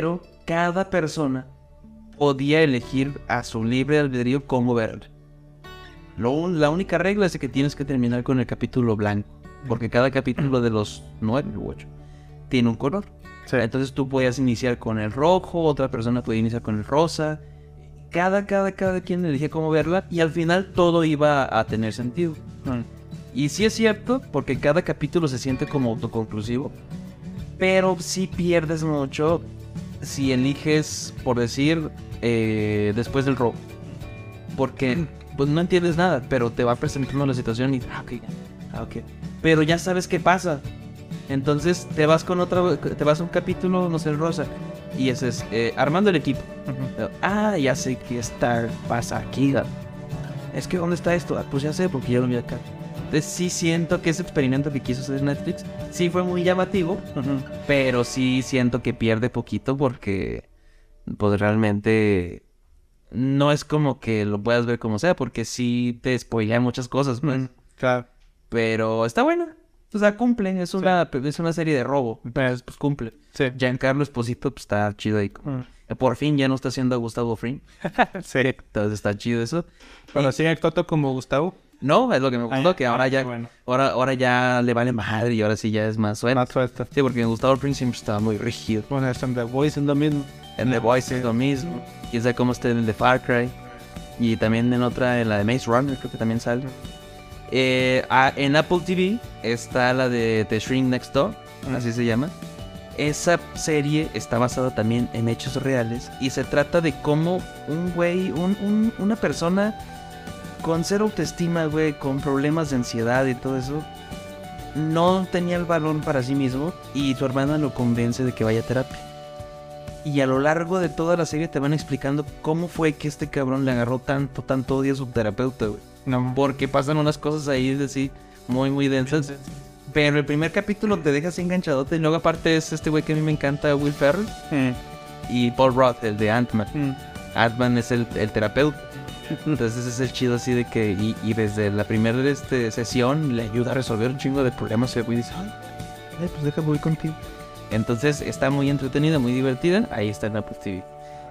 cada persona podía elegir a su libre albedrío cómo verla. La única regla es de que tienes que terminar con el capítulo blanco, porque cada capítulo de los 9 u 8 tiene un color. Sí. Entonces tú podías iniciar con el rojo, otra persona podía iniciar con el rosa. Cada quien elegía cómo verla y al final todo iba a tener sentido. Y sí es cierto, porque cada capítulo se siente como autoconclusivo, pero sí pierdes mucho si eliges, por decir, después del robo. Porque pues no entiendes nada, pero te va presentando la situación y ok. Pero ya sabes qué pasa. Entonces te vas a un capítulo, no sé, el rosa. Y ese es armando el equipo. Ya sé que pasa aquí. Es que ¿dónde está esto? Pues ya sé, porque yo lo vi acá. Entonces sí siento que ese experimento que quiso hacer Netflix sí fue muy llamativo, pero sí siento que pierde poquito porque pues realmente no es como que lo puedas ver como sea, porque sí te spoilean muchas cosas, pues. Claro. Pero está bueno. O sea, cumple. Es una serie de robo. Pues cumple. Sí. Giancarlo Esposito pues, está chido ahí. Por fin ya no está haciendo a Gustavo Fring. Sí. Entonces está chido eso. Bueno, sigue actuando como Gustavo. No, es lo que me gustó, que ahora ya bueno. ahora ya le vale madre y ahora sí ya es más suelto. Más suelto. Sí, porque Gustavo Fring siempre estaba muy rígido. Bueno, en The Voice es lo mismo. En The Voice es lo mismo. Quién sabe cómo está en el de Far Cry. Y también en la de Maze Runner creo que también sale. En Apple TV está la de The Shrink Next Door, así se llama. Esa serie está basada también en hechos reales y se trata de cómo un güey, una persona con cero autoestima, güey, con problemas de ansiedad y todo eso, no tenía el valor para sí mismo y su hermana lo convence de que vaya a terapia. Y a lo largo de toda la serie te van explicando cómo fue que este cabrón le agarró tanto odio a su terapeuta, güey. No. Porque pasan unas cosas ahí así muy, muy densas. Pero el primer capítulo te deja así enganchadote. Y luego aparte es este güey que a mí me encanta, Will Ferrell. Y Paul Rudd, el de Ant-Man. Ant-Man es el terapeuta. Entonces ese es el chido así de que... Y desde la primera sesión le ayuda a resolver un chingo de problemas. Y el güey dice, pues déjame voy contigo. Entonces está muy entretenida, muy divertida. Ahí está en Apple TV.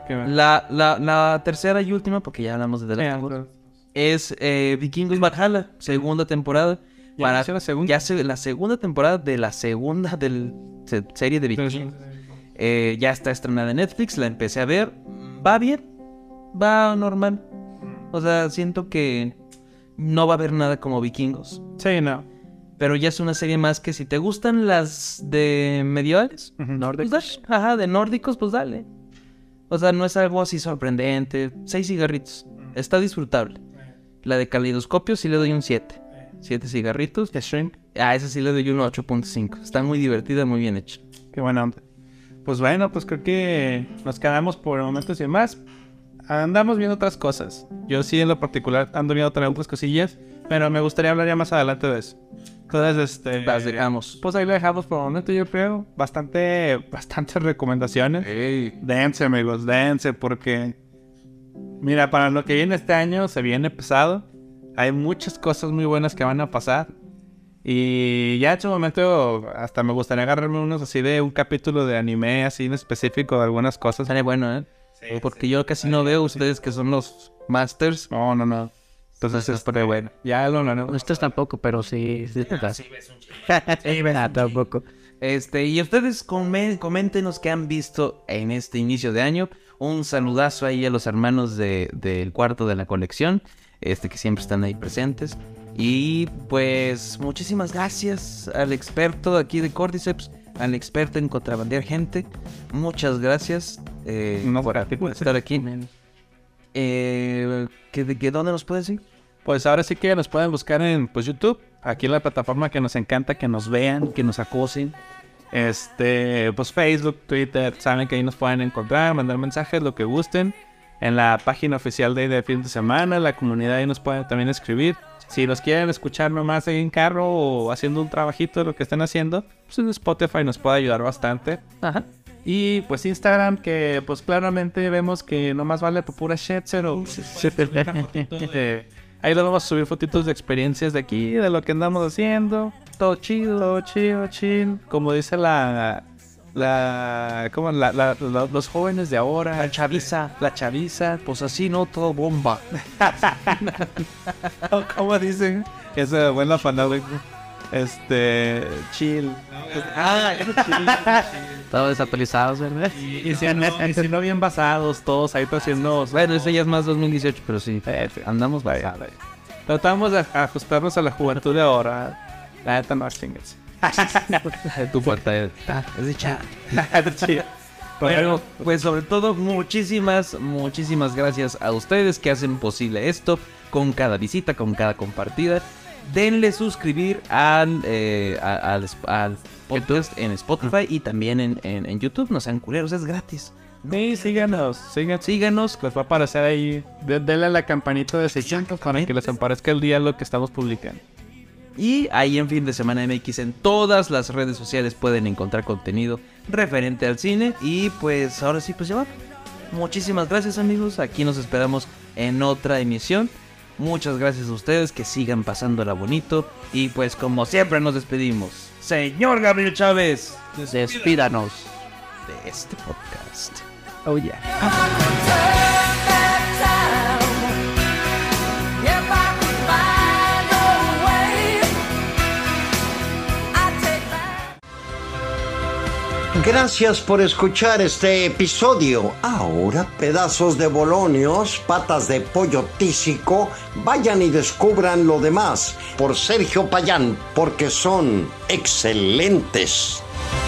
La tercera y última, porque ya hablamos de The Last of Us, es Vikingos Valhalla, segunda temporada. La segunda temporada de la segunda serie de Vikingos. Ya está estrenada en Netflix, la empecé a ver. Va bien, va normal. O sea, siento que no va a haber nada como Vikingos. Sí, no. Pero ya es una serie más que si te gustan las de medievales, nórdicos. Pues de nórdicos, pues dale. O sea, no es algo así sorprendente. 6 cigarritos. Está disfrutable. La de Caleidoscopio sí le doy un 7. 7 cigarritos. Esa sí le doy un 8.5. Está muy divertida, muy bien hecha. Qué buena onda. Pues bueno, pues creo que nos quedamos por el momento sin más. Andamos viendo otras cosas. Yo sí en lo particular ando viendo otras cosillas, pero me gustaría hablar ya más adelante de eso. Entonces, las dejamos. Pues ahí lo dejamos por el momento, yo creo. Bastantes recomendaciones. Dense, amigos, dense, porque... Mira, para lo que viene este año se viene pesado. Hay muchas cosas muy buenas que van a pasar. Y ya en su momento hasta me gustaría agarrarme unos así de un capítulo de anime así en específico de algunas cosas. Sale bueno, ¿eh? Sí, porque yo casi no veo ustedes que son los masters. No. Entonces es muy bueno. Ya lo haremos. Estos tampoco, pero sí. Sí ves un chico. Tampoco. Y ustedes coméntenos qué han visto en este inicio de año. Un saludazo ahí a los hermanos del cuarto de la colección, que siempre están ahí presentes. Y pues muchísimas gracias al experto aquí de Cordyceps, al experto en contrabandear gente. Muchas gracias por estar aquí. ¿Dónde nos puedes ir? Pues ahora sí que nos pueden buscar en YouTube, aquí en la plataforma que nos encanta que nos vean, que nos acosen. Pues Facebook, Twitter, saben que ahí nos pueden encontrar, mandar mensajes, lo que gusten. En la página oficial de Fin de Semana, la comunidad ahí nos pueden también escribir. Si nos quieren escuchar nomás en carro o haciendo un trabajito de lo que estén haciendo, pues en Spotify nos puede ayudar bastante. Ajá. Y pues Instagram, que pues claramente vemos que nomás vale por pura shit, pero ahí les vamos a subir fotitos de experiencias de aquí, de lo que andamos haciendo. Todo chido, chill. Como dice la los jóvenes de ahora. La chaviza, pues así, ¿no? Todo bomba. ¿Cómo dicen? Esa buena palabra. Chill. Todos desactualizados, ¿verdad? Y si no bien basados, todos ahí haciendo. Bueno, ese ya es más 2018, pero sí. Andamos basados. Tratamos de ajustarnos a la juventud de ahora. La neta no chingues. Tu puerta es de chat. Bueno, pues sobre todo muchísimas gracias a ustedes que hacen posible esto con cada visita, con cada compartida. Denle suscribir al podcast en Spotify y también en YouTube. No sean culeros, es gratis. Sí, síganos. Les va a aparecer ahí. Denle a la campanita de seguimiento para que les aparezca el día lo que estamos publicando. Y ahí en Fin de Semana MX en todas las redes sociales pueden encontrar contenido referente al cine. Y pues ahora sí, pues ya va. Muchísimas gracias, amigos. Aquí nos esperamos en otra emisión. Muchas gracias a ustedes, que sigan pasándola bonito. Y pues como siempre nos despedimos. Señor Gabriel Chávez, despídanos de este podcast. Oh yeah. Gracias por escuchar este episodio. Ahora, pedazos de bolonios, patas de pollo tísico, vayan y descubran lo demás por Sergio Payán, porque son excelentes.